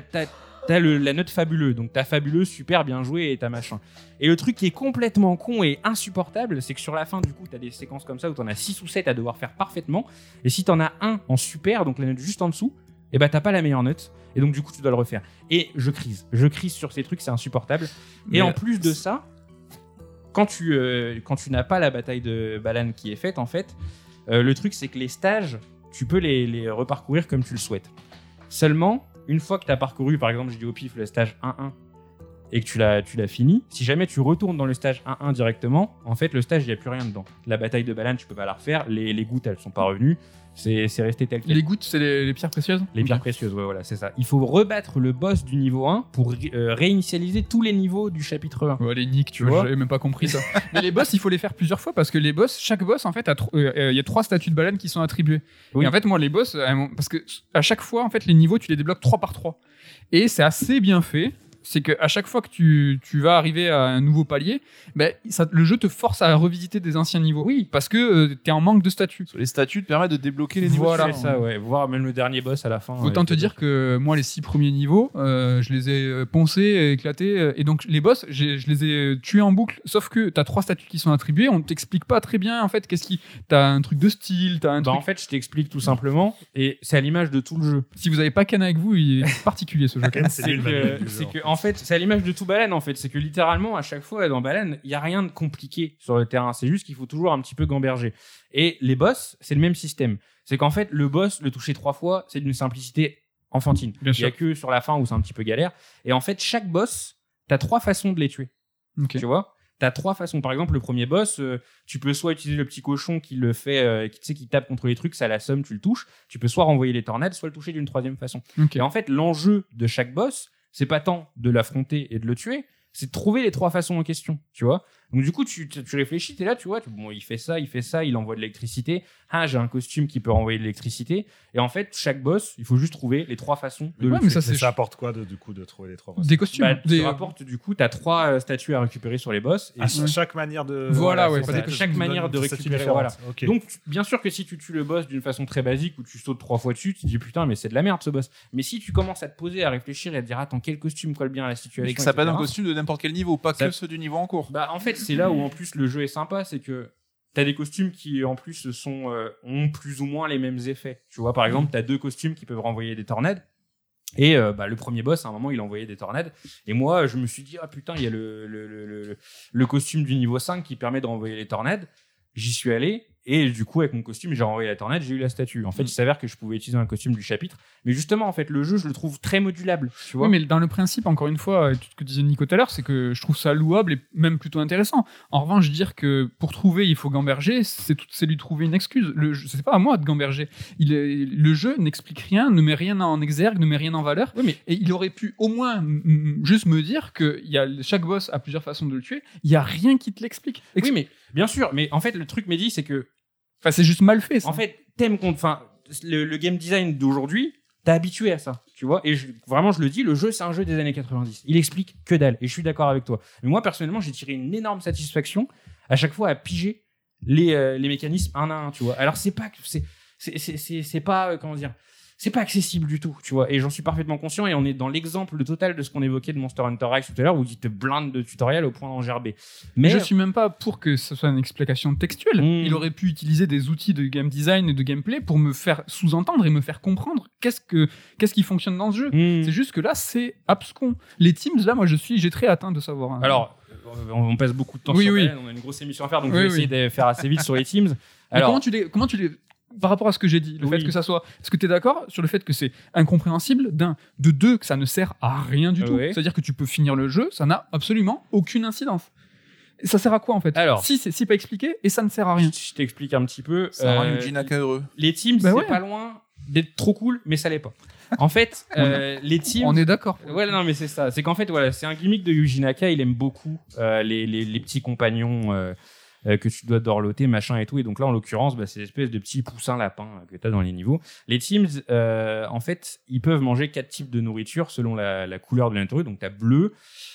t'as la note fabuleux, donc t'as fabuleux, super, bien joué, et t'as machin. Et le truc qui est complètement con et insupportable, c'est que sur la fin, du coup, t'as des séquences comme ça où t'en as 6 ou 7 à devoir faire parfaitement, et si t'en as un en super, donc la note juste en dessous, et bah t'as pas la meilleure note, et donc du coup, tu dois le refaire. Et je crise sur ces trucs, c'est insupportable. Et Mais en plus de ça, quand tu n'as pas la bataille de Balan qui est faite, en fait, le truc c'est que les stages, tu peux les reparcourir comme tu le souhaites. Seulement, une fois que tu as parcouru, par exemple, je dis au pif le stage 1-1 et que tu l'as fini, si jamais tu retournes dans le stage 1-1 directement, en fait, le stage, il n'y a plus rien dedans. La bataille de Balan, tu peux pas la refaire, les gouttes, elles sont pas revenues, c'est resté tel quel. Les gouttes, c'est les pierres précieuses. Les pierres précieuses, ouais, voilà, c'est ça. Il faut rebattre le boss du niveau 1 pour réinitialiser tous les niveaux du chapitre 1. Ouais, les nicks, tu vois. vois, j'avais même pas compris ça. Mais les boss, il faut les faire plusieurs fois parce que les boss, chaque boss, en fait, il y a 3 statues de Balan qui sont attribuées. Oui. Et en fait, moi, les boss, parce que à chaque fois, en fait, les niveaux, tu les débloques 3 par 3. Et c'est assez bien fait. C'est que à chaque fois que tu vas arriver à un nouveau palier, ben, le jeu te force à revisiter des anciens niveaux. Oui. Parce que t'es en manque de statues. Les statuts te permettent de débloquer les niveaux. Voilà. C'est ça, ouais. Voir même le dernier boss à la fin. Autant te dire que moi, les 6 premiers niveaux, je les ai poncés, éclatés. Et donc, les boss, je les ai tués en boucle. Sauf que t'as 3 statues qui sont attribuées. On t'explique pas très bien, en fait, t'as un truc de style, t'as un Bah, truc. en fait, je t'explique tout simplement, et c'est à l'image de tout le jeu. Si vous avez pas Ken avec vous, il est particulier ce jeu. Ken, c'est lui le manuel du jeu, C'est que, en fait, c'est à l'image de tout Balan, en fait. C'est que littéralement, à chaque fois, dans Balan, il y a rien de compliqué sur le terrain. C'est juste qu'il faut toujours un petit peu gamberger. Et les boss, c'est le même système. C'est qu'en fait, le boss, le toucher 3 fois, c'est d'une simplicité enfantine. Bien Il y a sûr. que sur la fin où c'est un petit peu galère. Et en fait, chaque boss, t'as 3 façons de les tuer. Ok. Tu vois? T'as 3 façons. Par exemple, le premier boss, tu peux soit utiliser le petit cochon qui le fait, qui tape contre les trucs, ça l'assomme, tu le touches. Tu peux soit renvoyer les tornades, soit le toucher d'une 3e façon. Ok. Et en fait, l'enjeu de chaque boss, c'est pas tant de l'affronter et de le tuer, c'est de trouver les 3 façons en question, tu vois. Donc du coup, tu réfléchis, t'es là, tu vois, bon, il fait ça, il envoie de l'électricité. Ah, j'ai un costume qui peut renvoyer de l'électricité. Et en fait, chaque boss, il faut juste trouver les 3 façons de Ouais, le mais tuer. ça, c'est Mais ça apporte quoi du coup de trouver les 3 façons des costumes. Bah, des... tu rapportes, du coup, t'as 3 statues à récupérer sur les boss. Et Chaque manière de. Voilà, ouais, c'est parce ça, que chaque tu manière donnes de une statue récupérer, différente. voilà. Ok. Donc, bien sûr que si tu tues le boss d'une façon très basique où tu sautes 3 fois dessus, tu te dis putain, mais c'est de la merde ce boss. Mais si tu commences à te poser, à réfléchir et à te dire attends, quel costume colle bien à la situation, Et que ça peut être un etc. costume de n'importe quel niveau, pas Ça- que ceux du niveau en cours. Bah, en fait, c'est là où en plus le jeu est sympa, c'est que t'as des costumes qui en plus ont plus ou moins les mêmes effets. Tu vois, par exemple, t'as 2 costumes qui peuvent renvoyer des tornades. Et le premier boss, à un moment, il envoyait des tornades. Et moi, je me suis dit, ah putain, il y a le costume du niveau 5 qui permet de renvoyer les tornades. J'y suis allé. Et du coup, avec mon costume, j'ai renvoyé la tornade, j'ai eu la statue. En fait, il s'avère que je pouvais utiliser un costume du chapitre. Mais justement, en fait, le jeu, je le trouve très modulable. Tu vois. Oui, mais dans le principe, encore une fois, tout ce que disait Nico tout à l'heure, c'est que je trouve ça louable et même plutôt intéressant. En revanche, dire que pour trouver, il faut gamberger, c'est lui trouver une excuse. C'est pas à moi de gamberger. Le jeu n'explique rien, ne met rien en exergue, ne met rien en valeur. Oui, mais Et il aurait pu au moins juste me dire que chaque boss a plusieurs façons de le tuer. Il y a rien qui te l'explique. oui, mais bien sûr. Mais en fait, le truc, Mehdi, c'est que Enfin, c'est juste mal fait. Ça. en fait, le game design d'aujourd'hui, t'es habitué à ça, tu vois. Et vraiment, je le dis, le jeu, c'est un jeu des années 90. Il explique que dalle. Et je suis d'accord avec toi. Mais moi, personnellement, j'ai tiré une énorme satisfaction à chaque fois à piger les mécanismes un à un, tu vois. Alors, c'est pas comment dire, c'est pas accessible du tout, tu vois. Et j'en suis parfaitement conscient. Et on est dans l'exemple total de ce qu'on évoquait de Monster Hunter Rise tout à l'heure, où il te blinde de tutoriels au point d'en gerber. Mais je suis même pas pour que ce soit une explication textuelle. Il aurait pu utiliser des outils de game design et de gameplay pour me faire sous-entendre et me faire comprendre qu'est-ce qui fonctionne dans ce jeu. C'est juste que là, c'est abscon. Les teams, là, moi, j'ai très atteint de savoir. Hein. Alors, on passe beaucoup de temps sur elle. On a une grosse émission à faire, donc je vais essayer de faire assez vite sur les teams. Alors, comment tu les par rapport à ce que j'ai dit, le fait que ça soit... Est-ce que tu es d'accord sur le fait que c'est incompréhensible, de deux, que ça ne sert à rien du tout. C'est-à-dire que tu peux finir le jeu, ça n'a absolument aucune incidence. Et ça sert à quoi, en fait? Alors, si c'est pas expliqué, et ça ne sert à rien. Je t'explique un petit peu. Ça rend Yuji Naka heureux. Les teams, c'est pas loin d'être trop cool, mais ça l'est pas. En fait, les teams... On est d'accord. Ouais, non, mais c'est ça. C'est qu'en fait, voilà, c'est un gimmick de Yuji Naka, il aime beaucoup les petits compagnons... que tu dois dorloter, machin et tout. Et donc là, en l'occurrence, c'est l'espèce de petits poussins lapins que tu as dans les niveaux. Les teams, en fait, ils peuvent manger 4 types de nourriture selon la couleur de la nourriture. Donc tu as bleu,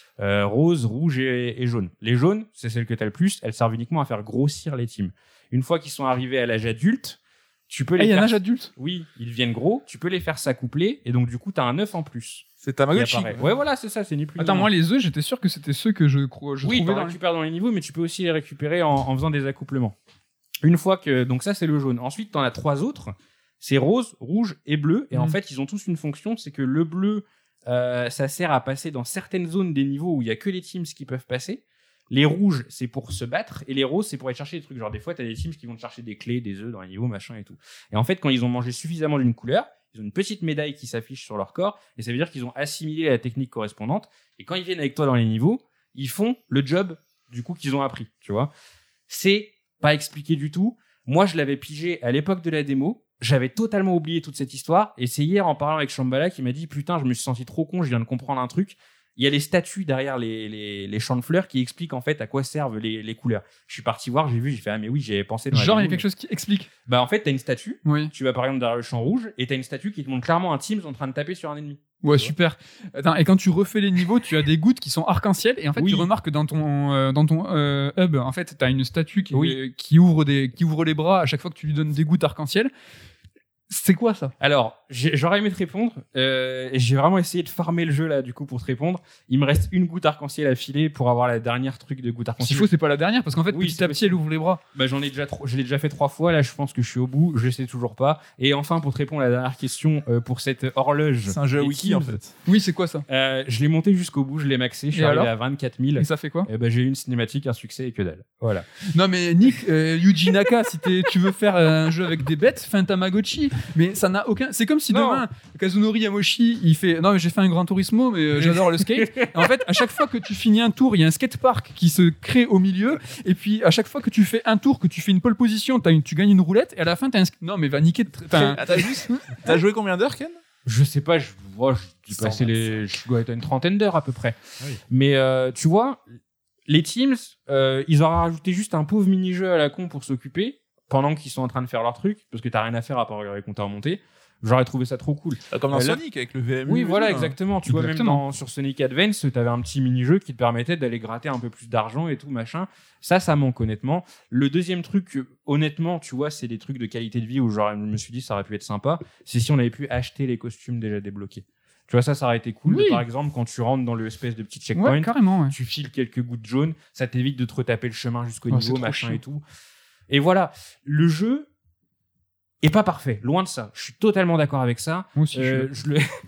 rose, rouge et jaune. Les jaunes, c'est celles que tu as le plus. Elles servent uniquement à faire grossir les teams. Une fois qu'ils sont arrivés à l'âge adulte, tu peux les faire... Il y a un âge adulte? Oui, ils deviennent gros. Tu peux les faire s'accoupler. Et donc, du coup, tu as un œuf en plus. C'est Tamagotchi. Ouais, voilà, c'est ça, c'est ni plus. Attends, moi, les œufs, j'étais sûr que c'était ceux que je trouvais tu récupères dans les niveaux, mais tu peux aussi les récupérer en faisant des accouplements. Une fois que... Donc ça, c'est le jaune. Ensuite, t'en as 3 autres. C'est rose, rouge et bleu. Et en fait, ils ont tous une fonction, c'est que le bleu, ça sert à passer dans certaines zones des niveaux où il y a que les teams qui peuvent passer. Les rouges, c'est pour se battre. Et les roses, c'est pour aller chercher des trucs. Genre, des fois, t'as des teams qui vont te chercher des clés, des œufs dans les niveaux, machin et tout. Et en fait, quand ils ont mangé suffisamment d'une couleur, ils ont une petite médaille qui s'affiche sur leur corps, et ça veut dire qu'ils ont assimilé la technique correspondante, et quand ils viennent avec toi dans les niveaux, ils font le job, du coup, qu'ils ont appris, tu vois. C'est pas expliqué du tout. Moi, je l'avais pigé à l'époque de la démo, j'avais totalement oublié toute cette histoire, et c'est hier, en parlant avec Shambhala, qui m'a dit, putain, je me suis senti trop con, je viens de comprendre un truc. Il y a les statues derrière les champs de fleurs qui expliquent en fait à quoi servent les couleurs. Je suis parti voir, j'ai fait, ah mais oui, j'avais pensé dans la Genre, il y a démo, quelque chose qui explique. Bah en fait, t'as une statue, Oui. tu vas par exemple derrière le champ rouge, et t'as une statue qui te montre clairement un Teams en train de taper sur un ennemi. Ouais, super. Attends, et quand tu refais les niveaux, tu as des gouttes qui sont arc-en-ciel, et en fait, tu remarques que dans ton hub, en fait, t'as une statue qui ouvre les bras à chaque fois que tu lui donnes des gouttes arc-en-ciel. C'est quoi ça? Alors, j'aurais aimé te répondre. J'ai vraiment essayé de farmer le jeu là, du coup, pour te répondre. Il me reste une goutte arc-en-ciel à filer pour avoir la dernière truc de goutte arc-en-ciel. S'il faut, c'est pas la dernière, parce qu'en fait, petit à petit, elle ouvre les bras. Bah, je l'ai déjà fait 3 fois. Là, je pense que je suis au bout. Je sais toujours pas. Et enfin, pour te répondre à la dernière question, pour cette horloge. C'est un jeu à wiki, en fait. Oui, c'est quoi ça? Je l'ai monté jusqu'au bout. Je l'ai maxé. Je suis arrivé à 24 000. Et ça fait quoi? J'ai eu une cinématique, un succès et que dalle. Voilà. Non, mais Nick, Yuji Naka, si tu veux faire un jeu avec des bêtes, fais un Tamagotchi. Mais ça n'a aucun. C'est comme si demain, Kazunori Yamoshi, il fait non, mais j'ai fait un Gran Turismo, mais j'adore le skate. Et en fait, à chaque fois que tu finis un tour, il y a un skatepark qui se crée au milieu. Et puis, à chaque fois que tu fais un tour, que tu fais une pole position, tu gagnes une roulette. Et à la fin, t'as un. Non, mais va niquer. T'as joué combien d'heures, Ken? Je sais pas, je dois être à une trentaine d'heures à peu près. Oui. Mais tu vois, les teams, ils auraient rajouté juste un pauvre mini-jeu à la con pour s'occuper pendant qu'ils sont en train de faire leur truc, parce que t'as rien à faire à part les compteurs montés. J'aurais trouvé ça trop cool. Comme dans Sonic avec le VMU. Oui, voilà, exactement. Tu vois, même sur Sonic Advance, t'avais un petit mini-jeu qui te permettait d'aller gratter un peu plus d'argent et tout, machin. Ça manque honnêtement. Le deuxième truc, honnêtement, tu vois, c'est des trucs de qualité de vie où je me suis dit ça aurait pu être sympa. C'est si on avait pu acheter les costumes déjà débloqués. Tu vois, ça aurait été cool. Oui. Par exemple, quand tu rentres dans l'espèce de petit checkpoint, carrément, tu files quelques gouttes jaunes, ça t'évite de te retaper le chemin jusqu'au niveau, machin et tout. Et voilà, le jeu est pas parfait, loin de ça. Je suis totalement d'accord avec ça. Moi aussi,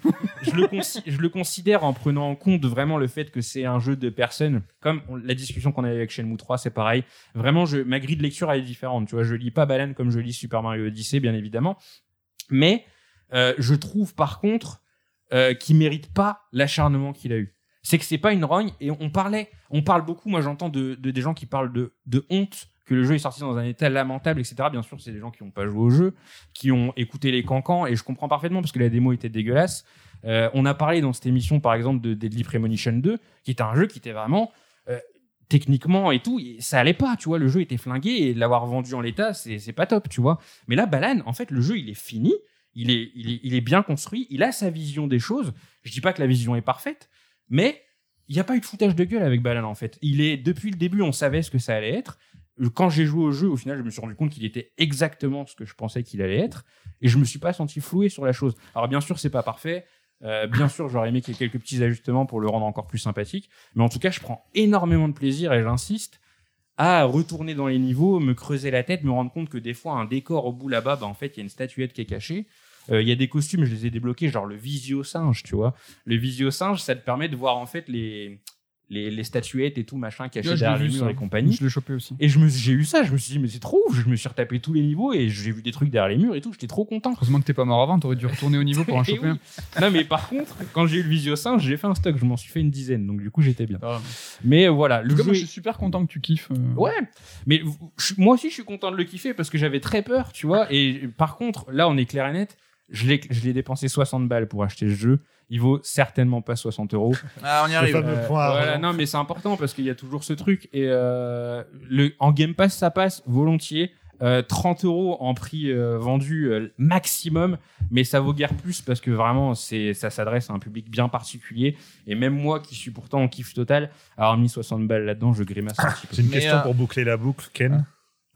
je le considère en prenant en compte vraiment le fait que c'est un jeu de personnes. Comme la discussion qu'on avait avec Shenmue 3, c'est pareil. Vraiment, ma grille de lecture elle est différente. Tu vois, je lis pas Balan comme je lis Super Mario Odyssey, bien évidemment. Mais je trouve par contre qu'il mérite pas l'acharnement qu'il a eu. C'est que c'est pas une rogne. Et on parle beaucoup. Moi, j'entends des gens qui parlent de honte, que le jeu est sorti dans un état lamentable, etc. Bien sûr, c'est des gens qui n'ont pas joué au jeu, qui ont écouté les cancans, et je comprends parfaitement parce que la démo était dégueulasse. On a parlé dans cette émission, par exemple, de Deadly Premonition 2, qui était un jeu qui était vraiment techniquement et tout, ça allait pas, tu vois. Le jeu était flingué et l'avoir vendu en l'état, c'est pas top, tu vois. Mais là, Balan, en fait, le jeu, il est fini, il est bien construit, il a sa vision des choses. Je dis pas que la vision est parfaite, mais il n'y a pas eu de foutage de gueule avec Balan, en fait. Depuis le début, on savait ce que ça allait être. Quand j'ai joué au jeu, au final, je me suis rendu compte qu'il était exactement ce que je pensais qu'il allait être, et je me suis pas senti floué sur la chose. Alors bien sûr, c'est pas parfait. Bien sûr, j'aurais aimé qu'il y ait quelques petits ajustements pour le rendre encore plus sympathique. Mais en tout cas, je prends énormément de plaisir, et j'insiste, à retourner dans les niveaux, me creuser la tête, me rendre compte que des fois, un décor au bout là-bas, en fait, il y a une statuette qui est cachée. Il y a des costumes, je les ai débloqués, genre le visio-singe, tu vois. Le visio-singe, ça te permet de voir en fait les statuettes et tout machin cachées derrière les murs et compagnie. Je l'ai chopé aussi. Et j'ai eu ça, je me suis dit mais c'est trop ouf, je me suis retapé tous les niveaux et j'ai vu des trucs derrière les murs et tout, j'étais trop content. Heureusement que t'es pas mort avant, t'aurais dû retourner au niveau pour en choper un. Non mais par contre, quand j'ai eu le visio-singe, j'ai fait un stock, je m'en suis fait une dizaine, donc du coup j'étais bien. Mais voilà, le jeu... moi je suis super content que tu kiffes. Ouais, mais moi aussi je suis content de le kiffer parce que j'avais très peur, tu vois, et par contre, là on est clair et net, je l'ai dépensé 60 balles pour acheter ce jeu. Il vaut certainement pas 60 €. Ah, on y arrive. Voilà, non, mais c'est important parce qu'il y a toujours ce truc. Et en Game Pass, ça passe volontiers. 30 € en prix vendu maximum, mais ça vaut guère plus parce que vraiment, ça s'adresse à un public bien particulier. Et même moi, qui suis pourtant en kiff total, avoir mis 60 balles là-dedans, je grimace un petit peu. C'est une question pour boucler la boucle, Ken.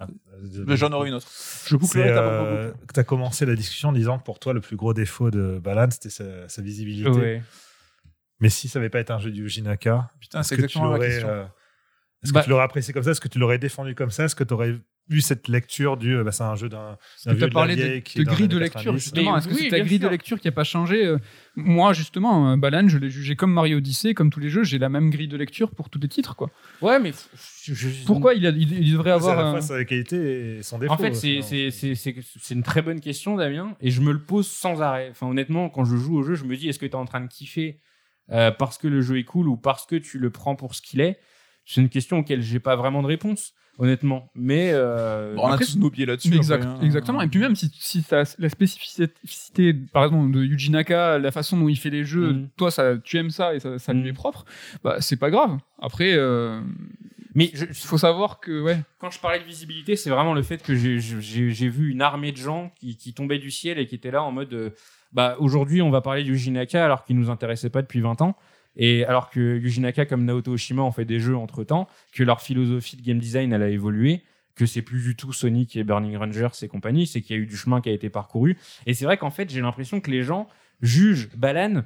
J'en aurai une autre. Je bouclerai ta propre boucle. Tu as commencé la discussion en disant que pour toi, le plus gros défaut de Balan, c'était sa visibilité. Ouais. Mais si ça n'avait pas été un jeu du Yuji Naka, putain, c'est exactement la question. Est-ce que tu l'aurais apprécié comme ça? Est-ce que tu l'aurais défendu comme ça? Est-ce que tu aurais eu cette lecture c'est un jeu d'un vieux de la vieille qui est dans grille les de lecture, 90. justement. Est-ce que c'est ta grille de lecture qui n'a pas changé? Moi, justement, Balan, je l'ai jugé comme Mario Odyssey, comme tous les jeux. J'ai la même grille de lecture pour tous les titres, quoi. Ouais, mais pourquoi il devrait avoir... C'est à la fois sa qualité et son défaut. En fait, c'est une très bonne question, Damien, et je me le pose sans arrêt. Enfin, honnêtement, quand je joue au jeu, je me dis, est-ce que tu es en train de kiffer parce que le jeu est cool ou parce que tu le prends pour ce qu'il est? C'est une question auquel j'ai pas vraiment de réponse, honnêtement. Mais on a tous nos pieds là-dessus. Exactement. Et puis même si la spécificité, par exemple, de Yuji Naka, la façon dont il fait les jeux, toi, tu aimes ça et ça lui est propre, bah c'est pas grave. Après, mais il faut savoir que quand je parlais de visibilité, c'est vraiment le fait que j'ai vu une armée de gens qui tombaient du ciel et qui étaient là en mode aujourd'hui on va parler de Yuji Naka alors qu'il nous intéressait pas depuis 20 ans. Et alors que Yuji Naka comme Naoto Oshima ont fait des jeux entre-temps, que leur philosophie de game design elle a évolué, que c'est plus du tout Sonic et Burning Rangers et compagnie, c'est qu'il y a eu du chemin qui a été parcouru. Et c'est vrai qu'en fait, j'ai l'impression que les gens jugent Balan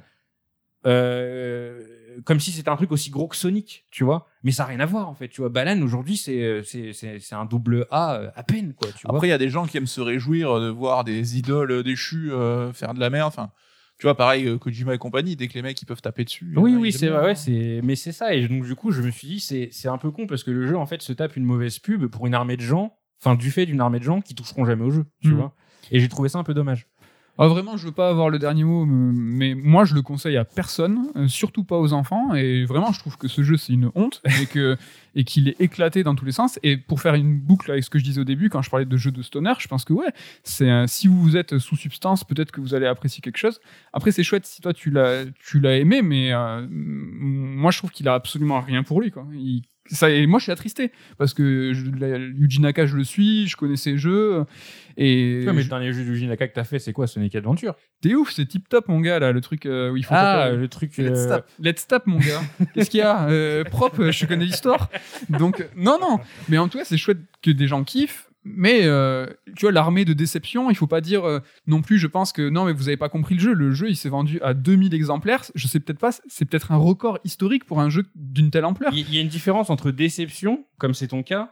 comme si c'était un truc aussi gros que Sonic, tu vois. Mais ça n'a rien à voir, en fait. Tu vois, Balan, aujourd'hui, c'est un double A à peine, quoi. Tu vois. Après, il y a des gens qui aiment se réjouir de voir des idoles déchues faire de la merde. Enfin, tu vois, pareil, Kojima et compagnie, dès que les mecs ils peuvent taper dessus. Oui, c'est vrai, mais c'est ça. Et donc, du coup, je me suis dit, c'est un peu con parce que le jeu, en fait, se tape une mauvaise pub pour une armée de gens, enfin, du fait d'une armée de gens qui toucheront jamais au jeu, tu vois. Et j'ai trouvé ça un peu dommage. Ah, vraiment, je veux pas avoir le dernier mot, mais moi, je le conseille à personne, surtout pas aux enfants. Et vraiment, je trouve que ce jeu, c'est une honte et qu'il est éclaté dans tous les sens. Et pour faire une boucle avec ce que je disais au début, quand je parlais de jeu de stoner, je pense que si vous êtes sous substance, peut-être que vous allez apprécier quelque chose. Après, c'est chouette si toi tu l'as aimé, mais moi, je trouve qu'il a absolument rien pour lui, quoi. Et moi je suis attristé parce que Yuji Naka je le suis, je connais ses jeux et mais le dernier jeu de Yuji Naka que t'as fait c'est quoi? Sonic Adventure? T'es ouf, c'est tip top mon gars là, le truc où il faut le truc Let's Tap mon gars. Qu'est-ce qu'il y a propre, je connais l'histoire. Donc non mais en tout cas c'est chouette que des gens kiffent. Mais tu vois, l'armée de déception, il faut pas dire non plus, je pense que non mais vous avez pas compris le jeu il s'est vendu à 2000 exemplaires, je sais peut-être pas, c'est peut-être un record historique pour un jeu d'une telle ampleur. Il y a une différence entre déception, comme c'est ton cas,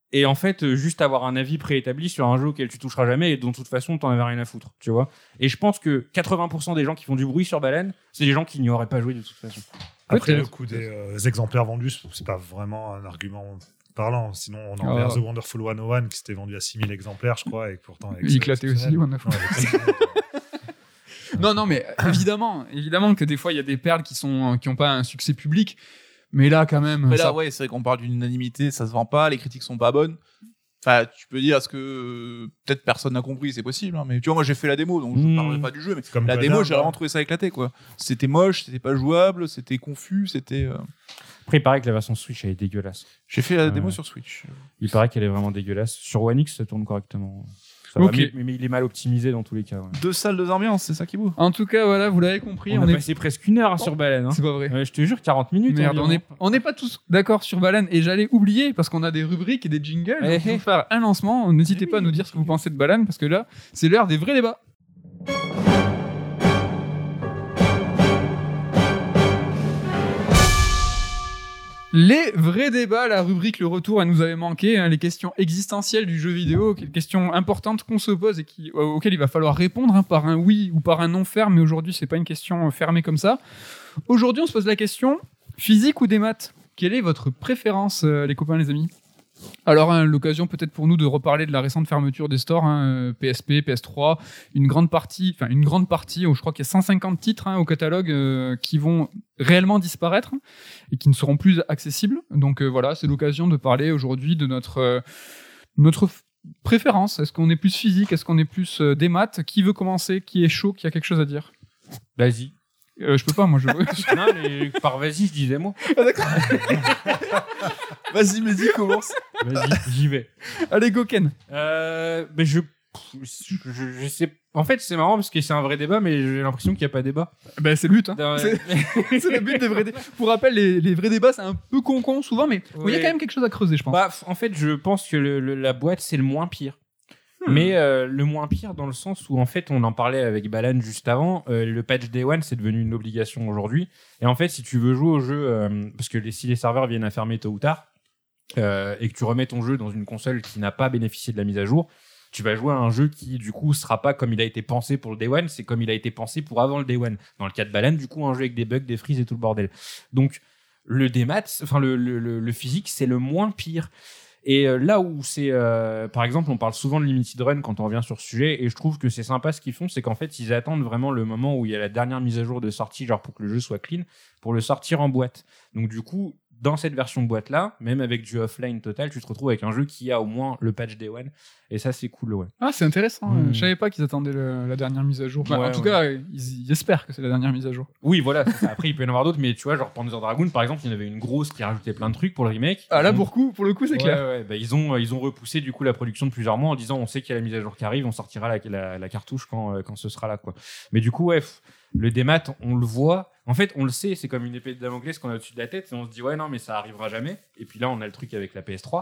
et en fait juste avoir un avis préétabli sur un jeu auquel tu toucheras jamais et dont de toute façon t'en avais rien à foutre, tu vois. Et je pense que 80% des gens qui font du bruit sur Balan, c'est des gens qui n'y auraient pas joué de toute façon. Après, Peut-être. le coup des exemplaires vendus, c'est pas vraiment un argument parlant. Sinon, on a envers The Wonderful 101 qui s'était vendu à 6000 exemplaires, je crois, et que pourtant. Il éclatait aussi, Wonderful. Ouais, Non, mais évidemment que des fois, il y a des perles qui ont pas un succès public. Mais là, quand même. Mais ça- là, ouais, c'est vrai qu'on parle d'une unanimité, ça se vend pas, les critiques sont pas bonnes. Enfin, tu peux dire, est-ce que peut-être personne n'a compris, c'est possible, hein, mais tu vois, moi j'ai fait la démo, donc je parlerai pas du jeu, mais comme la quoi, démo, là, j'ai vraiment trouvé ça éclaté, quoi. C'était moche, c'était pas jouable, c'était confus, c'était. Après, il paraît que la version Switch elle est dégueulasse. J'ai fait la Ouais. démo sur Switch. Il paraît qu'elle est vraiment dégueulasse. Sur One X, ça tourne correctement. Ça va, Ok. mais il est mal optimisé dans tous les cas. Ouais. 2 salles, 2 ambiances, c'est ça qui est beau. En tout cas, voilà, vous l'avez compris. On a est... passé presque 1 heure sur Balan. Hein. C'est pas vrai. Ouais, je te jure, 40 minutes. Merde, environ. on n'est pas tous d'accord sur Balan et j'allais oublier parce qu'on a des rubriques et des jingles. Eh, Donc, eh. pour faire un lancement, n'hésitez pas à nous dire ce que vous pensez de Balan parce que là, c'est l'heure des vrais débats. Les vrais débats, la rubrique Le Retour, elle nous avait manqué, hein, les questions existentielles du jeu vidéo, les questions importantes qu'on se pose et auxquelles il va falloir répondre hein, par un oui ou par un non ferme, mais aujourd'hui c'est pas une question fermée comme ça. Aujourd'hui on se pose la question, physique ou des maths ? Quelle est votre préférence les copains, les amis ? Alors, hein, l'occasion peut-être pour nous de reparler de la récente fermeture des stores, hein, PSP, PS3, une grande partie, je crois qu'il y a 150 titres hein, au catalogue qui vont réellement disparaître et qui ne seront plus accessibles. Donc voilà, c'est l'occasion de parler aujourd'hui de notre préférence. Est-ce qu'on est plus physique ? Est-ce qu'on est plus des maths ? Qui veut commencer ? Qui est chaud ? Qui a quelque chose à dire ? Vas-y. Je peux pas, moi je veux. Non, mais par vas-y, je disais moi. Vas-y, Mehdi, commence. Vas-y, j'y vais. Allez, go Ken. Mais je sais. En fait, c'est marrant parce que c'est un vrai débat, mais j'ai l'impression qu'il n'y a pas débat. Ben, c'est le but. Hein. Dans- C'est le but des vrais débats. Pour rappel, les vrais débats, c'est un peu con souvent, mais il y a Ouais. quand même quelque chose à creuser, je pense. Bah, en fait, je pense que la boîte, c'est le moins pire. Mais le moins pire dans le sens où, en fait, on en parlait avec Balan juste avant, le patch Day One, c'est devenu une obligation aujourd'hui. Et en fait, si tu veux jouer au jeu, parce que si les serveurs viennent à fermer tôt ou tard, et que tu remets ton jeu dans une console qui n'a pas bénéficié de la mise à jour, tu vas jouer à un jeu qui, du coup, sera pas comme il a été pensé pour le Day One, c'est comme il a été pensé pour avant le Day One. Dans le cas de Balan, du coup, un jeu avec des bugs, des freezes et tout le bordel. Donc, le démat, enfin, le physique, c'est le moins pire. Et là où c'est, par exemple, on parle souvent de limited run quand on revient sur ce sujet, et je trouve que c'est sympa ce qu'ils font, c'est qu'en fait, ils attendent vraiment le moment où il y a la dernière mise à jour de sortie, genre pour que le jeu soit clean, pour le sortir en boîte. Donc du coup, dans cette version boîte-là, même avec du offline total, tu te retrouves avec un jeu qui a au moins le patch Day One, et ça, c'est cool, ouais. Ah, c'est intéressant. Mm. Je savais pas qu'ils attendaient la dernière mise à jour. Enfin, Ouais, en tout ouais. cas, ils espèrent que c'est la dernière mise à jour. Oui, voilà, c'est ça. Après, il peut y en avoir d'autres, mais tu vois, genre Panzer Dragoon, par exemple, il y en avait une grosse qui rajoutait plein de trucs pour le remake. Ah là, Ils ont- pour le coup, c'est Ouais, clair. ouais, bah, ils ont repoussé du coup la production de plusieurs mois en disant on sait qu'il y a la mise à jour qui arrive, on sortira la cartouche quand ce sera là, quoi. Mais du coup, ouais, le démat, on le voit. En fait, on le sait, c'est comme une épée de Damoclès qu'on a au-dessus de la tête et on se dit ouais, non, mais ça arrivera jamais. Et puis là, on a le truc avec la PS3.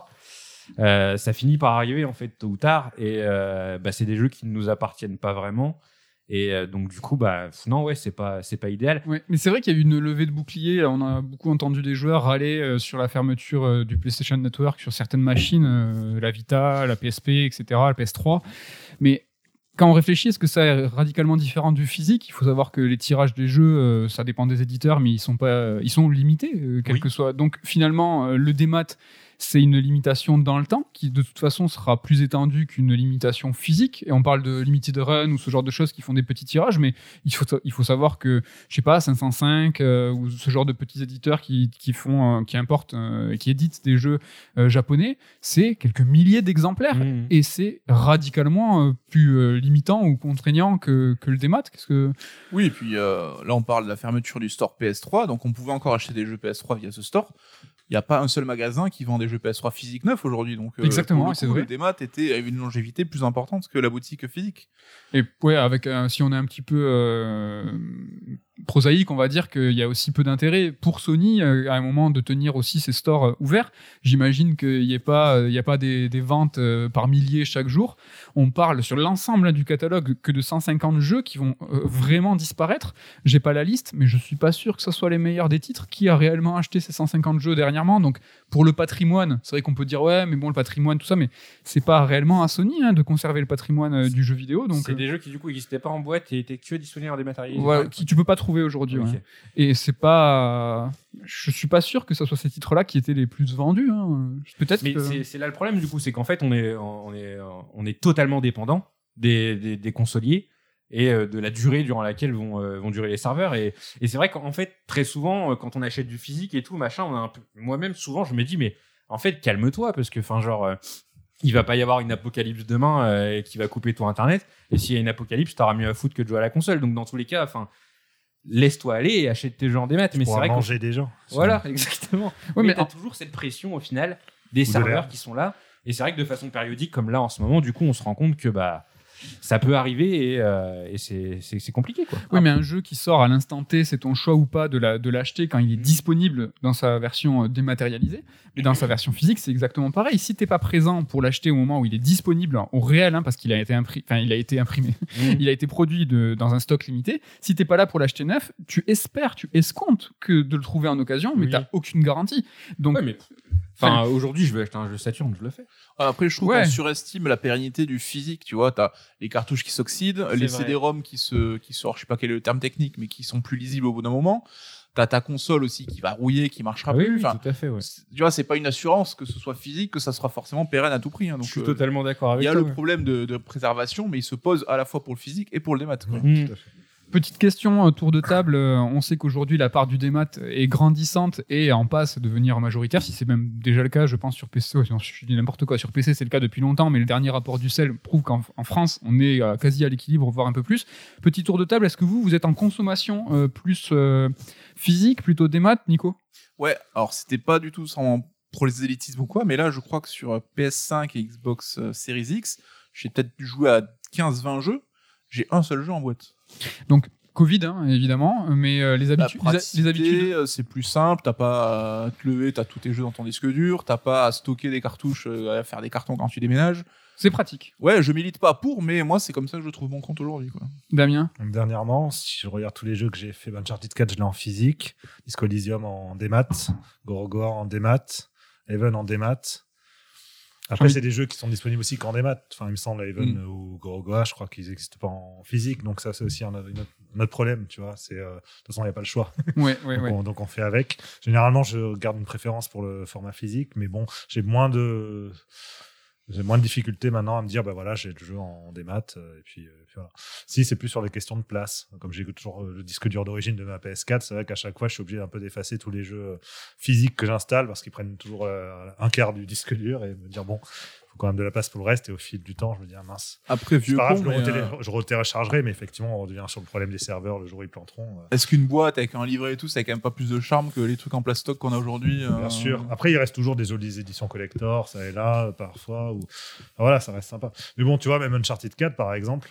Ça finit par arriver en fait tôt ou tard et bah, c'est des jeux qui ne nous appartiennent pas vraiment. Et donc du coup, bah non, ouais, c'est pas idéal. Ouais, mais c'est vrai qu'il y a eu une levée de bouclier. On a beaucoup entendu des joueurs râler sur la fermeture du PlayStation Network sur certaines machines, la Vita, la PSP, etc., la PS3. Mais quand on réfléchit, est-ce que ça est radicalement différent du physique ? Il faut savoir que les tirages des jeux, ça dépend des éditeurs, mais ils sont limités, quel Oui. que soit. Donc finalement, le démat, c'est une limitation dans le temps qui de toute façon sera plus étendue qu'une limitation physique. Et on parle de limited run ou ce genre de choses qui font des petits tirages, mais il faut savoir que, je sais pas, 505 ou ce genre de petits éditeurs qui importent et qui éditent des jeux japonais, c'est quelques milliers d'exemplaires. Mmh. Et c'est radicalement plus limitant ou contraignant que le démat. Qu'est-ce que... Oui, et puis là, on parle de la fermeture du store PS3, donc on pouvait encore acheter des jeux PS3 via ce store. Il n'y a pas un seul magasin qui vend des jeux PS3 physiques neufs aujourd'hui, donc Exactement, pour le c'est coup, vrai. le démat avait une longévité plus importante que la boutique physique. Et ouais, avec si on est un petit peu prosaïque, on va dire qu'il y a aussi peu d'intérêt pour Sony à un moment de tenir aussi ses stores ouverts. J'imagine qu'il n'y a pas des ventes par milliers chaque jour. On parle sur l'ensemble du catalogue que de 150 jeux qui vont vraiment disparaître. J'ai pas la liste, mais je suis pas sûr que ce soit les meilleurs des titres. Qui a réellement acheté ces 150 jeux dernièrement? Donc pour le patrimoine, c'est vrai qu'on peut dire ouais, mais bon, le patrimoine, tout ça, mais c'est pas réellement à Sony de conserver le patrimoine du jeu vidéo. Donc c'est des jeux qui du coup n'existaient pas en boîte et étaient que disponibles en dématérialisé. Voilà, qui tu peux pas trouver aujourd'hui. Ok. Ouais. Et c'est pas, je suis pas sûr que ce soit ces titres-là qui étaient les plus vendus. Peut-être. Mais que... c'est là le problème du coup, c'est qu'en fait on est totalement dépendant des consoliers et de la durée durant laquelle vont durer les serveurs. Et c'est vrai qu'en fait très souvent quand on achète du physique et tout machin, moi-même souvent je me dis mais en fait calme-toi parce que il va pas y avoir une apocalypse demain qui va couper tout internet, et s'il y a une apocalypse t'auras mieux à foutre que de jouer à la console. Donc dans tous les cas laisse-toi aller et achète tes jeux en démat. Mais c'est vrai manger des gens. Voilà, exactement. Ouais, mais t'as toujours cette pression au final des serveurs qui sont là, et c'est vrai que de façon périodique comme là en ce moment du coup on se rend compte que ça peut arriver et c'est compliqué quoi. Oui, mais un jeu qui sort à l'instant T, c'est ton choix ou pas de l'acheter quand il est disponible dans sa version dématérialisée. Mais dans sa version physique, c'est exactement pareil. Si t'es pas présent pour l'acheter au moment où il est disponible au réel, parce qu'il a été imprimé, il a été produit dans un stock limité. Si t'es pas là pour l'acheter neuf, tu escomptes que de le trouver en occasion, mais t'as aucune garantie. Donc, aujourd'hui, je veux acheter un jeu Saturn, je le fais. Après, je trouve qu'on surestime la pérennité du physique. Tu vois, t'as les cartouches qui s'oxydent, les CD-ROM qui sortent, je sais pas quel est le terme technique, mais qui sont plus lisibles au bout d'un moment. T'as ta console aussi qui va rouiller, qui marchera plus. Oui, tout à fait. Ouais. Tu vois, c'est pas une assurance que ce soit physique, que ça sera forcément pérenne à tout prix. Donc, je suis totalement d'accord avec toi. Il y a le problème de préservation, mais il se pose à la fois pour le physique et pour le démat. Quoi. Tout à fait. Petite question, tour de table. On sait qu'aujourd'hui, la part du démat est grandissante et en passe de devenir majoritaire. Si c'est même déjà le cas, je pense, sur PC. Je dis n'importe quoi. Sur PC, c'est le cas depuis longtemps, mais le dernier rapport du CEL prouve qu'en France, on est quasi à l'équilibre, voire un peu plus. Petit tour de table, est-ce que vous êtes en consommation plus physique, plutôt démat, Nico? Ouais, alors c'était pas du tout sans prosélytisme ou quoi, mais là, je crois que sur PS5 et Xbox Series X, j'ai peut-être dû jouer à 15-20 jeux. J'ai un seul jeu en boîte. Donc, Covid, évidemment, mais les habitudes. C'est plus simple, t'as pas à te lever, t'as tous tes jeux dans ton disque dur, t'as pas à stocker des cartouches, à faire des cartons quand tu déménages. C'est pratique. Ouais, je milite pas pour, mais moi, c'est comme ça que je trouve mon compte aujourd'hui, quoi. Damien? Dernièrement, si je regarde tous les jeux que j'ai fait, Uncharted 4, je l'ai en physique, Disco Elysium en démat, Gorogoa en démat, Even en démat. Après, c'est des jeux qui sont disponibles aussi qu'en démat. Enfin, il me semble, Even ou Gorogoa, je crois qu'ils n'existent pas en physique. Donc ça, c'est aussi un autre problème, tu vois. De toute façon, il n'y a pas le choix. Donc on fait avec. Généralement, je garde une préférence pour le format physique, mais bon, j'ai moins de difficultés maintenant à me dire, j'ai le jeu en démat, et puis voilà. Si, c'est plus sur les questions de place. Comme j'ai toujours le disque dur d'origine de ma PS4, c'est vrai qu'à chaque fois, je suis obligé un peu d'effacer tous les jeux physiques que j'installe parce qu'ils prennent toujours un quart du disque dur, et me dire, faut quand même de la place pour le reste, et au fil du temps, je me dis, mince. Après, vieux con, je retéléchargerai, mais effectivement, on revient sur le problème des serveurs le jour où ils planteront. Est-ce qu'une boîte avec un livret et tout, ça a quand même pas plus de charme que les trucs en plastoc qu'on a aujourd'hui? Bien sûr. Après, il reste toujours des jolies éditions collector, ça et là, parfois. Voilà, ça reste sympa. Mais bon, tu vois, même Uncharted 4, par exemple,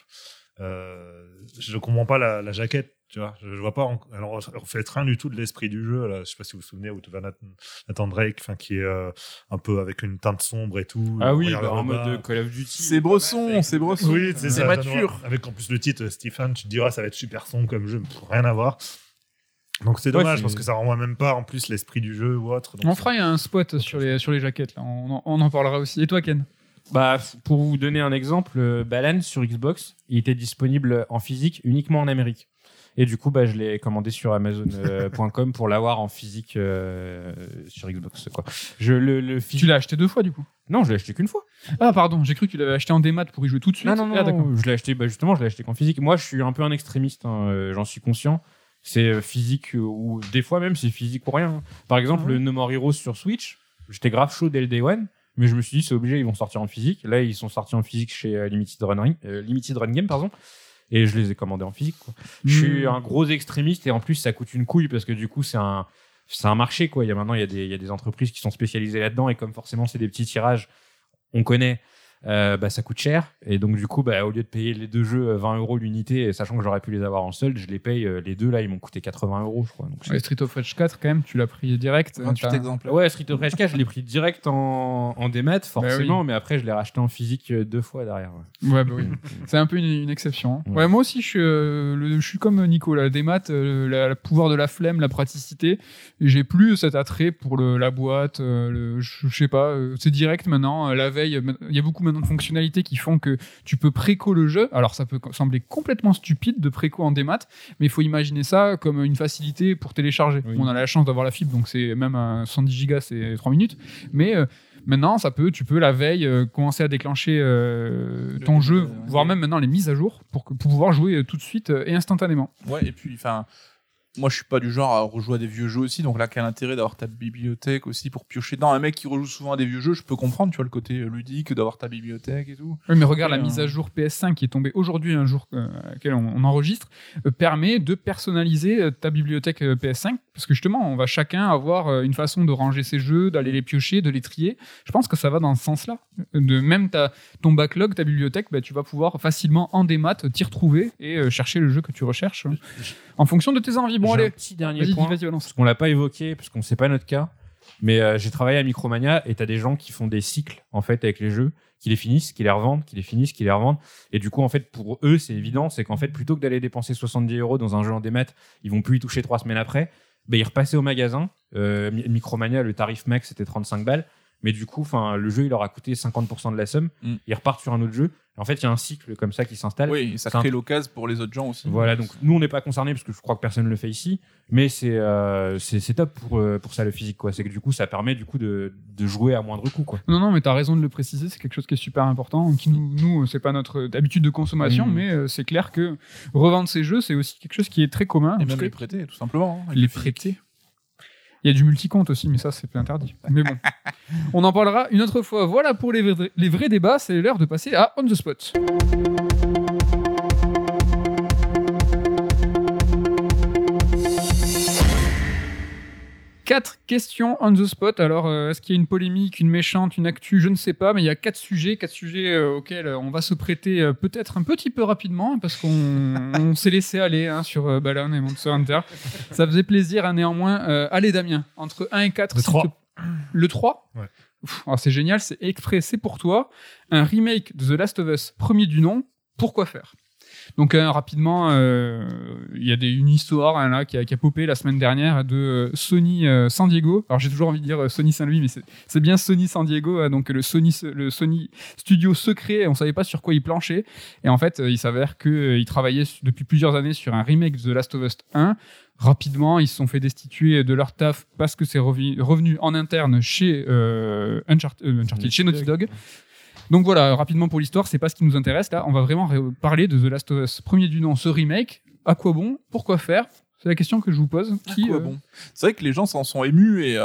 je comprends pas la jaquette. Tu vois, je vois pas. Alors, on fait rien du tout de l'esprit du jeu. Là, je sais pas si vous vous souvenez, où tu vas Nathan Drake, qui est un peu avec une teinte sombre et tout. Ah oui, en mode Call of Duty. C'est Bresson. Oui, c'est mature. Avec en plus le titre Stephen, tu te diras ça va être super sombre comme jeu, rien à voir. Donc c'est dommage parce que ça renvoie même pas en plus l'esprit du jeu ou autre. Donc on fera un spot sur les jaquettes. Là. On en parlera aussi. Et toi, Ken? Pour vous donner un exemple, Balan sur Xbox, il était disponible en physique uniquement en Amérique. Et du coup, je l'ai commandé sur Amazon.com pour l'avoir en physique sur Xbox. Quoi. Tu l'as acheté 2 fois, du coup? Non, je l'ai acheté qu'une fois. Ah, pardon, j'ai cru que tu l'avais acheté en démat pour y jouer tout de suite. Non, d'accord. Je l'ai acheté, justement, je l'ai acheté qu'en physique. Moi, je suis un peu un extrémiste, j'en suis conscient. C'est physique, ou des fois même, c'est physique ou rien. Par exemple, le No More Heroes sur Switch, j'étais grave chaud dès le Day One. Mais je me suis dit, c'est obligé, ils vont sortir en physique. Là, ils sont sortis en physique chez Limited Run Game, pardon. Et je les ai commandés en physique, quoi. Je suis un gros extrémiste, et en plus, ça coûte une couille parce que du coup, c'est un marché, quoi. Il y a des entreprises qui sont spécialisées là-dedans, et comme forcément, c'est des petits tirages, on connaît. ça coûte cher. Et donc, du coup, au lieu de payer les 2 jeux 20 € l'unité, sachant que j'aurais pu les avoir en solde, je les paye. Les 2 là, ils m'ont coûté 80 €, je crois. Donc, Ouais, Street of Rage 4, quand même, tu l'as pris direct. 28 exemplaires. Ouais, Street of Rage 4, je l'ai pris direct en démat, forcément, mais après, je l'ai racheté en physique 2 fois derrière. Ouais, oui. C'est un peu une exception. Hein. Ouais. Ouais, moi aussi, je suis comme Nico, là. Des maths, le pouvoir de la flemme, la praticité. Et j'ai plus cet attrait pour la boîte. Je sais pas, c'est direct maintenant. La veille, il y a beaucoup maintenant de fonctionnalités qui font que tu peux préco le jeu. Alors, ça peut sembler complètement stupide de préco en démat, mais il faut imaginer ça comme une facilité pour télécharger. Oui. On a la chance d'avoir la fibre, donc c'est même 110 gigas, c'est 3 minutes. Mais maintenant, tu peux la veille commencer à déclencher ton jeu, voire même maintenant les mises à jour pour pouvoir jouer tout de suite et instantanément. Ouais, et puis, moi, je suis pas du genre à rejouer à des vieux jeux aussi, donc là, quel intérêt d'avoir ta bibliothèque aussi pour piocher dedans. Un mec qui rejoue souvent à des vieux jeux, je peux comprendre, tu vois, le côté ludique d'avoir ta bibliothèque et tout. Oui, mais regarde, la Et, mise à jour PS5 qui est tombée aujourd'hui, un jour à laquelle on enregistre, permet de personnaliser ta bibliothèque PS5, parce que justement, on va chacun avoir une façon de ranger ses jeux, d'aller les piocher, de les trier. Je pense que ça va dans ce sens-là. Même ton backlog, ta bibliothèque, tu vas pouvoir facilement en démat t'y retrouver et chercher le jeu que tu recherches en fonction de tes envies. Bon, J'ai allez, un petit dernier vas-y, point, vas-y, balance. parce qu'on l'a pas évoqué, parce qu'on sait pas notre cas, mais j'ai travaillé à Micromania et t'as des gens qui font des cycles en fait avec les jeux, qui les finissent, qui les revendent, qui les finissent, qui les revendent, et du coup en fait pour eux c'est évident, c'est qu'en fait plutôt que d'aller dépenser 70 € dans un jeu en démat, ils vont plus y toucher 3 semaines après, ils repassaient au magasin. Micromania, le tarif max c'était 35 balles, mais du coup le jeu il leur a coûté 50% de la somme, ils repartent sur un autre jeu. En fait, il y a un cycle comme ça qui s'installe. Oui, et ça crée l'occasion pour les autres gens aussi. Voilà, donc nous on n'est pas concernés parce que je crois que personne ne le fait ici, mais c'est top pour ça le physique, quoi. C'est que du coup ça permet du coup de jouer à moindre coût, quoi. Non, mais t'as raison de le préciser, c'est quelque chose qui est super important. Qui nous c'est pas notre habitude de consommation, mais c'est clair que revendre ces jeux, c'est aussi quelque chose qui est très commun. Et même les prêter, tout simplement. Avec Les le physique. prêter. Il y a du multi-compte aussi, mais ça, c'est interdit. Mais bon, on en parlera une autre fois. Voilà pour les vrais débats. C'est l'heure de passer à On the Spot. Quatre questions on the spot. Alors, est-ce qu'il y a une polémique, une méchante, une actu? Je ne sais pas, mais il y a 4 sujets auxquels on va se prêter peut-être un petit peu rapidement, parce qu'on s'est laissé aller sur Balan et Monster Hunter. Ça faisait plaisir, néanmoins. Allez, Damien, entre 1 et 4. Le 3. Le 3 Ouais. Alors, c'est génial, c'est exprès, c'est pour toi. Un remake de The Last of Us, premier du nom. Pourquoi faire? Donc rapidement, il y a une histoire là qui a popé la semaine dernière de Sony San Diego. Alors j'ai toujours envie de dire Sony Saint-Louis, mais c'est bien Sony San Diego, donc le Sony studio secret. On savait pas sur quoi il planchait, et en fait il s'avère qu'ils travaillaient depuis plusieurs années sur un remake de The Last of Us 1. Rapidement, ils se sont fait destituer de leur taf parce que c'est revenu en interne chez Uncharted, chez Naughty Dog. Donc voilà, rapidement pour l'histoire, c'est pas ce qui nous intéresse là. On va vraiment parler de The Last of Us, premier du nom, ce remake. À quoi bon? Pourquoi faire? C'est la question que je vous pose. Bon. C'est vrai que les gens s'en sont émus et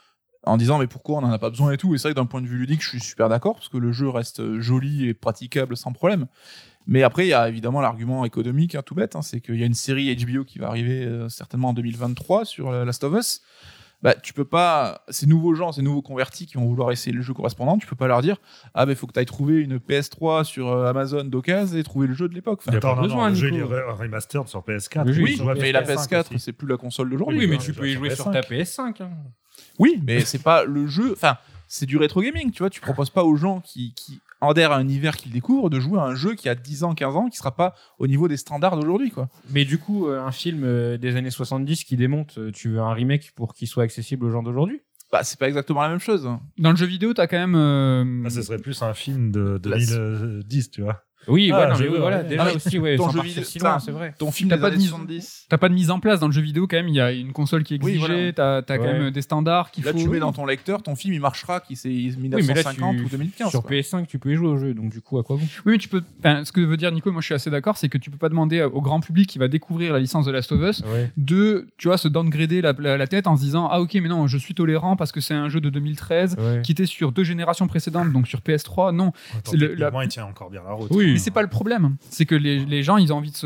en disant mais pourquoi on en a pas besoin et tout. Et c'est vrai que d'un point de vue ludique, je suis super d'accord parce que le jeu reste joli et praticable sans problème. Mais après, il y a évidemment l'argument économique, tout bête. C'est qu'il y a une série HBO qui va arriver certainement en 2023 sur Last of Us. Tu peux pas, ces nouveaux gens, ces nouveaux convertis qui vont vouloir essayer le jeu correspondant, tu peux pas leur dire faut que tu ailles trouver une PS3 sur Amazon d'occasion et trouver le jeu de l'époque. Il y a pas besoin, le jeu il est remastered sur PS4. Oui, mais la PS4 c'est plus la console d'aujourd'hui. Oui, mais tu peux y jouer sur ta PS5. Oui, mais c'est pas le jeu, c'est du rétro gaming, tu vois, tu proposes pas aux gens qui adhèrent à un univers qu'ils découvrent de jouer à un jeu qui a 10 ans, 15 ans, qui sera pas au niveau des standards d'aujourd'hui, quoi. Mais du coup, un film des années 70 qui démonte, tu veux un remake pour qu'il soit accessible aux gens d'aujourd'hui? C'est pas exactement la même chose. Dans le jeu vidéo, t'as quand même... ce serait plus un film de 2010, tu vois. Oui, voilà, déjà aussi, ton jeu vidéo, c'est vrai. Ton film t'as des pas de années mise 70. T'as pas de mise en place dans le jeu vidéo quand même. Il y a une console qui est exigée. Oui, voilà. T'as quand même des standards qu'il faut. Là, tu mets dans ton lecteur, ton film il marchera, qui c'est 1950 ou 2015. Sur PS5, tu peux y jouer au jeu, donc du coup, à quoi bon? Oui, mais tu peux. Ce que veut dire Nico, moi je suis assez d'accord, c'est que tu peux pas demander au grand public qui va découvrir la licence de Last of Us de, tu vois, se downgrader la tête en se disant ok, mais non, je suis tolérant parce que c'est un jeu de 2013 qui était sur 2 générations précédentes, donc sur PS3. Non, il tient encore bien la route. Oui, Mais c'est pas le problème. C'est que les gens, ils ont envie de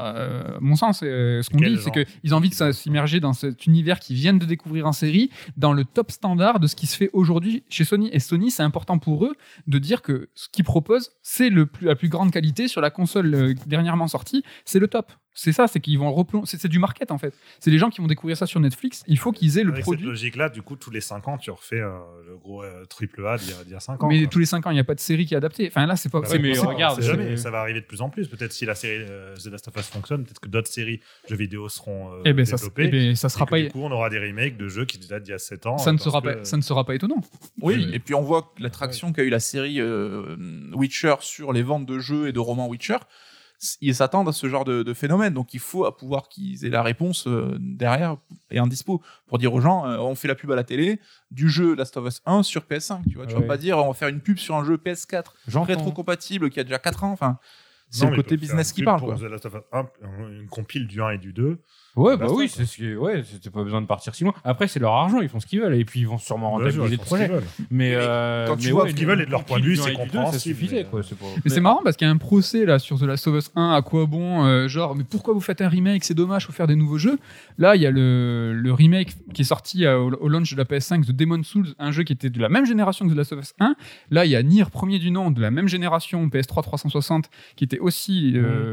mon sens, ce qu'on Quel dit, c'est genre qu'ils ont envie de s'immerger dans cet univers qu'ils viennent de découvrir en série, dans le top standard de ce qui se fait aujourd'hui chez Sony. Et Sony, c'est important pour eux de dire que ce qu'ils proposent, c'est la plus grande qualité sur la console dernièrement sortie, c'est le top. C'est ça, c'est qu'ils vont c'est du market en fait. C'est les gens qui vont découvrir ça sur Netflix. Il faut qu'ils aient le Avec produit. cette logique-là, du coup, tous les 5 ans, tu refais le gros triple A d'il y a 5 ans. Mais quoi. tous les 5 ans, il n'y a pas de série qui est adaptée. Enfin là, c'est pas. Bah c'est- oui, mais c'est- regarde, c'est jamais. c'est- Ça va arriver de plus en plus. Peut-être si la série The Last of Us fonctionne, peut-être que d'autres séries jeux vidéo seront Eh ben, ça développées. sera Et que, pas. du coup, on aura des remakes de jeux qui datent d'il y a 7 ans. Ça ne parce que- sera pas étonnant. Oui, Oui. et puis on voit que l'attraction qu'a eu la série Witcher sur les ventes de jeux et de romans Witcher, ils s'attendent à ce genre de phénomène. Donc il faut pouvoir qu'ils aient la réponse derrière et en dispo pour dire aux gens on fait la pub à la télé du jeu Last of Us 1 sur PS5. Tu vois, tu vas Ouais. pas dire on va faire une pub sur un jeu PS4 J'entends. rétro-compatible qui a déjà 4 ans. Enfin, c'est Non, le mais côté ils peuvent business faire qui une parle. pub Quoi. pour The Last of Us 1, une compile du 1 et du 2. Ouais, Basta, bah oui, quoi. c'est ce qui c'était pas besoin de partir si loin. Après, c'est leur argent, ils font ce qu'ils veulent et puis ils vont sûrement Bien sûr, rentabiliser ils le font ce qu'ils projet. veulent. Mais quand tu mais vois ouais, ce qu'ils veulent et de leur point de vue, du un c'est et du deux, compréhensible, ça suffisait mais, quoi. C'est pas... Mais c'est marrant parce qu'il y a un procès là sur The Last of Us 1. À quoi bon genre, mais pourquoi vous faites un remake? C'est dommage, faut faire des nouveaux jeux. Là, il y a le remake qui est sorti au launch de la PS5 de Demon's Souls, un jeu qui était de la même génération que The Last of Us 1. Là, il y a Nier, premier du nom, de la même génération, PS3 360, qui était aussi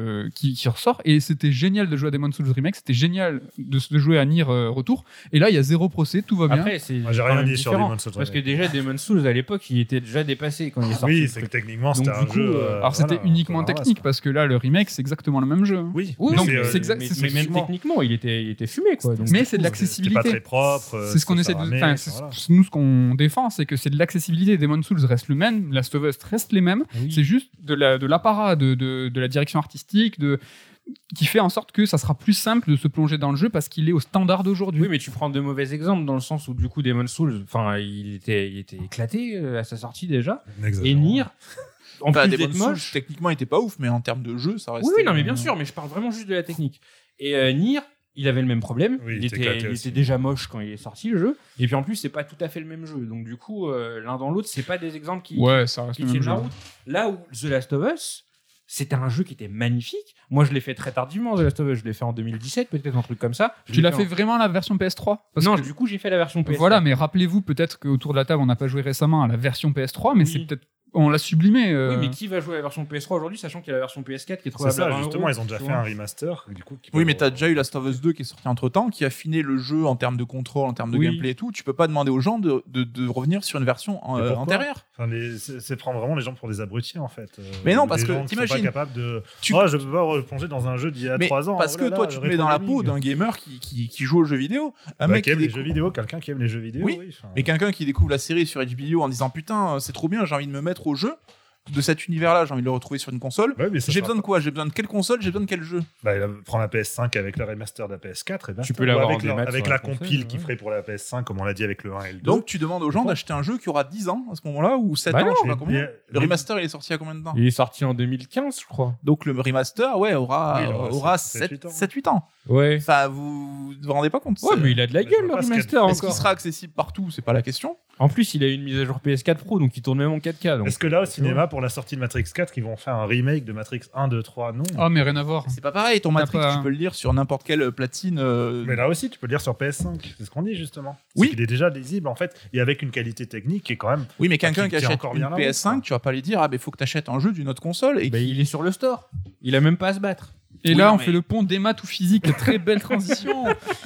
qui ressort. Et c'était génial de jouer à Demon's Souls remake. C'était génial de jouer à Nier Retour. Et là, il y a zéro procès, tout va bien. Après, c'est Moi, j'ai quand rien même dit sur différent, Demon's Souls parce que remake. déjà Demon's Souls à l'époque, il était déjà dépassé quand il est sorti. Oui, le c'est que truc. techniquement, Donc, c'était du un coup, jeu. Alors c'était uniquement technique parce que là, le remake, c'est exactement le même jeu. Oui, Oui, Donc, mais, c'est exact- mais- c'est- mais même techniquement, il était fumé quoi. Donc, Mais du c'est de coup, l'accessibilité. C'était pas très propre. C'est ce qu'on essaie de. Enfin, nous, ce qu'on défend, c'est que c'est de l'accessibilité. Demon's Souls reste le même, Last of Us reste les mêmes. oui. C'est juste de l'apparat, de la direction artistique, qui fait en sorte que ça sera plus simple de se plonger dans le jeu parce qu'il est au standard d'aujourd'hui. Oui, mais tu prends de mauvais exemples dans le sens où du coup Demon's Souls, enfin, il était éclaté à sa sortie déjà. Et Nier, en Enfin, plus Demon's d'être Souls, moche. techniquement, il était pas ouf, mais en termes de jeu, ça reste. Oui, non, mais bien sûr, mais je parle vraiment juste de la technique. Et Nier, il avait le même problème. Oui, il il était éclaté était aussi. déjà moche quand il est sorti le jeu. Et puis en plus, c'est pas tout à fait le même jeu. Donc du coup, l'un dans l'autre, c'est pas des exemples qui Ouais, ça reste qui le même tiennent jeu. la route. Là où The Last of Us, c'était un jeu qui était magnifique. Moi, je l'ai fait très tardivement, The Last of Us. Je l'ai fait en 2017, peut-être un truc comme ça. Je Tu l'ai l'as fait vraiment la version PS3 parce Non, que- du coup, j'ai fait la version PS4. Voilà, mais rappelez-vous peut-être qu'autour de la table, on n'a pas joué récemment à la version PS3, mais Oui. c'est peut-être. On l'a sublimé. Oui, mais qui va jouer à la version PS3 aujourd'hui, sachant qu'il y a la version PS4 qui est C'est trouvable à ça, 20 justement, euros, ils ont déjà tu fait vois. un remaster. Du coup, qui Oui, peut- mais t'as déjà eu Last of Us 2 qui est sorti entre temps, qui a affiné le jeu en termes de contrôle, en termes de Oui. gameplay et tout. Tu peux pas demander aux gens de revenir sur une version Mais pourquoi antérieure. Enfin, c'est prendre vraiment les gens pour des abrutis en fait. Mais non, Des parce que gens qui sont t'imagines, pas capables de. tu- Oh, je peux pas replonger dans un jeu d'il y a Mais 3 ans. parce oh que là là, toi, tu te le mets dans la rétro peau gaming. d'un gamer qui joue aux jeux vidéo. Un Bah, mec qui aime qui les découvre- jeux vidéo, quelqu'un qui aime les jeux vidéo. Oui, enfin. Mais quelqu'un qui découvre la série sur HBO en disant putain, c'est trop bien, j'ai envie de me mettre au jeu de cet univers-là, j'ai envie de le retrouver sur une console. Ouais, mais ça J'ai sera besoin de pas- quoi? J'ai besoin de quelle console? J'ai besoin de quel jeu? Bah, il prend la PS5 avec le remaster de la PS4 et basta. Tu peux l'avoir Ou avec en démat avec sur la la console, compile qu'il ouais. ferait pour la PS5, comme on l'a dit avec le 1 et le 2. Donc tu demandes aux gens d'acheter un jeu qui aura 10 ans à ce moment-là ou 7 Bah ans, non, je sais pas mais- combien. mais- Le remaster, il est sorti il y a combien de temps? Il est sorti en 2015, je crois. Donc le remaster, ouais, aura, Oui, il aura 7-8 7-8 ans. Ouais. Enfin, vous vous rendez pas compte? Ouais, c'est- mais il a de la Mais je gueule, vois le pas ce qu'il y a de- remaster, Est-ce qu'il encore. sera accessible partout? C'est pas la question. En plus, il a eu une mise à jour PS4 Pro, donc il tourne même en 4K. Donc... Est-ce que là, au cinéma, pour la sortie de Matrix 4, ils vont faire un remake de Matrix 1, 2, 3? Non. Ah, mais rien à voir. C'est pas pareil, ton T'as Matrix, pas- tu peux le lire sur n'importe quelle platine. Mais là aussi, tu peux le lire sur PS5. C'est ce qu'on dit, justement. Oui. Il est déjà lisible, en fait, et avec une qualité technique qui est quand même. Oui, mais quelqu'un qui qui tient achète encore une bien la route, PS5, quoi. tu vas pas lui dire, ah, ben, faut que tu achètes un jeu d'une autre console. Et Bah, qui- il est sur le store. Il a même pas à se battre. Et Oui, là, non, on mais- fait le pont des maths ou physique. Très belle transition.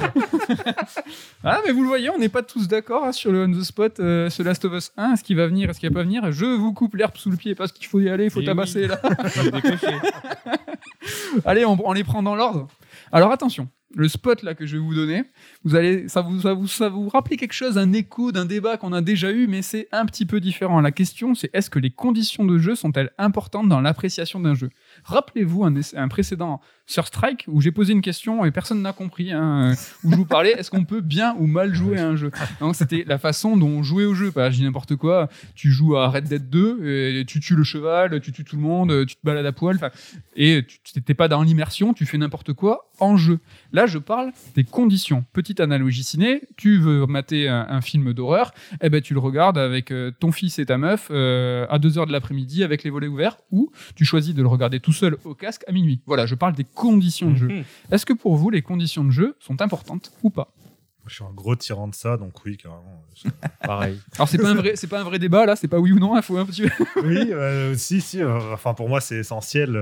Ah, mais vous le voyez, on n'est pas tous d'accord hein, sur le on the spot, ce Last of Us 1. Est-ce qu'il va venir, est-ce qu'il va pas venir? Je vous coupe l'herbe sous le pied parce qu'il faut y aller, il faut Et tabasser oui. là. Il est dépêché. Allez, on les prend dans l'ordre. Alors attention, le spot là que je vais vous donner, ça vous rappelle quelque chose, un écho d'un débat qu'on a déjà eu, mais c'est un petit peu différent. La question, c'est est-ce que les conditions de jeu sont-elles importantes dans l'appréciation d'un jeu? Rappelez-vous un précédent sur Strike où j'ai posé une question et personne n'a compris, hein, où je vous parlais est-ce qu'on peut bien ou mal jouer à un jeu. Donc c'était la façon dont on jouait au jeu. Je dis n'importe quoi, tu joues à Red Dead 2, et tu tues le cheval, tu tues tout le monde, tu te balades à poil, et tu n'étais pas dans l'immersion, tu fais n'importe quoi en jeu. Là, je parle des conditions. Petite analogie ciné, tu veux mater un film d'horreur, tu le regardes avec ton fils et ta meuf à 2h de l'après-midi avec les volets ouverts, ou tu choisis de le regarder tout seul au casque à minuit. Voilà, je parle des conditions de jeu. Est-ce que pour vous, les conditions de jeu sont importantes ou pas ? Je suis un gros tyran de ça, donc oui, carrément. Pareil. Alors c'est pas un vrai débat là, c'est pas oui ou non, il faut un petit peu. Oui, si. Enfin, pour moi, c'est essentiel.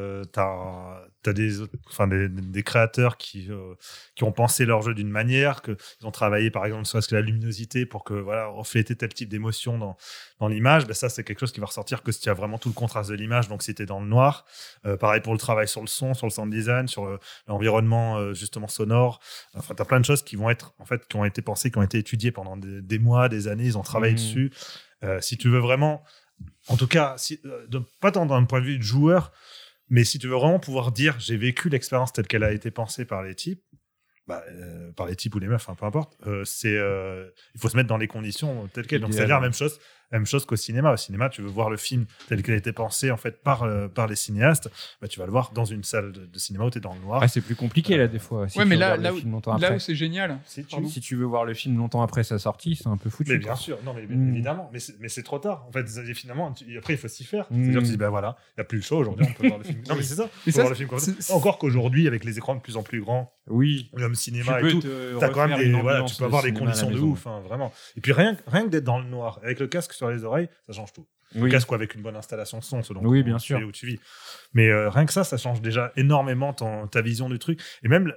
T'as des créateurs qui ont pensé leur jeu d'une manière, qu'ils ont travaillé, par exemple, soit ce que la luminosité pour que refléter tel type d'émotion dans l'image. Ça, c'est quelque chose qui va ressortir que si tu as vraiment tout le contraste de l'image, donc si t'es dans le noir. Pareil pour le travail sur le son, sur le sound design, sur l'environnement justement sonore. Enfin, t'as plein de choses qui ont été pensées, qui ont été étudiées pendant des mois, des années. Ils ont travaillé dessus. Si tu veux vraiment, en tout cas, pas tant d'un point de vue de joueur, mais si tu veux vraiment pouvoir dire j'ai vécu l'expérience telle qu'elle a été pensée par les types, par les types ou les meufs, peu importe, il faut se mettre dans les conditions telles quelles. Donc c'est-à-dire la même chose qu'au cinéma. Au cinéma, tu veux voir le film tel qu'il a été pensé en fait par les cinéastes, tu vas le voir dans une salle de cinéma où tu es dans le noir. Ah, c'est plus compliqué là des fois. Si ouais, tu mais là où c'est génial. Si tu veux voir le film longtemps après sa sortie, c'est un peu foutu. Mais bien sûr, non, mais évidemment, mais c'est trop tard. En fait, finalement, après il faut s'y faire. C'est-à-dire que tu dis voilà, il n'y a plus le choix aujourd'hui, on peut voir le film. Non, mais c'est ça. Voir le film comme ça. Encore qu'aujourd'hui, avec les écrans de plus en plus grands, comme cinéma et tout, t'as quand même tu peux avoir des conditions de ouf, vraiment. Et puis rien que d'être dans le noir, avec le casque sur les oreilles, ça change tout. Le casque avec une bonne installation son, selon bien sûr. où tu vis. Mais rien que ça change déjà énormément ta vision du truc. Et même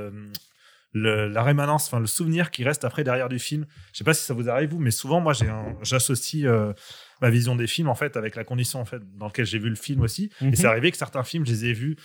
la rémanence, le souvenir qui reste après derrière du film. Je sais pas si ça vous arrive vous, mais souvent moi j'associe ma vision des films en fait avec la condition en fait dans laquelle j'ai vu le film aussi. Et c'est arrivé que certains films je les ai vus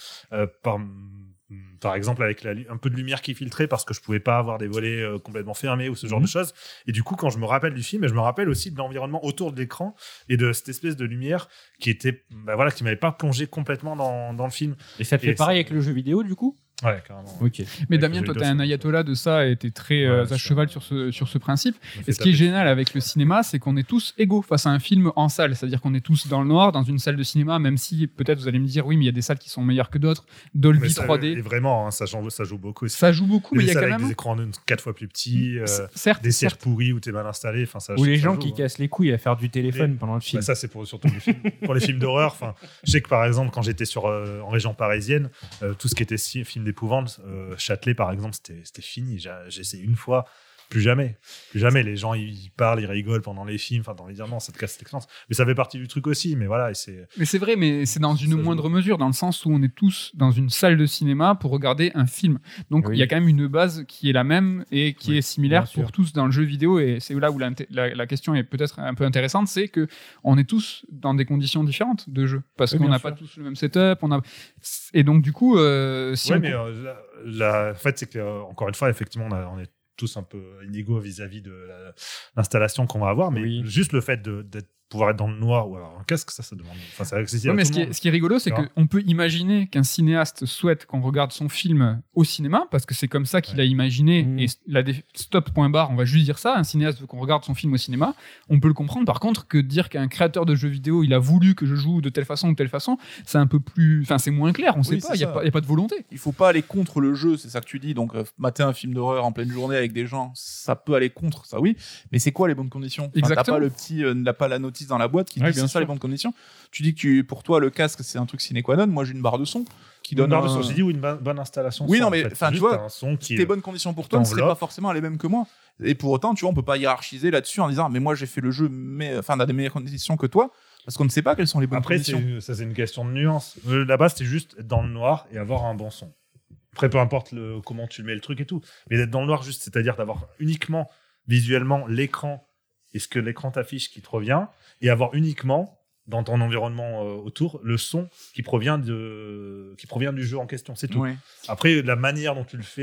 par exemple avec un peu de lumière qui filtrait parce que je pouvais pas avoir des volets complètement fermés ou ce genre de choses. Et du coup, quand je me rappelle du film, je me rappelle aussi de l'environnement autour de l'écran et de cette espèce de lumière qui était, qui m'avait pas plongé complètement dans le film. Et ça te fait pareil avec le jeu vidéo du coup ? Ouais, carrément. Ok. Mais Damien, toi, t'es un ayatollah de ça et t'es très à cheval sur ce principe. Et ce qui est génial avec le cinéma, c'est qu'on est tous égaux face à un film en salle. C'est-à-dire qu'on est tous dans le noir, dans une salle de cinéma, même si peut-être vous allez me dire, oui, mais il y a des salles qui sont meilleures que d'autres. Dolby 3D. Et vraiment, ça joue beaucoup aussi. Ça joue beaucoup, mais il y a quand même. Avec des écrans 4 fois plus petits, certes, des sièges pourris où t'es mal installé. Ou les gens qui cassent les couilles à faire du téléphone pendant le film. Ça, c'est surtout pour les films d'horreur. Je sais que par exemple, quand j'étais en région parisienne, tout ce qui était film d'épouvante, Châtelet par exemple, c'était fini. J'ai essayé une fois, plus jamais. Les gens ils parlent, ils rigolent pendant les films. T'as envie de dire non, ça te casse cette expérience. Mais ça fait partie du truc aussi. Mais voilà, mais c'est vrai, mais c'est dans une moindre mesure, dans le sens où on est tous dans une salle de cinéma pour regarder un film. Donc il y a quand même une base qui est la même et qui est similaire pour tous dans le jeu vidéo. Et c'est là où la question est peut-être un peu intéressante, c'est que on est tous dans des conditions différentes de jeu parce qu'on n'a pas tous le même setup. Et donc du coup, en fait, c'est que encore une fois, effectivement, on est tous un peu inégaux vis-à-vis de l'installation qu'on va avoir, mais juste le fait de pouvoir être dans le noir ou alors un casque, ça demande. Enfin, c'est accessible. Mais ce qui est rigolo, c'est qu'on peut imaginer qu'un cinéaste souhaite qu'on regarde son film au cinéma, parce que c'est comme ça qu'il a imaginé. Et stop, point barre, on va juste dire ça. Un cinéaste veut qu'on regarde son film au cinéma. On peut le comprendre. Par contre, que dire qu'un créateur de jeux vidéo, il a voulu que je joue de telle façon ou telle façon, c'est un peu plus. Enfin, c'est moins clair. On sait pas. Il y a pas de volonté. Il faut pas aller contre le jeu. C'est ça que tu dis. Donc, mater un film d'horreur en pleine journée avec des gens, ça peut aller contre. Ça, oui. Mais c'est quoi les bonnes conditions ? Exactement. T'as pas la notice dans la boîte qui dit c'est ça les bonnes conditions. Tu dis que pour toi le casque c'est un truc sine qua non. Moi j'ai une barre de son qui donne j'ai dit une bonne installation. Oui, non mais enfin tu vois, un son qui tes bonnes conditions pour toi ne seraient pas forcément les mêmes que moi. Et pour autant, tu vois, on peut pas hiérarchiser là-dessus en disant mais moi j'ai fait le jeu dans des meilleures conditions que toi. Parce qu'on ne sait pas quelles sont les bonnes conditions. Après, ça c'est une question de nuance. Là-bas, c'était juste être dans le noir et avoir un bon son. Après, peu importe comment tu mets le truc et tout. Mais d'être dans le noir juste, c'est-à-dire d'avoir uniquement visuellement l'écran et ce que l'écran t'affiche qui te revient, et avoir uniquement dans ton environnement autour le son qui provient du jeu en question, c'est tout. Ouais. Après, la manière dont tu le fais,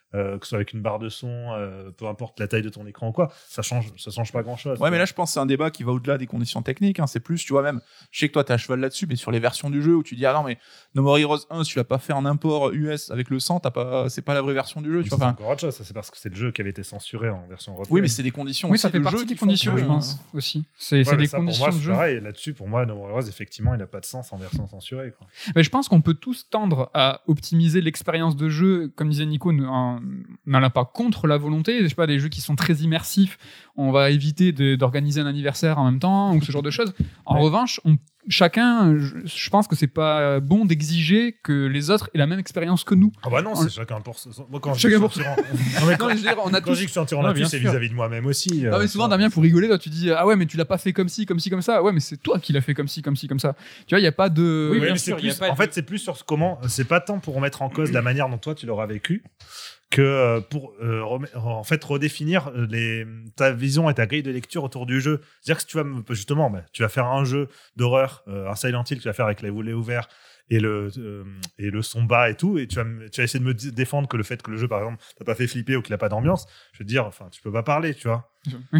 que ce soit avec une barre de son, peu importe la taille de ton écran ou quoi, ça change pas grand-chose. Ouais, mais là, je pense que c'est un débat qui va au-delà des conditions techniques. C'est plus, tu vois, même, je sais que toi, t'es à cheval là-dessus, mais sur les versions du jeu où tu dis, ah non, mais No More Heroes 1, si tu l'as pas fait en import US avec le 100, c'est pas la vraie version du jeu, tu c'est vois. encore autre chose, ça, c'est parce que c'est le jeu qui avait été censuré en version européenne. Oui, mais c'est des conditions. Oui, ça aussi fait de partie jeu des qui font conditions, que- je pense, aussi. C'est Ouais, mais des ça, pour conditions moi, de c'est jeu. pareil. Là-dessus, pour moi, No More Heroes, effectivement, il n'a pas de sens en version censurée. Quoi. Mais je pense qu'on peut tous tendre à optimiser l'expérience de jeu. Comme disait Nico, on n'en a pas contre la volonté. Je sais pas, des jeux qui sont très immersifs, on va éviter d'organiser un anniversaire en même temps ou ce genre de choses. En revanche, chacun, je pense que c'est pas bon d'exiger que les autres aient la même expérience que nous. Ah bah non, On- c'est chacun pour ça. Moi, quand Chacun je pour suis en tirant... Non, mais Non, mais je veux dire, on a quand je dis tous. que je suis en tirant Ouais, là-dessus, bien c'est sûr. vis-à-vis de moi-même aussi. Ah mais souvent Damien, pour rigoler, toi tu dis ah ouais mais tu l'as pas fait comme ci, comme ci, comme ça. Ouais mais c'est toi qui l'as fait comme ci, comme ci, comme ça. Tu vois, il y a pas de. Oui, Ouais, bien mais sûr, c'est y a plus- pas en de- fait, c'est plus sur comment. C'est pas tant pour remettre en cause la manière dont toi tu l'auras vécu que pour en fait redéfinir ta vision et ta grille de lecture autour du jeu. C'est-à-dire que si tu vas justement, tu vas faire un jeu d'horreur, un Silent Hill que tu vas faire avec les volets ouverts et le son bas et tout, et tu vas essayer de me défendre que le fait que le jeu par exemple t'a pas fait flipper ou qu'il a pas d'ambiance, je veux te dire, enfin tu peux pas parler, tu vois.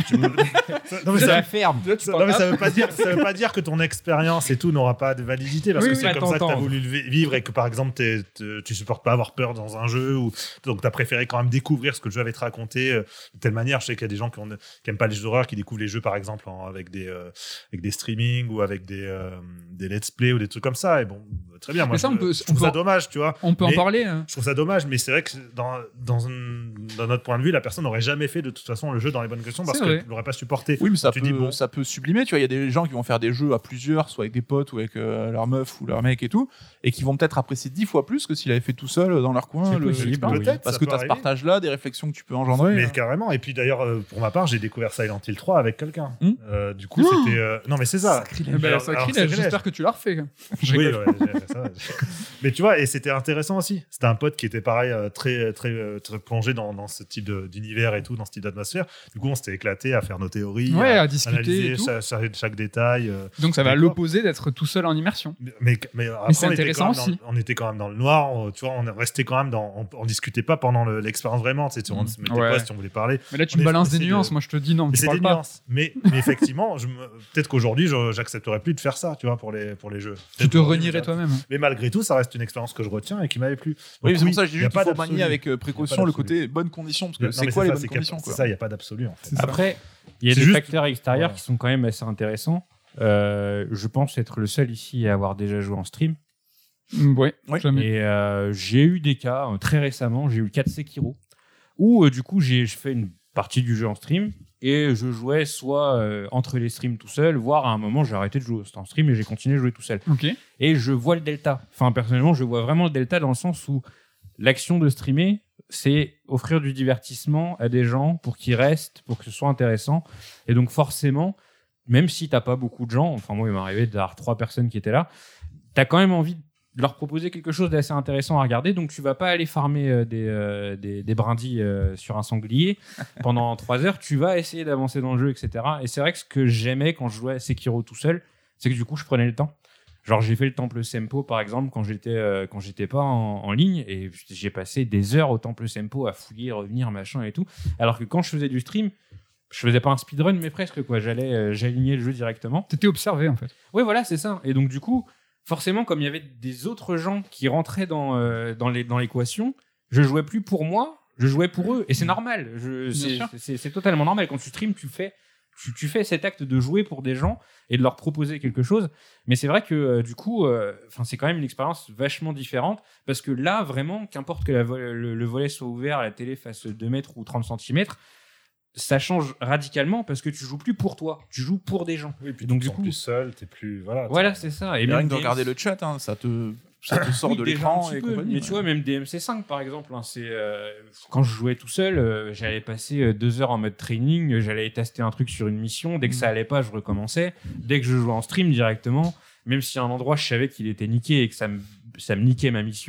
Non mais ça ferme. non, mais ça veut pas dire que ton expérience et tout n'aura pas de validité parce Oui, que oui, c'est comme ça que tu as t'entends. voulu le vivre et que par exemple tu supportes pas avoir peur dans un jeu ou donc tu as préféré quand même découvrir ce que le jeu avait te raconté de telle manière. Je sais qu'il y a des gens qui aiment pas les jeux d'horreur, qui découvrent les jeux par exemple avec des streamings ou avec des let's play ou des trucs comme ça, et bon, très bien, moi Mais ça, je trouve ça dommage, tu vois. On peut en Mais- parler. Hein. Je trouve ça dommage, mais c'est vrai que dans notre point de vue, la personne n'aurait jamais fait de toute façon le jeu dans les bonnes conditions parce C'est qu'elle vrai. ne l'aurait pas supporté. Oui, mais ça Tu peut, dis, bon. ça peut sublimer. Tu vois, il y a des gens qui vont faire des jeux à plusieurs, soit avec des potes ou avec leur meuf ou leur mec et tout, et qui vont peut-être apprécier 10 fois plus que s'il avait fait tout seul dans leur coin. C'est possible, l'expérience. oui. Peut-être, Parce ça que peut tu as ce arriver. partage-là, des réflexions que tu peux engendrer. Mais carrément. Et puis d'ailleurs, pour ma part, j'ai découvert Silent Hill 3 avec quelqu'un. Du coup, Oh c'était. Non, mais c'est ça. Eh ben, Alors, sacrilège, sacrilège. j'espère que tu l'as refait. Je Oui, rigole. ouais, ça va. Mais tu vois, et c'était intéressant aussi. C'était un pote qui était pareil, très plongé dans ce type d'univers et tout, dans ce type d'atmosphère. Du coup, on s'était éclaté à faire nos théories, Ouais, à discuter analyser et tout. chaque détail. Donc ça va à D'accord. l'opposé d'être tout seul en immersion. Mais après, c'est intéressant aussi. On était quand même dans le noir, tu vois, on restait quand même on discutait pas pendant l'expérience vraiment, tu sais, on se mettait Ouais. pas si on voulait parler. Mais là tu On me est balances des essayé nuances. de- Moi je te dis non, Mais tu c'est parles des pas. nuances. Mais effectivement, peut-être qu'aujourd'hui, j'accepterais plus de faire ça, tu vois, pour les jeux. Tu Peut-être te qu'aujourd'hui, renierais j'ai- toi-même. Mais malgré tout, ça reste une expérience que je retiens et qui m'avait plu. Oui, Donc c'est pour ça que je dis il y a juste qu'il pas faut d'absolu. manier avec Il y a précaution pas le d'absolu. côté bonne condition, parce Non, que mais c'est quoi les ça, bonnes conditions, C'est quoi. ça, il n'y a pas d'absolu en fait. Après, il y a C'est des juste- facteurs extérieurs Voilà. qui sont quand même assez intéressants. Je pense être le seul ici à avoir déjà joué en stream. Ouais, Ouais. jamais. Et j'ai eu des cas, très récemment, j'ai eu le cas de Sekiro, où du coup je fais une partie du jeu en stream, et je jouais soit entre les streams tout seul, voire à un moment j'ai arrêté de jouer en stream et j'ai continué de jouer tout seul. Ok. Et je vois le delta. Enfin, personnellement, je vois vraiment le delta dans le sens où l'action de streamer, c'est offrir du divertissement à des gens pour qu'ils restent, pour que ce soit intéressant. Et donc, forcément, même si t'as pas beaucoup de gens, enfin, moi, il m'est arrivé d'avoir 3 personnes qui étaient là, t'as quand même envie de leur proposer quelque chose d'assez intéressant à regarder. Donc, tu vas pas aller farmer des brindilles sur un sanglier pendant 3 heures. Tu vas essayer d'avancer dans le jeu, etc. Et c'est vrai que ce que j'aimais quand je jouais à Sekiro tout seul, c'est que du coup, je prenais le temps. Genre, j'ai fait le temple Sempo, par exemple, quand j'étais pas en ligne, et j'ai passé des heures au temple Sempo à fouiller, revenir, machin et tout. Alors que quand je faisais du stream, je faisais pas un speedrun, mais presque, quoi. J'alignais le jeu directement. T'étais observé en fait. Oui, voilà, c'est ça. Et donc, du coup, forcément, comme il y avait des autres gens qui rentraient dans l'équation, je jouais plus pour moi, je jouais pour eux. Et c'est normal. sûr. C'est totalement normal. Quand tu streams, tu fais cet acte de jouer pour des gens et de leur proposer quelque chose. Mais c'est vrai que du coup, c'est quand même une expérience vachement différente, parce que là, vraiment, qu'importe que le volet soit ouvert, la télé fasse 2 mètres ou 30 cm, ça change radicalement, parce que tu joues plus pour toi, tu joues pour des gens. Oui, puis Donc, donc du du coup- plus seul, t'es plus Voilà, c'est ça. Et même rien que de des- regarder le chat, hein, ça te sort Oui, de déjà l'écran un petit et peu, compagnie. mais tu vois, même des MC5 par exemple, hein, quand je jouais tout seul, j'allais passer 2 heures en mode training, j'allais tester un truc sur une mission, dès que ça allait pas, je recommençais. Dès que je jouais en stream directement, même si à un endroit je savais qu'il était niqué et que ça me niquait ma mission,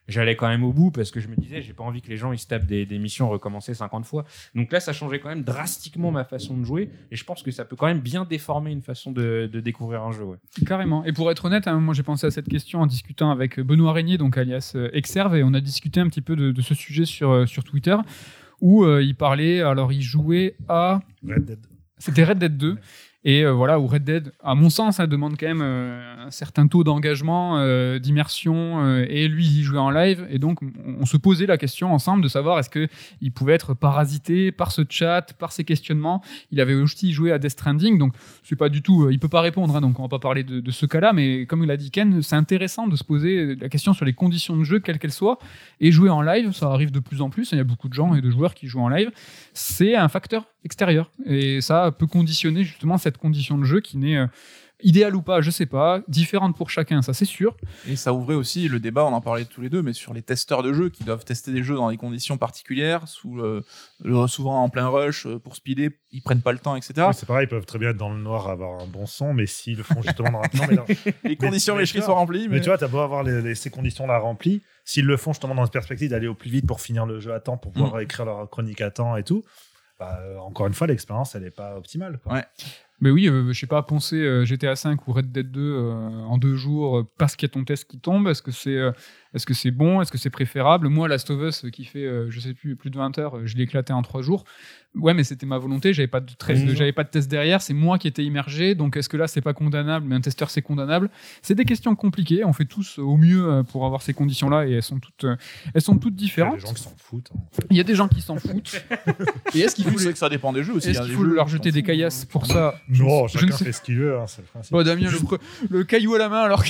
j'allais quand même au bout parce que je me disais, j'ai pas envie que les gens ils se tapent des missions recommencées 50 fois. Donc là, ça changeait quand même drastiquement ma façon de jouer et je pense que ça peut quand même bien déformer une façon de découvrir un jeu. Ouais. Carrément. Et pour être honnête, hein, moi j'ai pensé à cette question en discutant avec Benoît Régnier, donc alias Exerve, et on a discuté un petit peu de ce sujet sur Twitter, où il parlait, alors il jouait à... Red Dead. C'était Red Dead 2. Et voilà, où Red Dead, à mon sens, ça demande quand même un certain taux d'engagement, d'immersion, et lui, il jouait en live, et donc on se posait la question ensemble de savoir est-ce qu'il pouvait être parasité par ce chat, par ces questionnements. Il avait aussi joué à Death Stranding, donc c'est pas du tout, il peut pas répondre, hein, donc on va pas parler de ce cas-là, mais comme il a dit Ken, c'est intéressant de se poser la question sur les conditions de jeu, quelles qu'elles soient, et jouer en live, ça arrive de plus en plus, il y a beaucoup de gens et de joueurs qui jouent en live, c'est un facteur extérieur, et ça peut conditionner justement cette condition de jeu qui n'est idéale ou pas, je sais pas, différente pour chacun, ça c'est sûr. Et ça ouvrait aussi le débat, on en parlait tous les deux, mais sur les testeurs de jeux qui doivent tester des jeux dans des conditions particulières, souvent en plein rush, pour speeder, ils prennent pas le temps, etc. Oui, c'est pareil, ils peuvent très bien être dans le noir, avoir un bon son, mais s'ils le font justement dans la... Les conditions mécheries sont remplies. Mais tu vois, t'as beau avoir ces conditions-là remplies, s'ils le font justement dans cette perspective d'aller au plus vite pour finir le jeu à temps, pour pouvoir écrire leur chronique à temps et tout, encore une fois, l'expérience, elle est pas optimale. Quoi. Ouais. Mais oui, je sais pas, poncer GTA 5 ou Red Dead 2 en 2 jours parce qu'il y a ton test qui tombe, est-ce que c'est bon, est-ce que c'est préférable? Moi, Last of Us qui fait, je sais plus de 20 heures, je l'ai éclaté en 3 jours. Ouais, mais c'était ma volonté, j'avais pas de test derrière, c'est moi qui étais immergé, donc est-ce que là c'est pas condamnable, mais un testeur c'est condamnable? C'est des questions compliquées, on fait tous au mieux pour avoir ces conditions-là et elles sont toutes différentes. Il y a des gens qui s'en foutent. Il y a des gens qui s'en foutent. Et est-ce qu'il faut c'est que ça dépend des jeux aussi. Est-ce qu'il faut leur jeter des caillasses pour ça? Non, chacun fait ce qu'il veut, hein, c'est le principe. Oh, Damien, le caillou à la main alors que...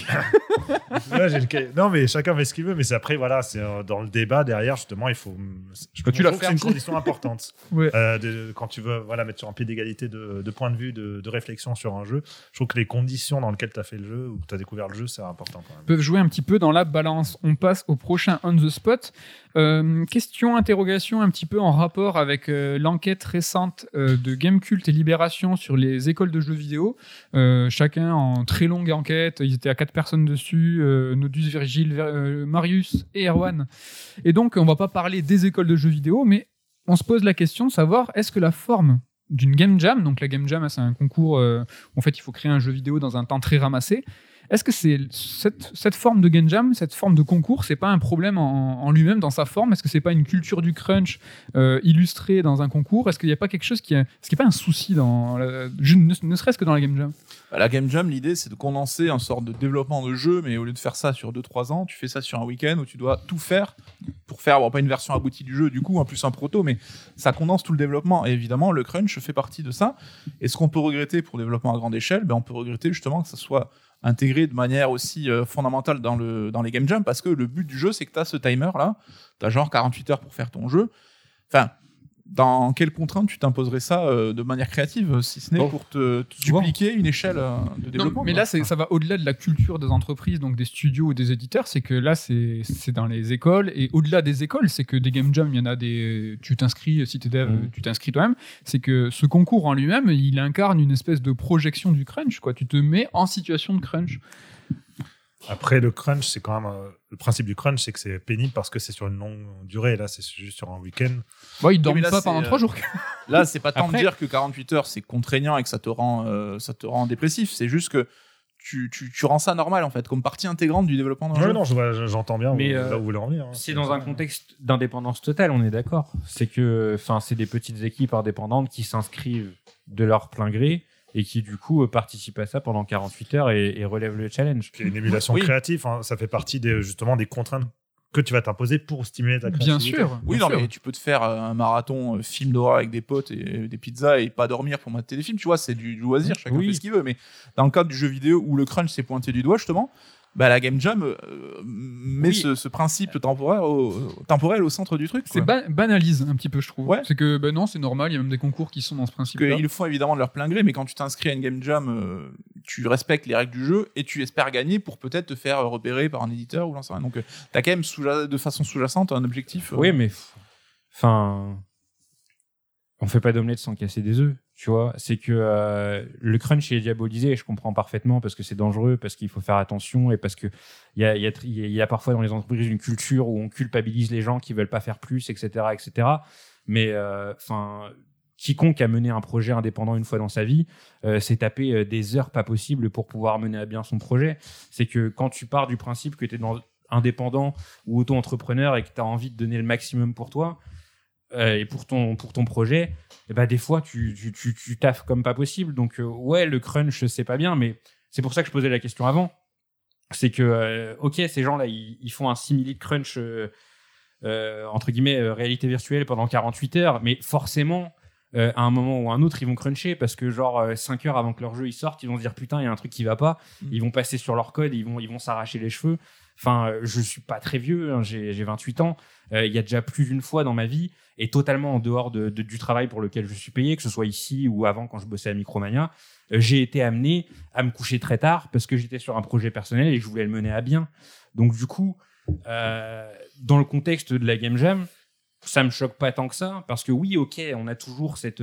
Là, non, mais chacun fait ce qu'il veut, mais c'est après, voilà, c'est dans le débat derrière, justement, il faut. Je trouve que c'est une condition importante. Ouais. Quand tu veux mettre sur un pied d'égalité de point de vue, de réflexion sur un jeu, je trouve que les conditions dans lesquelles tu as fait le jeu ou que tu as découvert le jeu, c'est important quand même. Peuvent jouer un petit peu dans la balance. On passe au prochain On the Spot. Question, interrogation un petit peu en rapport avec l'enquête récente de Gamecult et Libération sur les écoles de jeux vidéo. Chacun en très longue enquête, ils étaient à 4 personnes dessus, Nodus, Virgile, Marius et Erwan. Et donc on va pas parler des écoles de jeux vidéo, mais on se pose la question de savoir est-ce que la forme d'une game jam, donc la game jam c'est un concours où en fait il faut créer un jeu vidéo dans un temps très ramassé, est-ce que c'est cette forme de game jam, cette forme de concours, c'est pas un problème en lui-même dans sa forme? Est-ce que c'est pas une culture du crunch illustrée dans un concours? Est-ce qu'il n'y a pas quelque chose est-ce qu'il n'y a pas un souci ne serait-ce que dans la game jam? La game jam, l'idée c'est de condenser un sorte de développement de jeu, mais au lieu de faire ça sur 2-3 ans, tu fais ça sur un week-end où tu dois tout faire pour faire, pas une version aboutie du jeu du coup, en plus un proto, mais ça condense tout le développement. Et évidemment, le crunch fait partie de ça. Et ce qu'on peut regretter pour le développement à grande échelle, on peut regretter justement que ça soit intégré de manière aussi fondamentale dans les game jams, parce que le but du jeu, c'est que tu as ce timer là, tu as genre 48 heures pour faire ton jeu. Enfin, dans quelles contraintes tu t'imposerais ça de manière créative, si ce n'est pour te dupliquer une échelle de développement? Non, mais là, ça va au-delà de la culture des entreprises, donc des studios ou des éditeurs, c'est que là, c'est dans les écoles, et au-delà des écoles, c'est que des game jams, il y en a tu t'inscris, si t'es dev, tu t'inscris toi-même, c'est que ce concours en lui-même, il incarne une espèce de projection du crunch, quoi. Tu te mets en situation de crunch. Après, le crunch, c'est quand même le principe du crunch, c'est que c'est pénible parce que c'est sur une longue durée. Là, c'est juste sur un week-end. Ils dorment pas pendant 3 jours. Là, c'est pas tant de dire que 48 heures, c'est contraignant et que ça te rend dépressif. C'est juste que tu rends ça normal, en fait, comme partie intégrante du développement d'un jeu. Non, j'entends bien là où vous voulez en venir. C'est dans un contexte d'indépendance totale, on est d'accord. C'est que, c'est des petites équipes indépendantes qui s'inscrivent de leur plein gré et qui du coup participent à ça pendant 48 heures et relèvent le challenge. C'est une émulation créative, hein, ça fait partie justement des contraintes que tu vas t'imposer pour stimuler ta créativité. Bien sûr. Oui, mais tu peux te faire un marathon film d'horreur avec des potes et des pizzas et pas dormir pour mater des films, tu vois, c'est du loisir, chacun fait ce qu'il veut. Mais dans le cadre du jeu vidéo où le crunch s'est pointé du doigt, justement, la game jam met ce principe temporel au centre du truc. C'est banalise un petit peu, je trouve. Ouais. C'est que non, c'est normal, il y a même des concours qui sont dans ce principe-là. Ils le font évidemment de leur plein gré, mais quand tu t'inscris à une game jam, tu respectes les règles du jeu et tu espères gagner pour peut-être te faire repérer par un éditeur ou j'en sais rien. Donc t'as quand même de façon sous-jacente un objectif. Oui, mais on fait pas d'omelette sans casser des œufs, tu vois. C'est que le crunch est diabolisé, et je comprends parfaitement, parce que c'est dangereux, parce qu'il faut faire attention, et parce que il y a parfois dans les entreprises une culture où on culpabilise les gens qui veulent pas faire plus, etc., etc. Mais quiconque a mené un projet indépendant une fois dans sa vie, s'est tapé des heures pas possibles pour pouvoir mener à bien son projet. C'est que quand tu pars du principe que tu es indépendant ou auto-entrepreneur et que tu as envie de donner le maximum pour toi et pour ton projet, et ben des fois tu taffes comme pas possible. Donc ouais, le crunch c'est pas bien, mais c'est pour ça que je posais la question avant. C'est que ok, ces gens-là ils font un simili de crunch entre guillemets réalité virtuelle pendant 48 heures, mais forcément à un moment ou à un autre ils vont cruncher, parce que genre 5 heures avant que leur jeu il sorte, ils vont se dire putain il y a un truc qui va pas, ils vont passer sur leur code, ils vont s'arracher les cheveux. Enfin, je suis pas très vieux, hein, j'ai 28 ans. Il y a déjà plus d'une fois dans ma vie, et totalement en dehors du travail pour lequel je suis payé, que ce soit ici ou avant quand je bossais à Micromania, j'ai été amené à me coucher très tard parce que j'étais sur un projet personnel et que je voulais le mener à bien. Donc du coup, dans le contexte de la Game Jam, ça me choque pas tant que ça, parce que oui, ok, on a toujours cette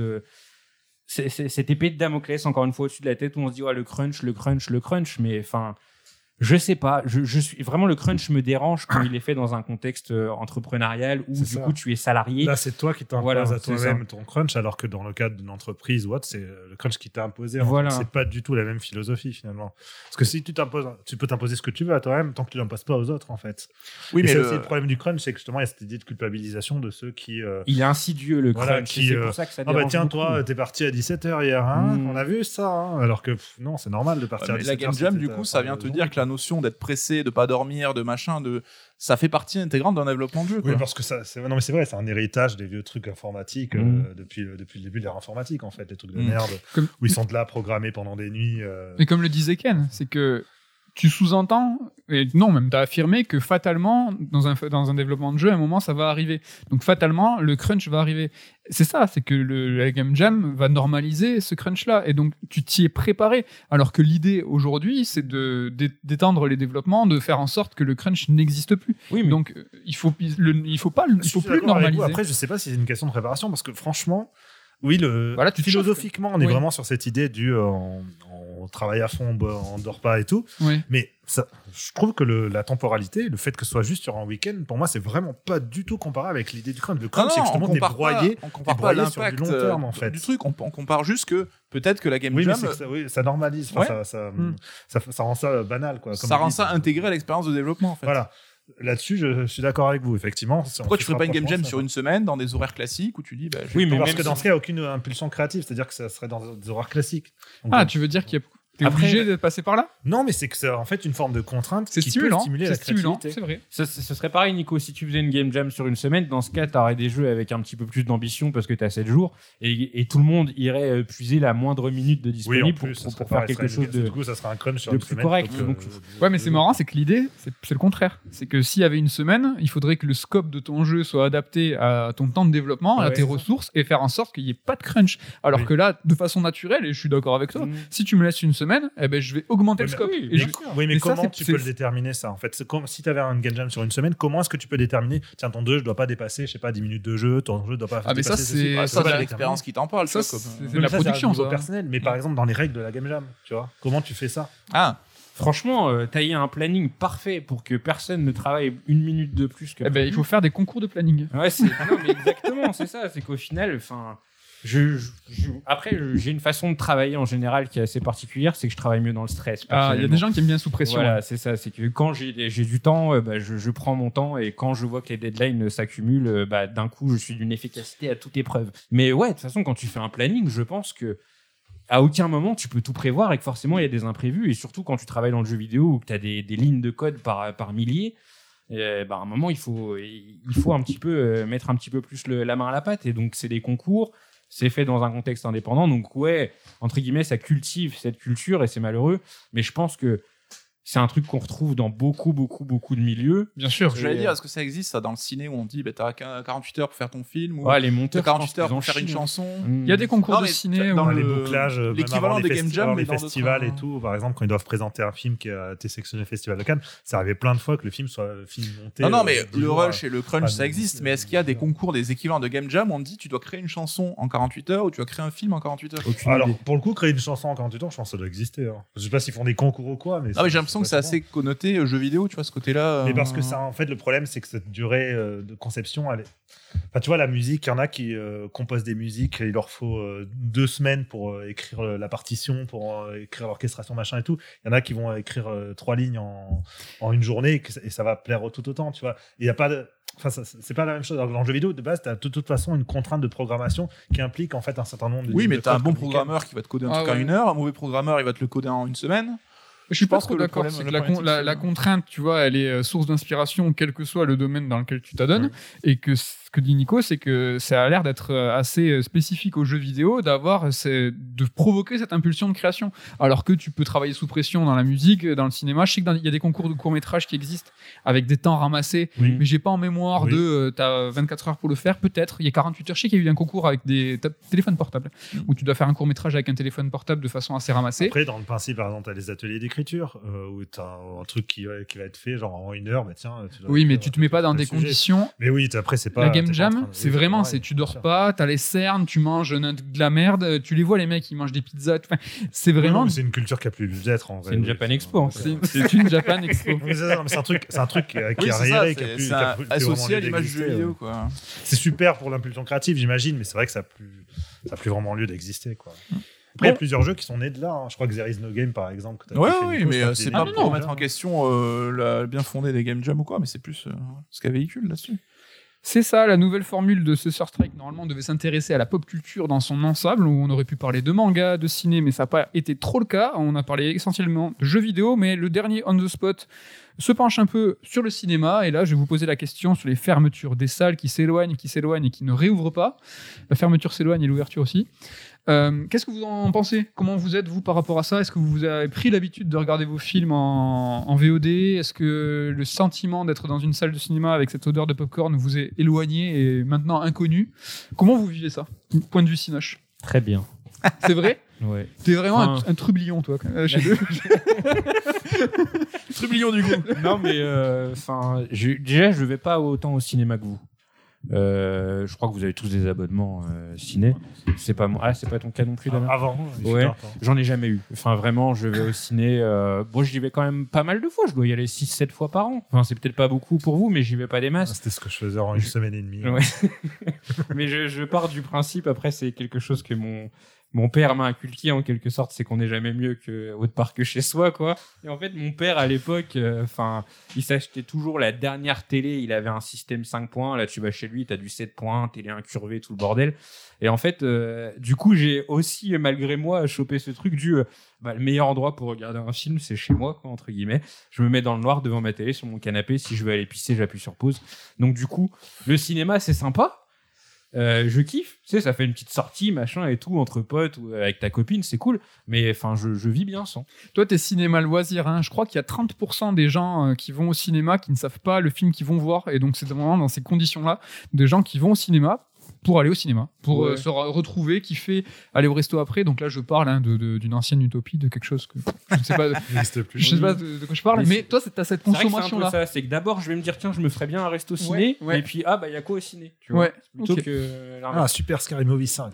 épée de Damoclès encore une fois au-dessus de la tête où on se dit ouais, le crunch, mais enfin. Je sais pas, je suis vraiment, le crunch me dérange quand il est fait dans un contexte entrepreneurial où du coup tu es salarié. Là, c'est toi qui t'imposes à toi-même ton crunch, alors que dans le cadre d'une entreprise ou autre, c'est le crunch qui t'a imposé. Voilà. C'est pas du tout la même philosophie finalement. Parce que si tu peux t'imposer ce que tu veux à toi-même tant que tu l'imposes pas aux autres en fait. Oui, mais c'est aussi le problème du crunch, c'est que justement il y a cette idée de culpabilisation de ceux qui. Il est insidieux le crunch. C'est pour ça que ça dérange. Ah bah tiens, toi, t'es parti à 17h hier, hein, on a vu ça, hein, alors que non, c'est normal de partir à 17h. La Game Jam, du coup, ça vient te dire que la notion d'être pressé, de pas dormir, de machin, ça fait partie intégrante d'un développement de jeu. Oui, parce que non mais c'est vrai, c'est un héritage des vieux trucs informatiques depuis le début de l'ère informatique en fait, les trucs de merde où ils sont de là programmés pendant des nuits. Mais comme le disait Ken, c'est que tu sous-entends, et non, même tu as affirmé que fatalement, dans un développement de jeu, à un moment, ça va arriver. Donc fatalement, le crunch va arriver. C'est ça, c'est que la Game Jam va normaliser ce crunch-là, et donc tu t'y es préparé. Alors que l'idée aujourd'hui, c'est d'étendre les développements, de faire en sorte que le crunch n'existe plus. Oui, mais donc il faut plus le normaliser. Après, je sais pas si c'est une question de préparation, parce que franchement, oui, philosophiquement, on est vraiment sur cette idée du on travaille à fond, on dort pas et tout. Oui. Mais ça, je trouve que la temporalité, le fait que ce soit juste sur un week-end, pour moi, c'est vraiment pas du tout comparé avec l'idée du crunch. Le crunch, c'est que justement, t'es broyé sur du long terme, en fait. Du truc, on compare juste que peut-être que la Game Jam... ça normalise, ça rend ça banal. Quoi, ça rend ça intégré à l'expérience de développement, en fait. Voilà. Là-dessus, je suis d'accord avec vous, effectivement. Pourquoi tu ferais pas une Game Jam sur une semaine dans des horaires classiques où tu dis oui, mais parce que dans ce cas, il n'y a aucune impulsion créative, c'est-à-dire que ça serait dans des horaires classiques. Donc, tu veux dire qu'il y a T'es obligé de passer par là ? Non, mais c'est que c'est en fait une forme de contrainte qui peut stimuler la créativité. C'est vrai. Ce serait pareil, Nico, si tu faisais une Game Jam sur une semaine, dans ce cas, t'aurais des jeux avec un petit peu plus d'ambition parce que t'as 7 jours et tout le monde irait puiser la moindre minute de disponible pour faire quelque chose de. Du coup, ça sera un crunch sur une plus correct. Ouais, mais c'est marrant, c'est que l'idée, c'est le contraire. C'est que s'il y avait une semaine, il faudrait que le scope de ton jeu soit adapté à ton temps de développement, à tes ressources et faire en sorte qu'il n'y ait pas de crunch. Alors que là, de façon naturelle, et je suis d'accord avec toi, si tu me laisses une semaine, eh ben, je vais augmenter le scope. Mais comment tu peux le déterminer ça en fait ? Si tu avais un game jam sur une semaine, comment est-ce que tu peux déterminer tiens, ton jeu ne doit pas dépasser, je sais pas, 10 minutes de jeu, ton jeu ne doit pas dépasser ça, c'est l'expérience qui t'en parle. Ça, c'est la production, ça. Personnel. Mais par exemple, dans les règles de la game jam, tu vois, comment tu fais ça ? Franchement, tailler un planning parfait pour que personne ne travaille une minute de plus que. Il faut faire des concours de planning. Ouais, non, mais exactement, c'est ça. C'est qu'au final, après, j'ai une façon de travailler en général qui est assez particulière, c'est que je travaille mieux dans le stress. Il y a des gens qui aiment bien sous pression. Voilà, c'est ça. C'est que quand j'ai du temps, je prends mon temps et quand je vois que les deadlines s'accumulent, d'un coup, je suis d'une efficacité à toute épreuve. Mais ouais, de toute façon, quand tu fais un planning, je pense que à aucun moment tu peux tout prévoir et que forcément il y a des imprévus. Et surtout quand tu travailles dans le jeu vidéo où tu as des lignes de code par milliers. À un moment, il faut un petit peu mettre un petit peu plus la main à la pâte. Et donc, c'est des concours, c'est fait dans un contexte indépendant. Donc, ouais, entre guillemets, ça cultive cette culture et c'est malheureux. Mais je pense que c'est un truc qu'on retrouve dans beaucoup de milieux. Bien sûr. J'allais dire, est-ce que ça existe ça dans le ciné où on dit t'as 48 heures pour faire ton film ou Ouais, les monteurs, t'as je pense 48 heures qu'ils en pour faire une chient. chanson? Il y a des concours Non, de mais ciné dans où les le- bouclages, même l'équivalent avant des les Game festi- Jam, avant mais les dans d'autres- festivals et tout, par exemple, quand ils doivent présenter un film qui a été sélectionné au Festival de Cannes, ça arrivait plein de fois que le film soit film monté. Non, mais 10 le jours, rush et le crunch, pas ça de- existe. Mais est-ce qu'il y a des concours, des équivalents de Game Jam où on te dit tu dois créer une chanson en 48 heures ou tu dois créer un film en 48 heures? Alors, pour le coup, créer une chanson en 48 heures, je pense que ça doit exister. Hein. Je sais pas s'ils font des concours ou quoi, mais. Ah, mais j'ai l'impression que c'est assez connoté jeu vidéo, tu vois, ce côté-là. Mais parce que ça, en fait, le problème, c'est que cette durée de conception, elle est. Enfin, tu vois, la musique, il y en a qui composent des musiques, il leur faut 2 semaines pour écrire la partition, pour écrire l'orchestration, machin et tout. Il y en a qui vont écrire 3 lignes en une journée et ça va plaire tout autant, tu vois. Il y a pas de. Enfin, c'est pas la même chose. Alors, dans le jeu vidéo, de base, tu as de toute façon une contrainte de programmation qui implique en fait un certain nombre de. Oui, mais de t'as un codes bon compliqués. programmeur qui va te coder un Ah truc en ouais. 1 heure, un mauvais programmeur, il va te le coder en 1 semaine. Je suis pas pense trop que le d'accord. problème- C'est le que la, problématique, la, c'est- la contrainte, tu vois, elle est source d'inspiration, quel que soit le domaine dans lequel tu t'adonnes. Et que ce que dit Nico, c'est que ça a l'air d'être assez spécifique aux jeux vidéo, de provoquer cette impulsion de création. Alors que tu peux travailler sous pression dans la musique, dans le cinéma. Je sais qu'il y a des concours de court-métrage qui existent avec des temps ramassés, Oui. mais j'ai pas en mémoire Oui. t'as 24 heures pour le faire, peut-être. Il y a 48 heures. Je sais qu'il y a eu un concours avec des téléphones portables où tu dois faire un court-métrage avec un téléphone portable de façon assez ramassée. Après, dans le principe, par exemple, tu as les ateliers d'écriture où tu as un truc qui va être fait genre en 1 heure. Bah, tiens, tu dois Oui, mais écrire tu te mets pas dans tel des sujet. conditions. Mais oui, après, c'est pas. La t'es Game pas en Jam, train de- c'est oui, vraiment, pareil, c'est tu bien dors sûr. pas, t'as les cernes, tu manges de la merde, tu les vois les mecs, ils mangent des pizzas. Enfin, c'est Oui, non, vraiment. mais c'est une culture qui a plus lieu d'être en vrai. C'est une oui. Japan Expo, en fait. C'est une Japan Expo. Oui, c'est ça, non, mais c'est un truc qui Oui, est c'est ça, arriéré, qui a c'est plus. c'est qui a plus associé vraiment à lieu l'image du jeu d'exister, vidéo, ouais. quoi. C'est super pour l'impulsion créative, j'imagine, mais c'est vrai que ça a plus vraiment lieu d'exister, quoi. Après, il y a plusieurs jeux qui sont nés de là. Hein. Je crois que There is no game, par exemple. que t'as Ouais, kiffé, oui, Nico, mais je crois que c'est des pas Game pour Jam. remettre en question le bien fondé des Game Jam ou quoi, mais c'est plus ce qu'elle véhicule là-dessus. C'est ça, la nouvelle formule de ce Sur Strike, normalement, devait s'intéresser à la pop culture dans son ensemble, où on aurait pu parler de manga, de ciné, mais ça n'a pas été trop le cas. On a parlé essentiellement de jeux vidéo, mais le dernier On The Spot se penche un peu sur le cinéma, et là, je vais vous poser la question sur les fermetures des salles qui s'éloignent et qui ne réouvrent pas. La fermeture s'éloigne et l'ouverture aussi. Qu'est-ce que vous en pensez? Comment vous êtes, vous, par rapport à ça? Est-ce que vous avez pris l'habitude de regarder vos films en VOD? Est-ce que le sentiment d'être dans une salle de cinéma avec cette odeur de popcorn vous est éloigné et maintenant inconnu? Comment vous vivez ça? Point de vue Cinoche. Très bien. C'est vrai? Ouais. T'es vraiment Enfin, un trublion, toi, chez eux. Trublion du goût. Non, mais enfin, déjà, je vais pas autant au cinéma que vous. Je crois que vous avez tous des abonnements ciné. C'est pas c'est pas ton cas non plus, Damien. Avant, Ouais. super, J'en ai jamais eu. Enfin, vraiment, je vais au ciné. Bon, j'y vais quand même pas mal de fois. Je dois y aller 6-7 fois par an. Enfin, c'est peut-être pas beaucoup pour vous, mais j'y vais pas des masses. C'était ce que je faisais en une semaine et demie. Ouais. Mais je pars du principe, après, c'est quelque chose que mon père m'a inculqué en quelque sorte, c'est qu'on n'est jamais mieux que autre part que chez soi, quoi. Et en fait, mon père, à l'époque, il s'achetait toujours la dernière télé. Il avait un système 5 points. Là, tu vas chez lui, t'as du 7 points, télé incurvée, tout le bordel. Et en fait, du coup, j'ai aussi, malgré moi, chopé ce truc le meilleur endroit pour regarder un film, c'est chez moi, quoi, entre guillemets. Je me mets dans le noir devant ma télé, sur mon canapé. Si je veux aller pisser, j'appuie sur pause. Donc, du coup, le cinéma, c'est sympa. Je kiffe, tu sais, ça fait une petite sortie, machin et tout, entre potes ou avec ta copine, c'est cool. Mais enfin, je vis bien sans. Toi, t'es cinéma loisir, hein. Je crois qu'il y a 30% des gens qui vont au cinéma qui ne savent pas le film qu'ils vont voir. Et donc, c'est vraiment dans ces conditions-là, des gens qui vont au cinéma pour aller au cinéma, pour Ouais. se retrouver, kiffer, aller au resto après. Donc là, je parle d'une ancienne utopie, de quelque chose que je ne sais pas, N'existe plus. je sais pas de quoi je parle. Mais Mais c'est- toi, t'as cette C'est vrai que c'est un peu consommation-là. ça, c'est que d'abord, je vais me dire, tiens, je me ferais bien un resto ciné, Ouais. et puis, il y a quoi au ciné, tu vois, Ouais, plutôt ok. que Ah, l'inverse. Super Scary Movie 5.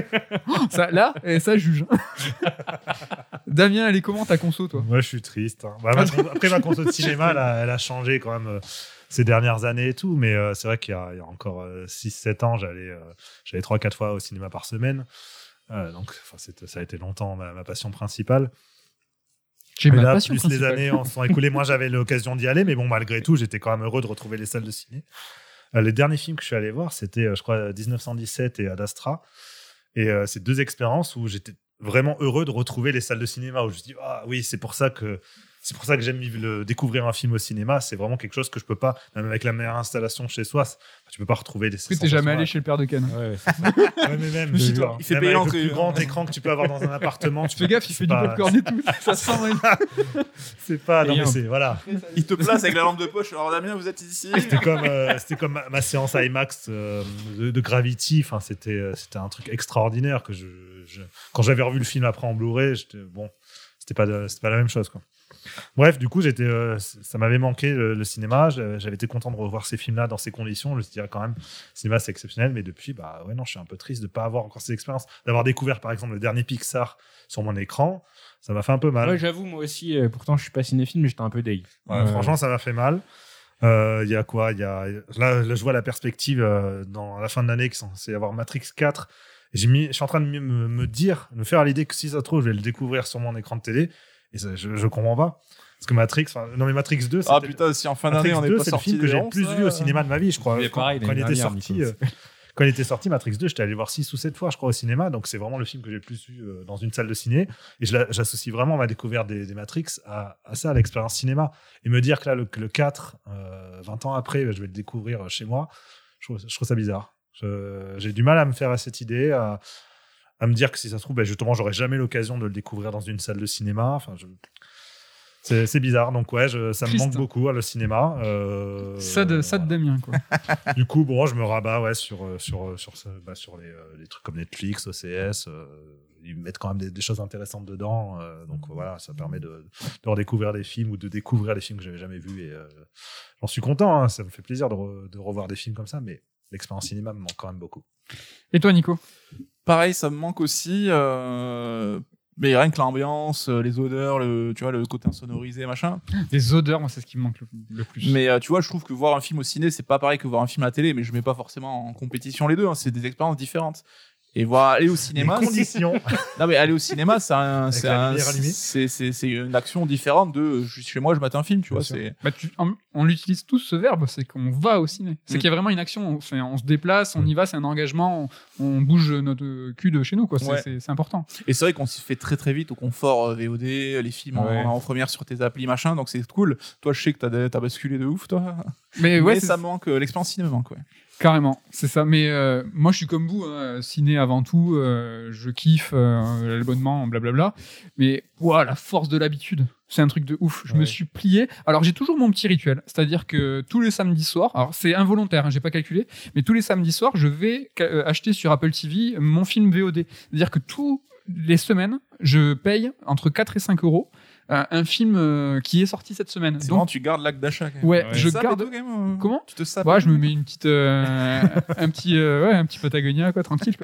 Ça juge. Damien, elle est comment ta conso, toi? Moi, je suis triste. Hein. Après, ma console de cinéma, elle a changé quand même ces dernières années et tout. Mais c'est vrai qu'il y a encore 6-7 ans, j'allais 3-4 fois au cinéma par semaine. Donc, ça a été longtemps ma passion principale. J'ai Mais ma là, passion plus les principale. années en se sont écoulées, moi, j'avais l'occasion d'y aller. Mais bon, malgré tout, j'étais quand même heureux de retrouver les salles de ciné. Les derniers films que je suis allé voir, c'était, je crois, 1917 et Ad Astra. Et c'est 2 expériences où j'étais vraiment heureux de retrouver les salles de cinéma, où je me dis, ah oui, c'est pour ça que C'est pour ça que j'aime découvrir un film au cinéma. C'est vraiment quelque chose que je peux pas, même avec la meilleure installation chez soi, tu peux pas retrouver des. Est-ce que t'es jamais allé chez le père de Ken? Ouais, Ouais, mais même, suis toi, il fait même payer avec l'entrée. le plus grand écran que tu peux avoir dans un appartement. Fais gaffe, il fait du popcorn et tout. Ça sent. C'est pas. Non, Et mais c'est voilà. Il te place avec la lampe de poche. Alors Damien, vous êtes ici. C'était comme ma séance IMAX de Gravity. Enfin, c'était un truc extraordinaire que quand j'avais revu le film après en Blu-ray, c'était pas la même chose, quoi. Bref, du coup, ça m'avait manqué le cinéma. J'avais été content de revoir ces films-là dans ces conditions. Je me suis dit, quand même, le cinéma, c'est exceptionnel. Mais depuis, ouais, non, je suis un peu triste de pas avoir encore ces expériences. D'avoir découvert, par exemple, le dernier Pixar sur mon écran, ça m'a fait un peu mal. Ouais, j'avoue, moi aussi, pourtant, je suis pas cinéphile, mais j'étais un peu deg. Ouais, franchement, ça m'a fait mal. Il y a quoi? Là, je vois la perspective dans la fin de l'année qu'il est censé y avoir Matrix 4. Et je suis en train de me faire à l'idée que si ça se trouve, je vais le découvrir sur mon écran de télé. Et ça, je comprends pas. Parce que Matrix 2, Ah putain, si en fin d'année, on n'est pas c'est le sorti film que j'ai le plus vu au cinéma de ma vie, je crois. Mais pareil, Quand il était l'année sorti. dernière, Quand il était sorti, Matrix 2, j'étais allé voir 6 ou 7 fois, je crois, au cinéma. Donc, c'est vraiment le film que j'ai le plus vu dans une salle de ciné. Et j'associe vraiment ma découverte des Matrix à ça, à l'expérience cinéma. Et me dire que là, le 4, 20 ans après, je vais le découvrir chez moi, je trouve ça bizarre. J'ai du mal à me faire à cette idée, à me dire que si ça se trouve, justement, j'aurais jamais l'occasion de le découvrir dans une salle de cinéma. Enfin, c'est bizarre. Donc, ouais, ça me manque beaucoup le cinéma. Ça de Damien, quoi. Du coup, bon, je me rabats sur les trucs comme Netflix, OCS. Ils mettent quand même des choses intéressantes dedans. Donc voilà, ça permet de redécouvrir des films ou de découvrir des films que j'avais jamais vus. Et j'en suis content. Hein, ça me fait plaisir de revoir des films comme ça. Mais l'expérience cinéma me manque quand même beaucoup. Et toi, Nico? Pareil, ça me manque aussi. Mais rien que l'ambiance, les odeurs, tu vois, le côté insonorisé, machin. Les odeurs, moi, c'est ce qui me manque le plus. Mais tu vois, je trouve que voir un film au ciné, c'est pas pareil que voir un film à la télé, mais je mets pas forcément en compétition les deux, hein, c'est des expériences différentes. Et aller au cinéma, Les conditions. non mais aller au cinéma, c'est la lumière allumée. c'est une action différente de je suis chez moi, je mate un film, tu vois. C'est Bah, on l'utilise tous ce verbe, c'est qu'on va au ciné. C'est qu'il y a vraiment une action, on se déplace, on y va, c'est un engagement, on bouge notre cul de chez nous, quoi. C'est important. Et c'est vrai qu'on s'y fait très très vite au confort VOD, les films en première sur tes applis machin, donc c'est cool. Toi, je sais que t'as basculé de ouf, toi. Mais ouais, ça me manque, l'expérience ciné me manque, ouais. Carrément, c'est ça. Mais moi, je suis comme vous, hein, ciné avant tout. Je kiffe l'abonnement, blablabla. Mais la force de l'habitude, c'est un truc de ouf. Je me suis plié. Alors, j'ai toujours mon petit rituel, c'est-à-dire que tous les samedis soirs, alors c'est involontaire, hein, j'ai pas calculé, mais tous les samedis soirs, je vais acheter sur Apple TV mon film VOD. C'est-à-dire que tous les semaines, je paye entre 4 et 5 euros. Un film qui est sorti cette semaine. C'est donc tu gardes l'acte d'achat. Ouais, je garde. Comment? Tu te sapes. Ouais, je me mets une petite, un petit Patagonia, quoi, tranquille.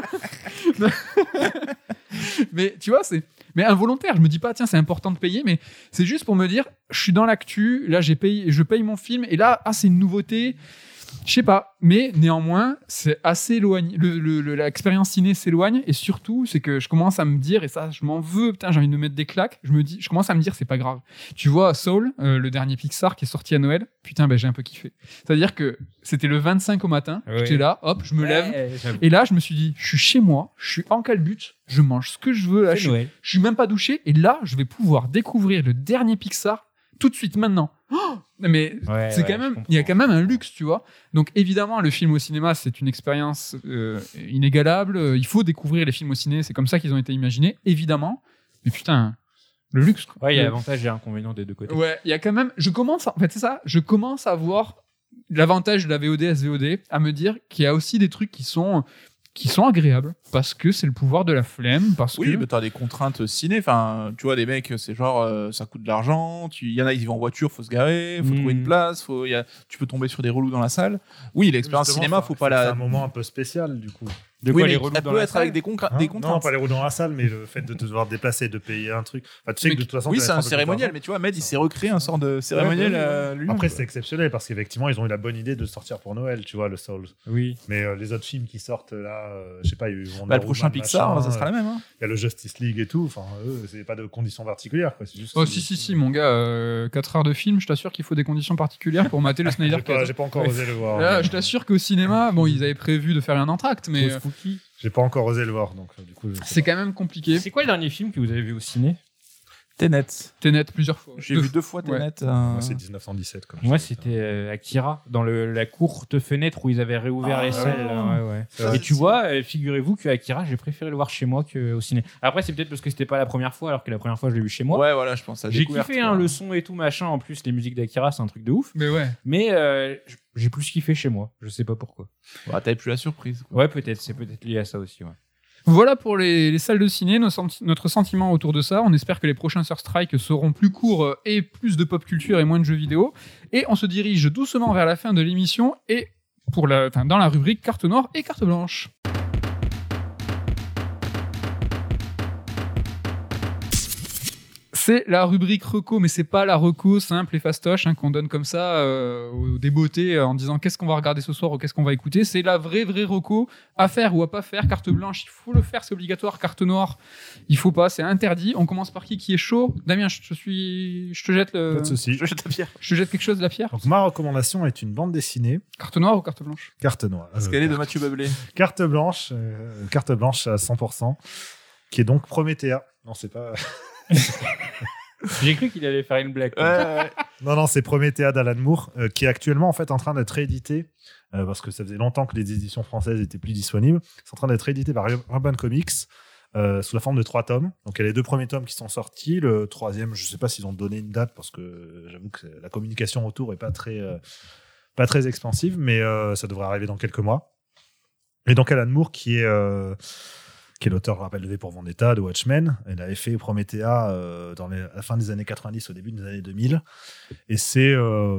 Mais tu vois, mais involontaire. Je me dis pas, tiens, c'est important de payer, mais c'est juste pour me dire, je suis dans l'actu. Là, je paye mon film, et là, c'est une nouveauté. Je sais pas, mais néanmoins, c'est assez éloigné. L'expérience ciné s'éloigne, et surtout, c'est que je commence à me dire, et ça, je m'en veux, putain, j'ai envie de me mettre des claques. Je commence à me dire, c'est pas grave. Tu vois, Soul, le dernier Pixar qui est sorti à Noël, putain, j'ai un peu kiffé. C'est-à-dire que c'était le 25 au matin, j'étais là, hop, je me lève, et là, je me suis dit, je suis chez moi, je suis en calbute, je mange ce que je veux, là, je suis même pas douché, et là, je vais pouvoir découvrir le dernier Pixar tout de suite, maintenant. Oh, mais c'est quand même, il y a quand même un luxe, tu vois. Donc évidemment, le film au cinéma, c'est une expérience inégalable. Il faut découvrir les films au ciné, c'est comme ça qu'ils ont été imaginés, évidemment. Mais putain, le luxe. Quoi. Ouais, il y a avantages et inconvénients des deux côtés. Ouais, il y a quand même. Je commence à voir l'avantage de la VOD, SVOD, à me dire qu'il y a aussi des trucs qui sont agréables parce que c'est le pouvoir de la flemme, parce que mais t'as des contraintes ciné, enfin tu vois, des mecs, c'est genre ça coûte de l'argent, il y en a, ils vont en voiture, faut se garer, faut trouver une place, tu peux tomber sur des relous dans la salle. Oui, l'expérience cinéma, faut pas c'est un moment un peu spécial, du coup. Les relous elle peut être avec des contraintes. Non, pas les relous dans la salle, mais le fait de te devoir te déplacer, de payer un truc. Enfin, tu sais que de toute façon, oui, c'est un cérémonial, mais tu vois, Med, il s'est recréé un sort de cérémonial. Après, c'est exceptionnel parce qu'effectivement, ils ont eu la bonne idée de sortir pour Noël, tu vois, le Souls. Oui. Mais les autres films qui sortent là, je sais pas, il y a eu le prochain Pixar, ça sera la même. Il y a le Justice League et tout. Enfin, c'est pas de conditions particulières, quoi. C'est juste. Oh, si, mon gars, 4 heures de film, je t'assure qu'il faut des conditions particulières pour mater le Snyder Cut. J'ai pas encore osé le voir. Là, je t'assure qu'au cinéma, ils avaient prévu de faire un entracte, mais. J'ai pas encore osé le voir, donc du coup. C'est quand même compliqué. C'est quoi le dernier film que vous avez vu au ciné? Tenet. Tenet plusieurs fois. J'ai vu 2 fois Tenet. Moi, c'est 1917. Comme Moi, je disais. c'était Akira, dans la courte fenêtre où ils avaient réouvert les salles. Ouais. C'est vrai. Et tu vois, figurez-vous que Akira, j'ai préféré le voir chez moi qu'au ciné. Après, c'est peut-être parce que c'était pas la première fois, alors que la première fois, je l'ai vu chez moi. Ouais, voilà, je pense à J'ai découverte, kiffé quoi. le son et tout machin. En plus, les musiques d'Akira, c'est un truc de ouf. Mais ouais. Mais j'ai plus kiffé chez moi. Je sais pas pourquoi. Bah, t'avais plus la surprise. Quoi. Ouais, peut-être. C'est peut-être lié à ça aussi. Ouais. Voilà pour les salles de ciné, notre sentiment autour de ça. On espère que les prochains Sur Strike seront plus courts et plus de pop culture et moins de jeux vidéo. Et on se dirige doucement vers la fin de l'émission et dans la rubrique carte noire et carte blanche. C'est la rubrique reco, mais c'est pas la reco simple et fastoche qu'on donne comme ça au débeauté en disant qu'est-ce qu'on va regarder ce soir ou qu'est-ce qu'on va écouter. C'est la vraie reco à faire ou à pas faire. Carte blanche, il faut le faire, c'est obligatoire. Carte noire, il faut pas, c'est interdit. On commence par qui est chaud. Damien, je te jette Pas de souci. Je jette la pierre. je te jette quelque chose de la pierre. Donc, ma recommandation est une bande dessinée, Carte noire ou carte blanche? carte noire. Parce qu'elle est de Mathieu Babelet. Carte blanche à 100%, qui est donc Promethea. Non, c'est pas. J'ai cru qu'il allait faire une blague. Non, c'est Promethea d'Alan Moore, qui est actuellement en fait en train d'être réédité, parce que ça faisait longtemps que les éditions françaises étaient plus disponibles. C'est en train d'être réédité par Urban Comics sous la forme de 3 tomes. Donc il y a les 2 premiers tomes qui sont sortis. Le 3e, je sais pas s'ils ont donné une date parce que j'avoue que la communication autour est pas très expansive, mais ça devrait arriver dans quelques mois. Et donc Alan Moore qui est l'auteur, je rappelle, de V pour Vendetta, de Watchmen. Il avait fait Promethea à la fin des années 90, au début des années 2000. Et c'est,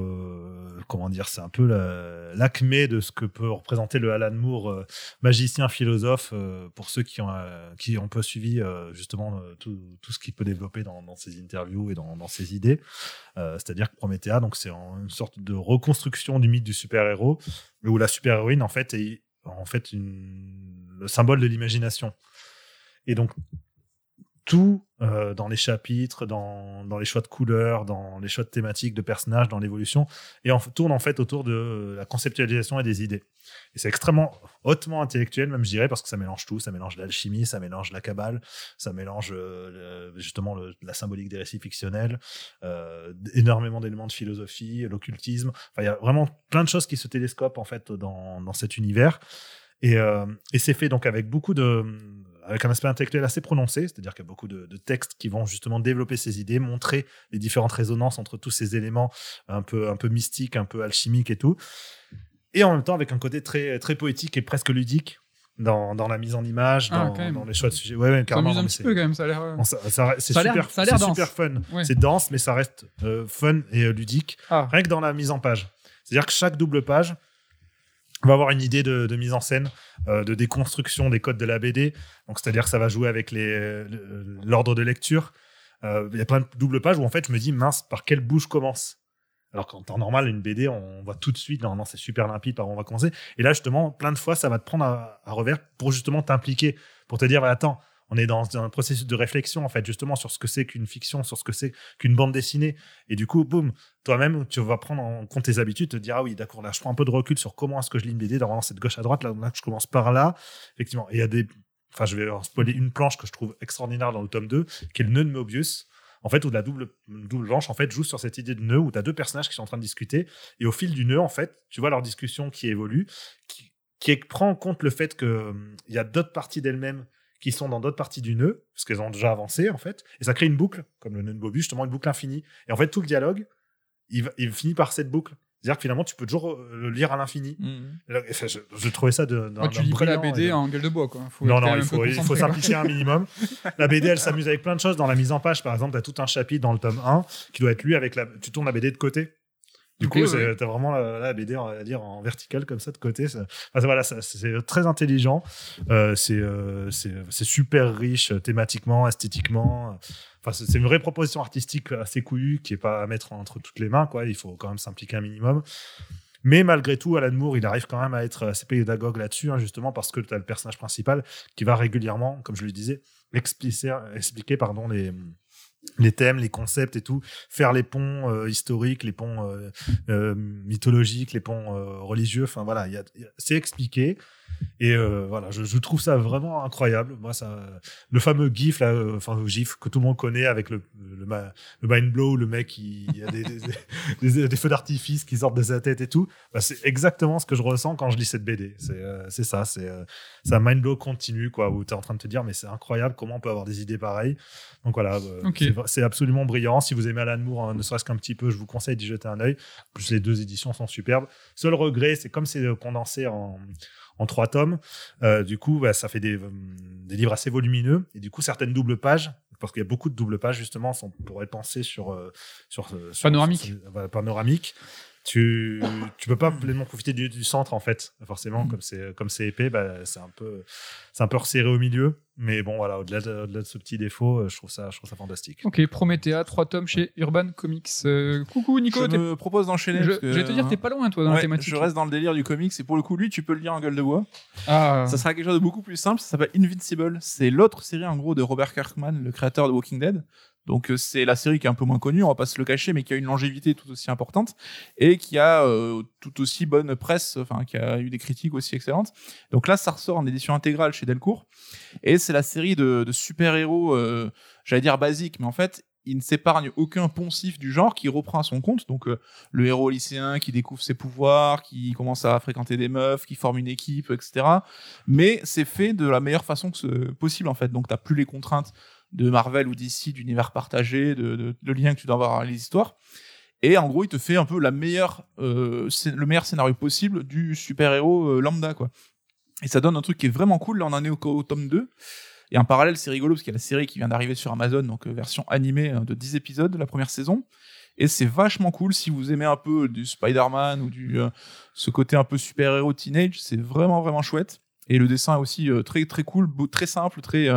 c'est un peu l'acmé de ce que peut représenter le Alan Moore, magicien, philosophe, pour ceux qui ont un peu suivi justement tout ce qu'il peut développer dans ses interviews et dans ses idées. C'est-à-dire que Promethea, donc, c'est une sorte de reconstruction du mythe du super-héros, où la super-héroïne, en fait, est le symbole de l'imagination. Et donc, tout dans les chapitres, dans les choix de couleurs, dans les choix de thématiques, de personnages, dans l'évolution, et tourne en fait autour de la conceptualisation et des idées. Et c'est extrêmement hautement intellectuel, même je dirais, parce que ça mélange tout. Ça mélange l'alchimie, ça mélange la cabale, ça mélange justement la symbolique des récits fictionnels, énormément d'éléments de philosophie, l'occultisme. Enfin, il y a vraiment plein de choses qui se télescopent en fait dans cet univers. Et c'est fait donc avec un aspect intellectuel assez prononcé, c'est-à-dire qu'il y a beaucoup de textes qui vont justement développer ces idées, montrer les différentes résonances entre tous ces éléments un peu mystiques, un peu alchimiques et tout. Et en même temps avec un côté très, très poétique et presque ludique dans la mise en image, dans les choix de sujets. Ouais, Ça amuse un petit peu quand même, ça a l'air... C'est Ça a l'air super dense. fun. Ouais. C'est dense, mais ça reste fun et ludique, Ah. rien que dans la mise en page. C'est-à-dire que chaque double page va avoir une idée de mise en scène, de déconstruction des codes de la BD. Donc, c'est-à-dire que ça va jouer avec l'ordre de lecture. Il y a plein de doubles pages où en fait je me dis mince, par quelle bout je commence? Alors qu'en temps normal, une BD, on voit tout de suite, normalement c'est super limpide par où on va commencer. Et là justement, plein de fois, ça va te prendre à revers pour justement t'impliquer, pour te dire bah, attends, on est dans un processus de réflexion en fait justement sur ce que c'est qu'une fiction, sur ce que c'est qu'une bande dessinée. Et du coup, boum, toi-même, tu vas prendre en compte tes habitudes, te dire ah oui, d'accord, là je prends un peu de recul sur comment est-ce que je lis une BD, normalement c'est de gauche à droite, là je commence par là, effectivement. Et il y a je vais spoiler une planche que je trouve extraordinaire dans le tome 2, qui est le nœud de Mobius. En fait, où la double planche en fait joue sur cette idée de nœud où tu as 2 personnages qui sont en train de discuter et au fil du nœud en fait, tu vois leur discussion qui évolue, qui prend en compte le fait que il y a d'autres parties d'elles-mêmes qui sont dans d'autres parties du nœud parce qu'elles ont déjà avancé en fait, et ça crée une boucle comme le nœud de Mobius, justement une boucle infinie. Et en fait, tout le dialogue, il finit par cette boucle. C'est-à-dire que finalement, tu peux toujours le lire à l'infini. Enfin, je trouvais ça tu lis pas la BD en gueule de bois, quoi. Non, il faut s'impliquer un minimum. La BD, elle s'amuse avec plein de choses. Dans la mise en page, par exemple, tu as tout un chapitre dans le tome 1 qui doit être lu avec tu tournes la BD de côté. Du coup, tu as vraiment la BD, on va dire, en vertical, comme ça, de côté. C'est très intelligent. C'est super riche thématiquement, esthétiquement. Enfin, c'est une vraie proposition artistique assez couillue qui n'est pas à mettre entre toutes les mains, quoi. Il faut quand même s'impliquer un minimum. Mais malgré tout, Alan Moore, il arrive quand même à être assez pédagogue là-dessus, hein, justement, parce que tu as le personnage principal qui va régulièrement, comme je le disais, expliquer les thèmes, les concepts et tout, faire les ponts historiques, les ponts mythologiques, les ponts religieux. Enfin voilà, c'est expliqué. Et voilà, je trouve ça vraiment incroyable. Moi, le fameux gif là, le gif que tout le monde connaît avec le mind blow, le mec il y a des feux d'artifice qui sortent de sa tête et tout. Bah, c'est exactement ce que je ressens quand je lis cette BD. C'est ça, c'est un mind blow continu quoi, où t'es en train de te dire mais c'est incroyable comment on peut avoir des idées pareilles. Donc voilà, c'est absolument brillant. Si vous aimez Alan Moore, ne serait-ce qu'un petit peu, je vous conseille d'y jeter un œil. En plus, les 2 éditions sont superbes. Seul regret, c'est comme c'est condensé en 3 tomes, du coup, ça fait des livres assez volumineux, et du coup, certaines doubles pages, parce qu'il y a beaucoup de doubles pages, justement, pourraient être pensées sur panoramique. Panoramique. Tu peux pas pleinement profiter du centre, en fait, forcément, comme c'est épais, c'est un peu resserré au milieu. Mais bon, voilà, au-delà de ce petit défaut, je trouve ça fantastique. Ok, Promethea, 3 tomes chez Urban Comics. Coucou Nico, Je me propose d'enchaîner. je vais te dire, t'es pas loin toi dans la thématique. Je reste dans le délire du comics, et pour le coup, lui, tu peux le lire en gueule de bois. Ah. Ça sera quelque chose de beaucoup plus simple, ça s'appelle Invincible. C'est l'autre série, en gros, de Robert Kirkman, le créateur de Walking Dead. Donc c'est la série qui est un peu moins connue, on va pas se le cacher, mais qui a une longévité tout aussi importante et qui a tout aussi bonne presse, enfin qui a eu des critiques aussi excellentes. Donc là, ça ressort en édition intégrale chez Delcourt et c'est la série de super-héros, j'allais dire basique, mais en fait il ne s'épargne aucun poncif du genre qui reprend à son compte. Donc le héros lycéen qui découvre ses pouvoirs, qui commence à fréquenter des meufs, qui forme une équipe, etc. Mais c'est fait de la meilleure façon possible en fait. Donc t'as plus les contraintes de Marvel ou DC, d'univers partagé, de lien que tu dois avoir avec les histoires. Et en gros, il te fait un peu le meilleur scénario possible du super-héros lambda, quoi. Et ça donne un truc qui est vraiment cool. Là, on en est au tome 2. Et en parallèle, c'est rigolo parce qu'il y a la série qui vient d'arriver sur Amazon, donc version animée de 10 épisodes de la première saison. Et c'est vachement cool si vous aimez un peu du Spider-Man ou ce côté un peu super-héros teenage. C'est vraiment, vraiment chouette. Et le dessin est aussi très, très cool, très simple,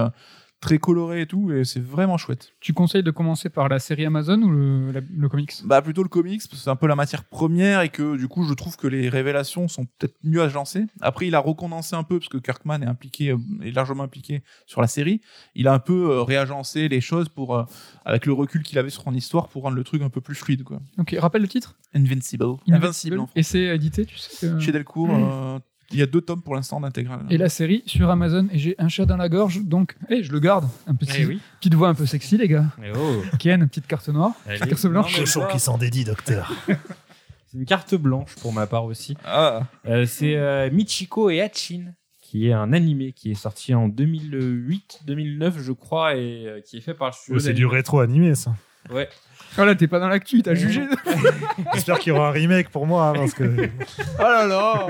très coloré et tout, et c'est vraiment chouette. Tu conseilles de commencer par la série Amazon ou le comics ? Bah plutôt le comics, parce que c'est un peu la matière première et que du coup je trouve que les révélations sont peut-être mieux agencées. Après il a recondensé un peu, parce que Kirkman est largement impliqué sur la série. Il a un peu réagencé les choses avec le recul qu'il avait sur son histoire pour rendre le truc un peu plus fluide, quoi. Ok, rappelle le titre ? Invincible. Et c'est édité, tu sais chez Delcourt. Il y a 2 tomes pour l'instant d'intégral. Et la série sur Amazon, et j'ai un chat dans la gorge, donc je le garde. Petite voix un peu sexy, les gars. Ken, petite carte noire, carte blanche. Chaussons qui s'en dédie, docteur. C'est une carte blanche pour ma part aussi. C'est Michiko et Hatchin, qui est un animé qui est sorti en 2008-2009, je crois, et qui est fait par le studio. C'est du rétro animé, ça. Ouais. Oh là, t'es pas dans l'actu, t'as jugé. J'espère qu'il y aura un remake pour moi, parce que. Oh là là.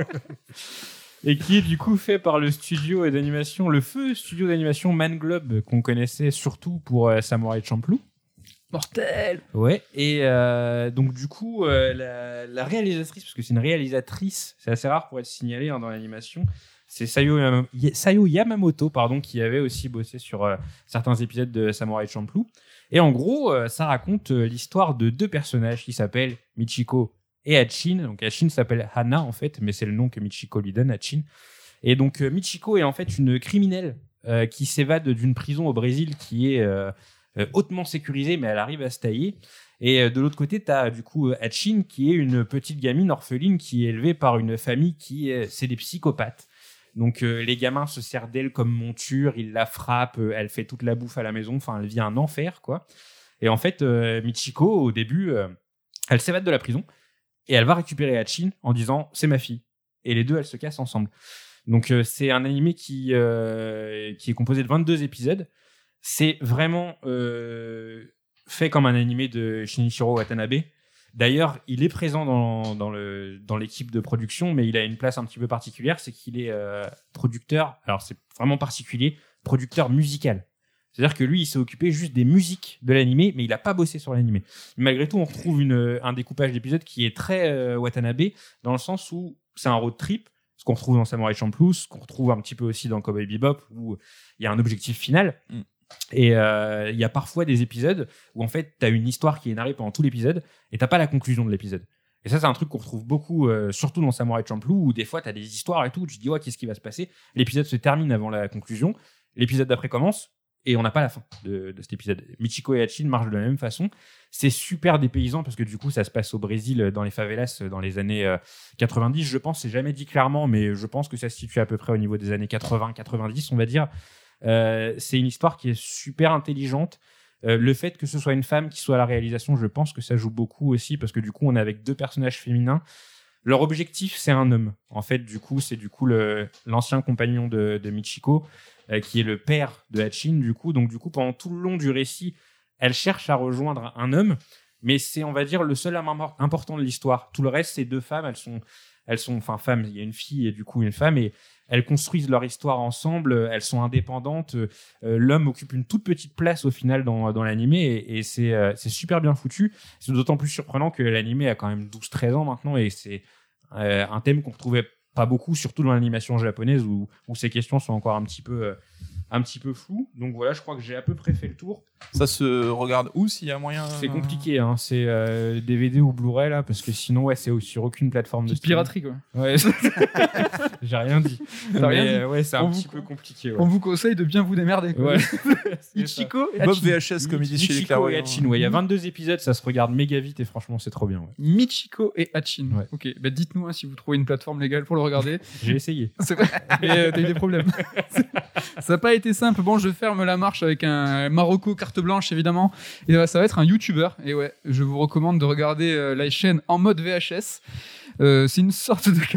Et qui est du coup fait par le studio d'animation, le feu studio d'animation Man Globe, qu'on connaissait surtout pour Samurai Champloo. Mortel. Ouais, et donc du coup, la réalisatrice, parce que c'est une réalisatrice, c'est assez rare pour être signalé dans l'animation, c'est Sayo Yamamoto, qui avait aussi bossé sur certains épisodes de Samurai Champloo. Et en gros, ça raconte l'histoire de 2 personnages qui s'appellent Michiko et Hatchin. Donc Hatchin s'appelle Hana en fait, mais c'est le nom que Michiko lui donne, Hatchin. Et donc Michiko est en fait une criminelle qui s'évade d'une prison au Brésil qui est hautement sécurisée, mais elle arrive à se tailler. Et de l'autre côté, t'as du coup Hatchin qui est une petite gamine orpheline qui est élevée par une famille c'est des psychopathes. Donc les gamins se servent d'elle comme monture, ils la frappent, elle fait toute la bouffe à la maison, enfin elle vit un enfer quoi. Et en fait Michiko au début elle s'évade de la prison et elle va récupérer Hatchin en disant c'est ma fille, et les deux elles se cassent ensemble. Donc c'est un animé qui est composé de 22 épisodes. C'est vraiment fait comme un animé de Shinichiro Watanabe. D'ailleurs, il est présent dans l'équipe de production, mais il a une place un petit peu particulière, c'est qu'il est producteur, alors c'est vraiment particulier, producteur musical. C'est-à-dire que lui, il s'est occupé juste des musiques de l'animé, mais il n'a pas bossé sur l'animé. Malgré tout, on retrouve un découpage d'épisodes qui est très Watanabe, dans le sens où c'est un road trip, ce qu'on retrouve dans Samurai Champloo, ce qu'on retrouve un petit peu aussi dans Cowboy Bebop, où il y a un objectif final. Et il y a parfois des épisodes où en fait t'as une histoire qui est narrée pendant tout l'épisode et t'as pas la conclusion de l'épisode. Et ça c'est un truc qu'on retrouve beaucoup, surtout dans Samurai Champloo, où des fois t'as des histoires et tout, où tu te dis ouais, qu'est-ce qui va se passer, l'épisode se termine avant la conclusion, l'épisode d'après commence Et on n'a pas la fin de cet épisode. Michiko et Hachiin marchent de la même façon. C'est super dépaysant parce que du coup, ça se passe au Brésil, dans les favelas, dans les années 90. Je pense, c'est jamais dit clairement, mais je pense que ça se situe à peu près au niveau des années 80-90, on va dire. C'est une histoire qui est super intelligente. Le fait que ce soit une femme qui soit à la réalisation, je pense que ça joue beaucoup aussi parce que du coup, on est avec 2 personnages féminins. Leur objectif, c'est un homme. En fait, du coup, c'est l'ancien compagnon de Michiko, qui est le père de Hachiin, du coup. Donc, du coup, pendant tout le long du récit, elle cherche à rejoindre un homme, mais c'est, on va dire, le seul homme important de l'histoire. Tout le reste, c'est 2 femmes. Elles sont, enfin, femmes, il y a une fille et du coup une femme, et elles construisent leur histoire ensemble. Elles sont indépendantes. L'homme occupe une toute petite place au final dans l'animé, et c'est super bien foutu. C'est d'autant plus surprenant que l'animé a quand même 12-13 ans maintenant, et c'est un thème qu'on retrouvait pas beaucoup, surtout dans l'animation japonaise où ces questions sont encore un petit peu floues. Donc voilà, je crois que j'ai à peu près fait le tour. Ça se regarde où s'il y a moyen? C'est compliqué, hein. C'est DVD ou Blu-ray là, parce que sinon ouais, c'est sur aucune plateforme de Petite piraterie quoi. Ouais. J'ai rien dit. T'as rien dit. Ouais, c'est On un vous- petit peu compliqué. Ouais. On vous conseille de bien vous démerder quoi. Ouais. Ichiko et Bob Hachiin. VHS, comme ils disent chez les Michiko et clairvoyants. Hachiin, ouais. Il y a 22 épisodes, ça se regarde méga vite et franchement c'est trop bien. Ouais. Michiko et Hachiin. Ouais. Ok, bah dites-nous si vous trouvez une plateforme légale pour le regarder. J'ai essayé. C'est vrai. Mais t'as eu des problèmes. Ça n'a pas été simple. Bon, je ferme la marche avec un Marocco carte blanche, évidemment. Et ça va être un YouTuber. Et ouais, je vous recommande de regarder la chaîne en mode VHS. C'est une sorte de...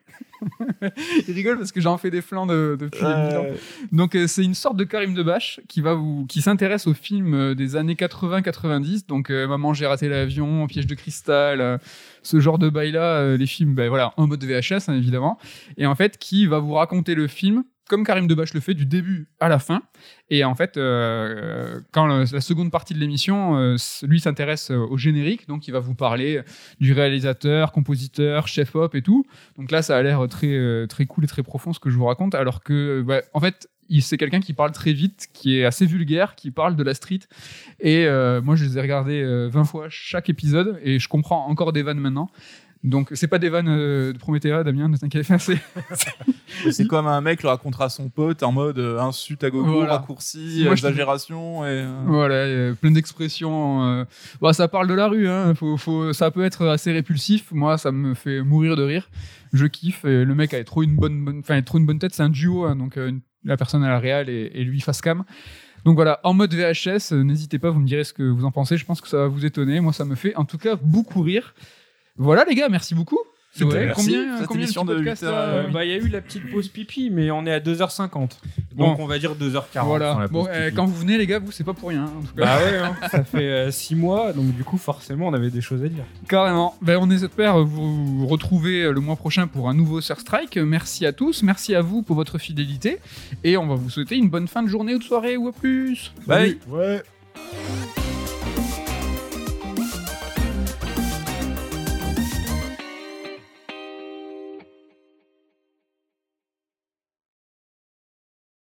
Il rigole parce que j'en fais des flancs depuis 1000 ans. Donc c'est une sorte de Karim Debache qui s'intéresse aux films des années 80-90. Donc Maman j'ai raté l'avion, Piège de cristal, ce genre de bail-là, les films voilà, en mode VHS hein, évidemment. Et en fait qui va vous raconter le film comme Karim Debache le fait du début à la fin. Et en fait, quand la seconde partie de l'émission, lui s'intéresse au générique, donc il va vous parler du réalisateur, compositeur, chef-op et tout. Donc là, ça a l'air très, très cool et très profond ce que je vous raconte, alors que, en fait, c'est quelqu'un qui parle très vite, qui est assez vulgaire, qui parle de la street. Et moi, je les ai regardés 20 fois chaque épisode, et je comprends encore des vannes maintenant. Donc, c'est pas des vannes de Promethea, Damien, ne t'inquiète pas. C'est comme un mec le racontera à son pote en mode insulte à gogo, Voilà. raccourci, Moi, exagération. Et, Voilà, plein d'expressions. Ça parle de la rue, hein. Ça peut être assez répulsif. Moi, ça me fait mourir de rire. Je kiffe. Et le mec a trop une bonne tête. C'est un duo, hein, donc la personne à la réal et lui face cam. Donc voilà, en mode VHS, n'hésitez pas, vous me direz ce que vous en pensez. Je pense que ça va vous étonner. Moi, ça me fait en tout cas beaucoup rire. Voilà les gars, merci beaucoup. C'était Ouais, merci, combien cette combien émission petit de podcast, 8 là, heures, Il y a eu la petite pause pipi, mais on est à 2h50. Donc Bon. on va dire 2h40. Voilà. sans la pause Bon, pipi. quand vous venez les gars, vous c'est pas pour rien. En tout cas. Bah ouais, hein. Ça fait 6 mois, donc du coup forcément on avait des choses à dire. Carrément. On espère vous retrouver le mois prochain pour un nouveau Sur Strike. Merci à tous, merci à vous pour votre fidélité et on va vous souhaiter une bonne fin de journée ou de soirée ou à plus. Bye. Ouais.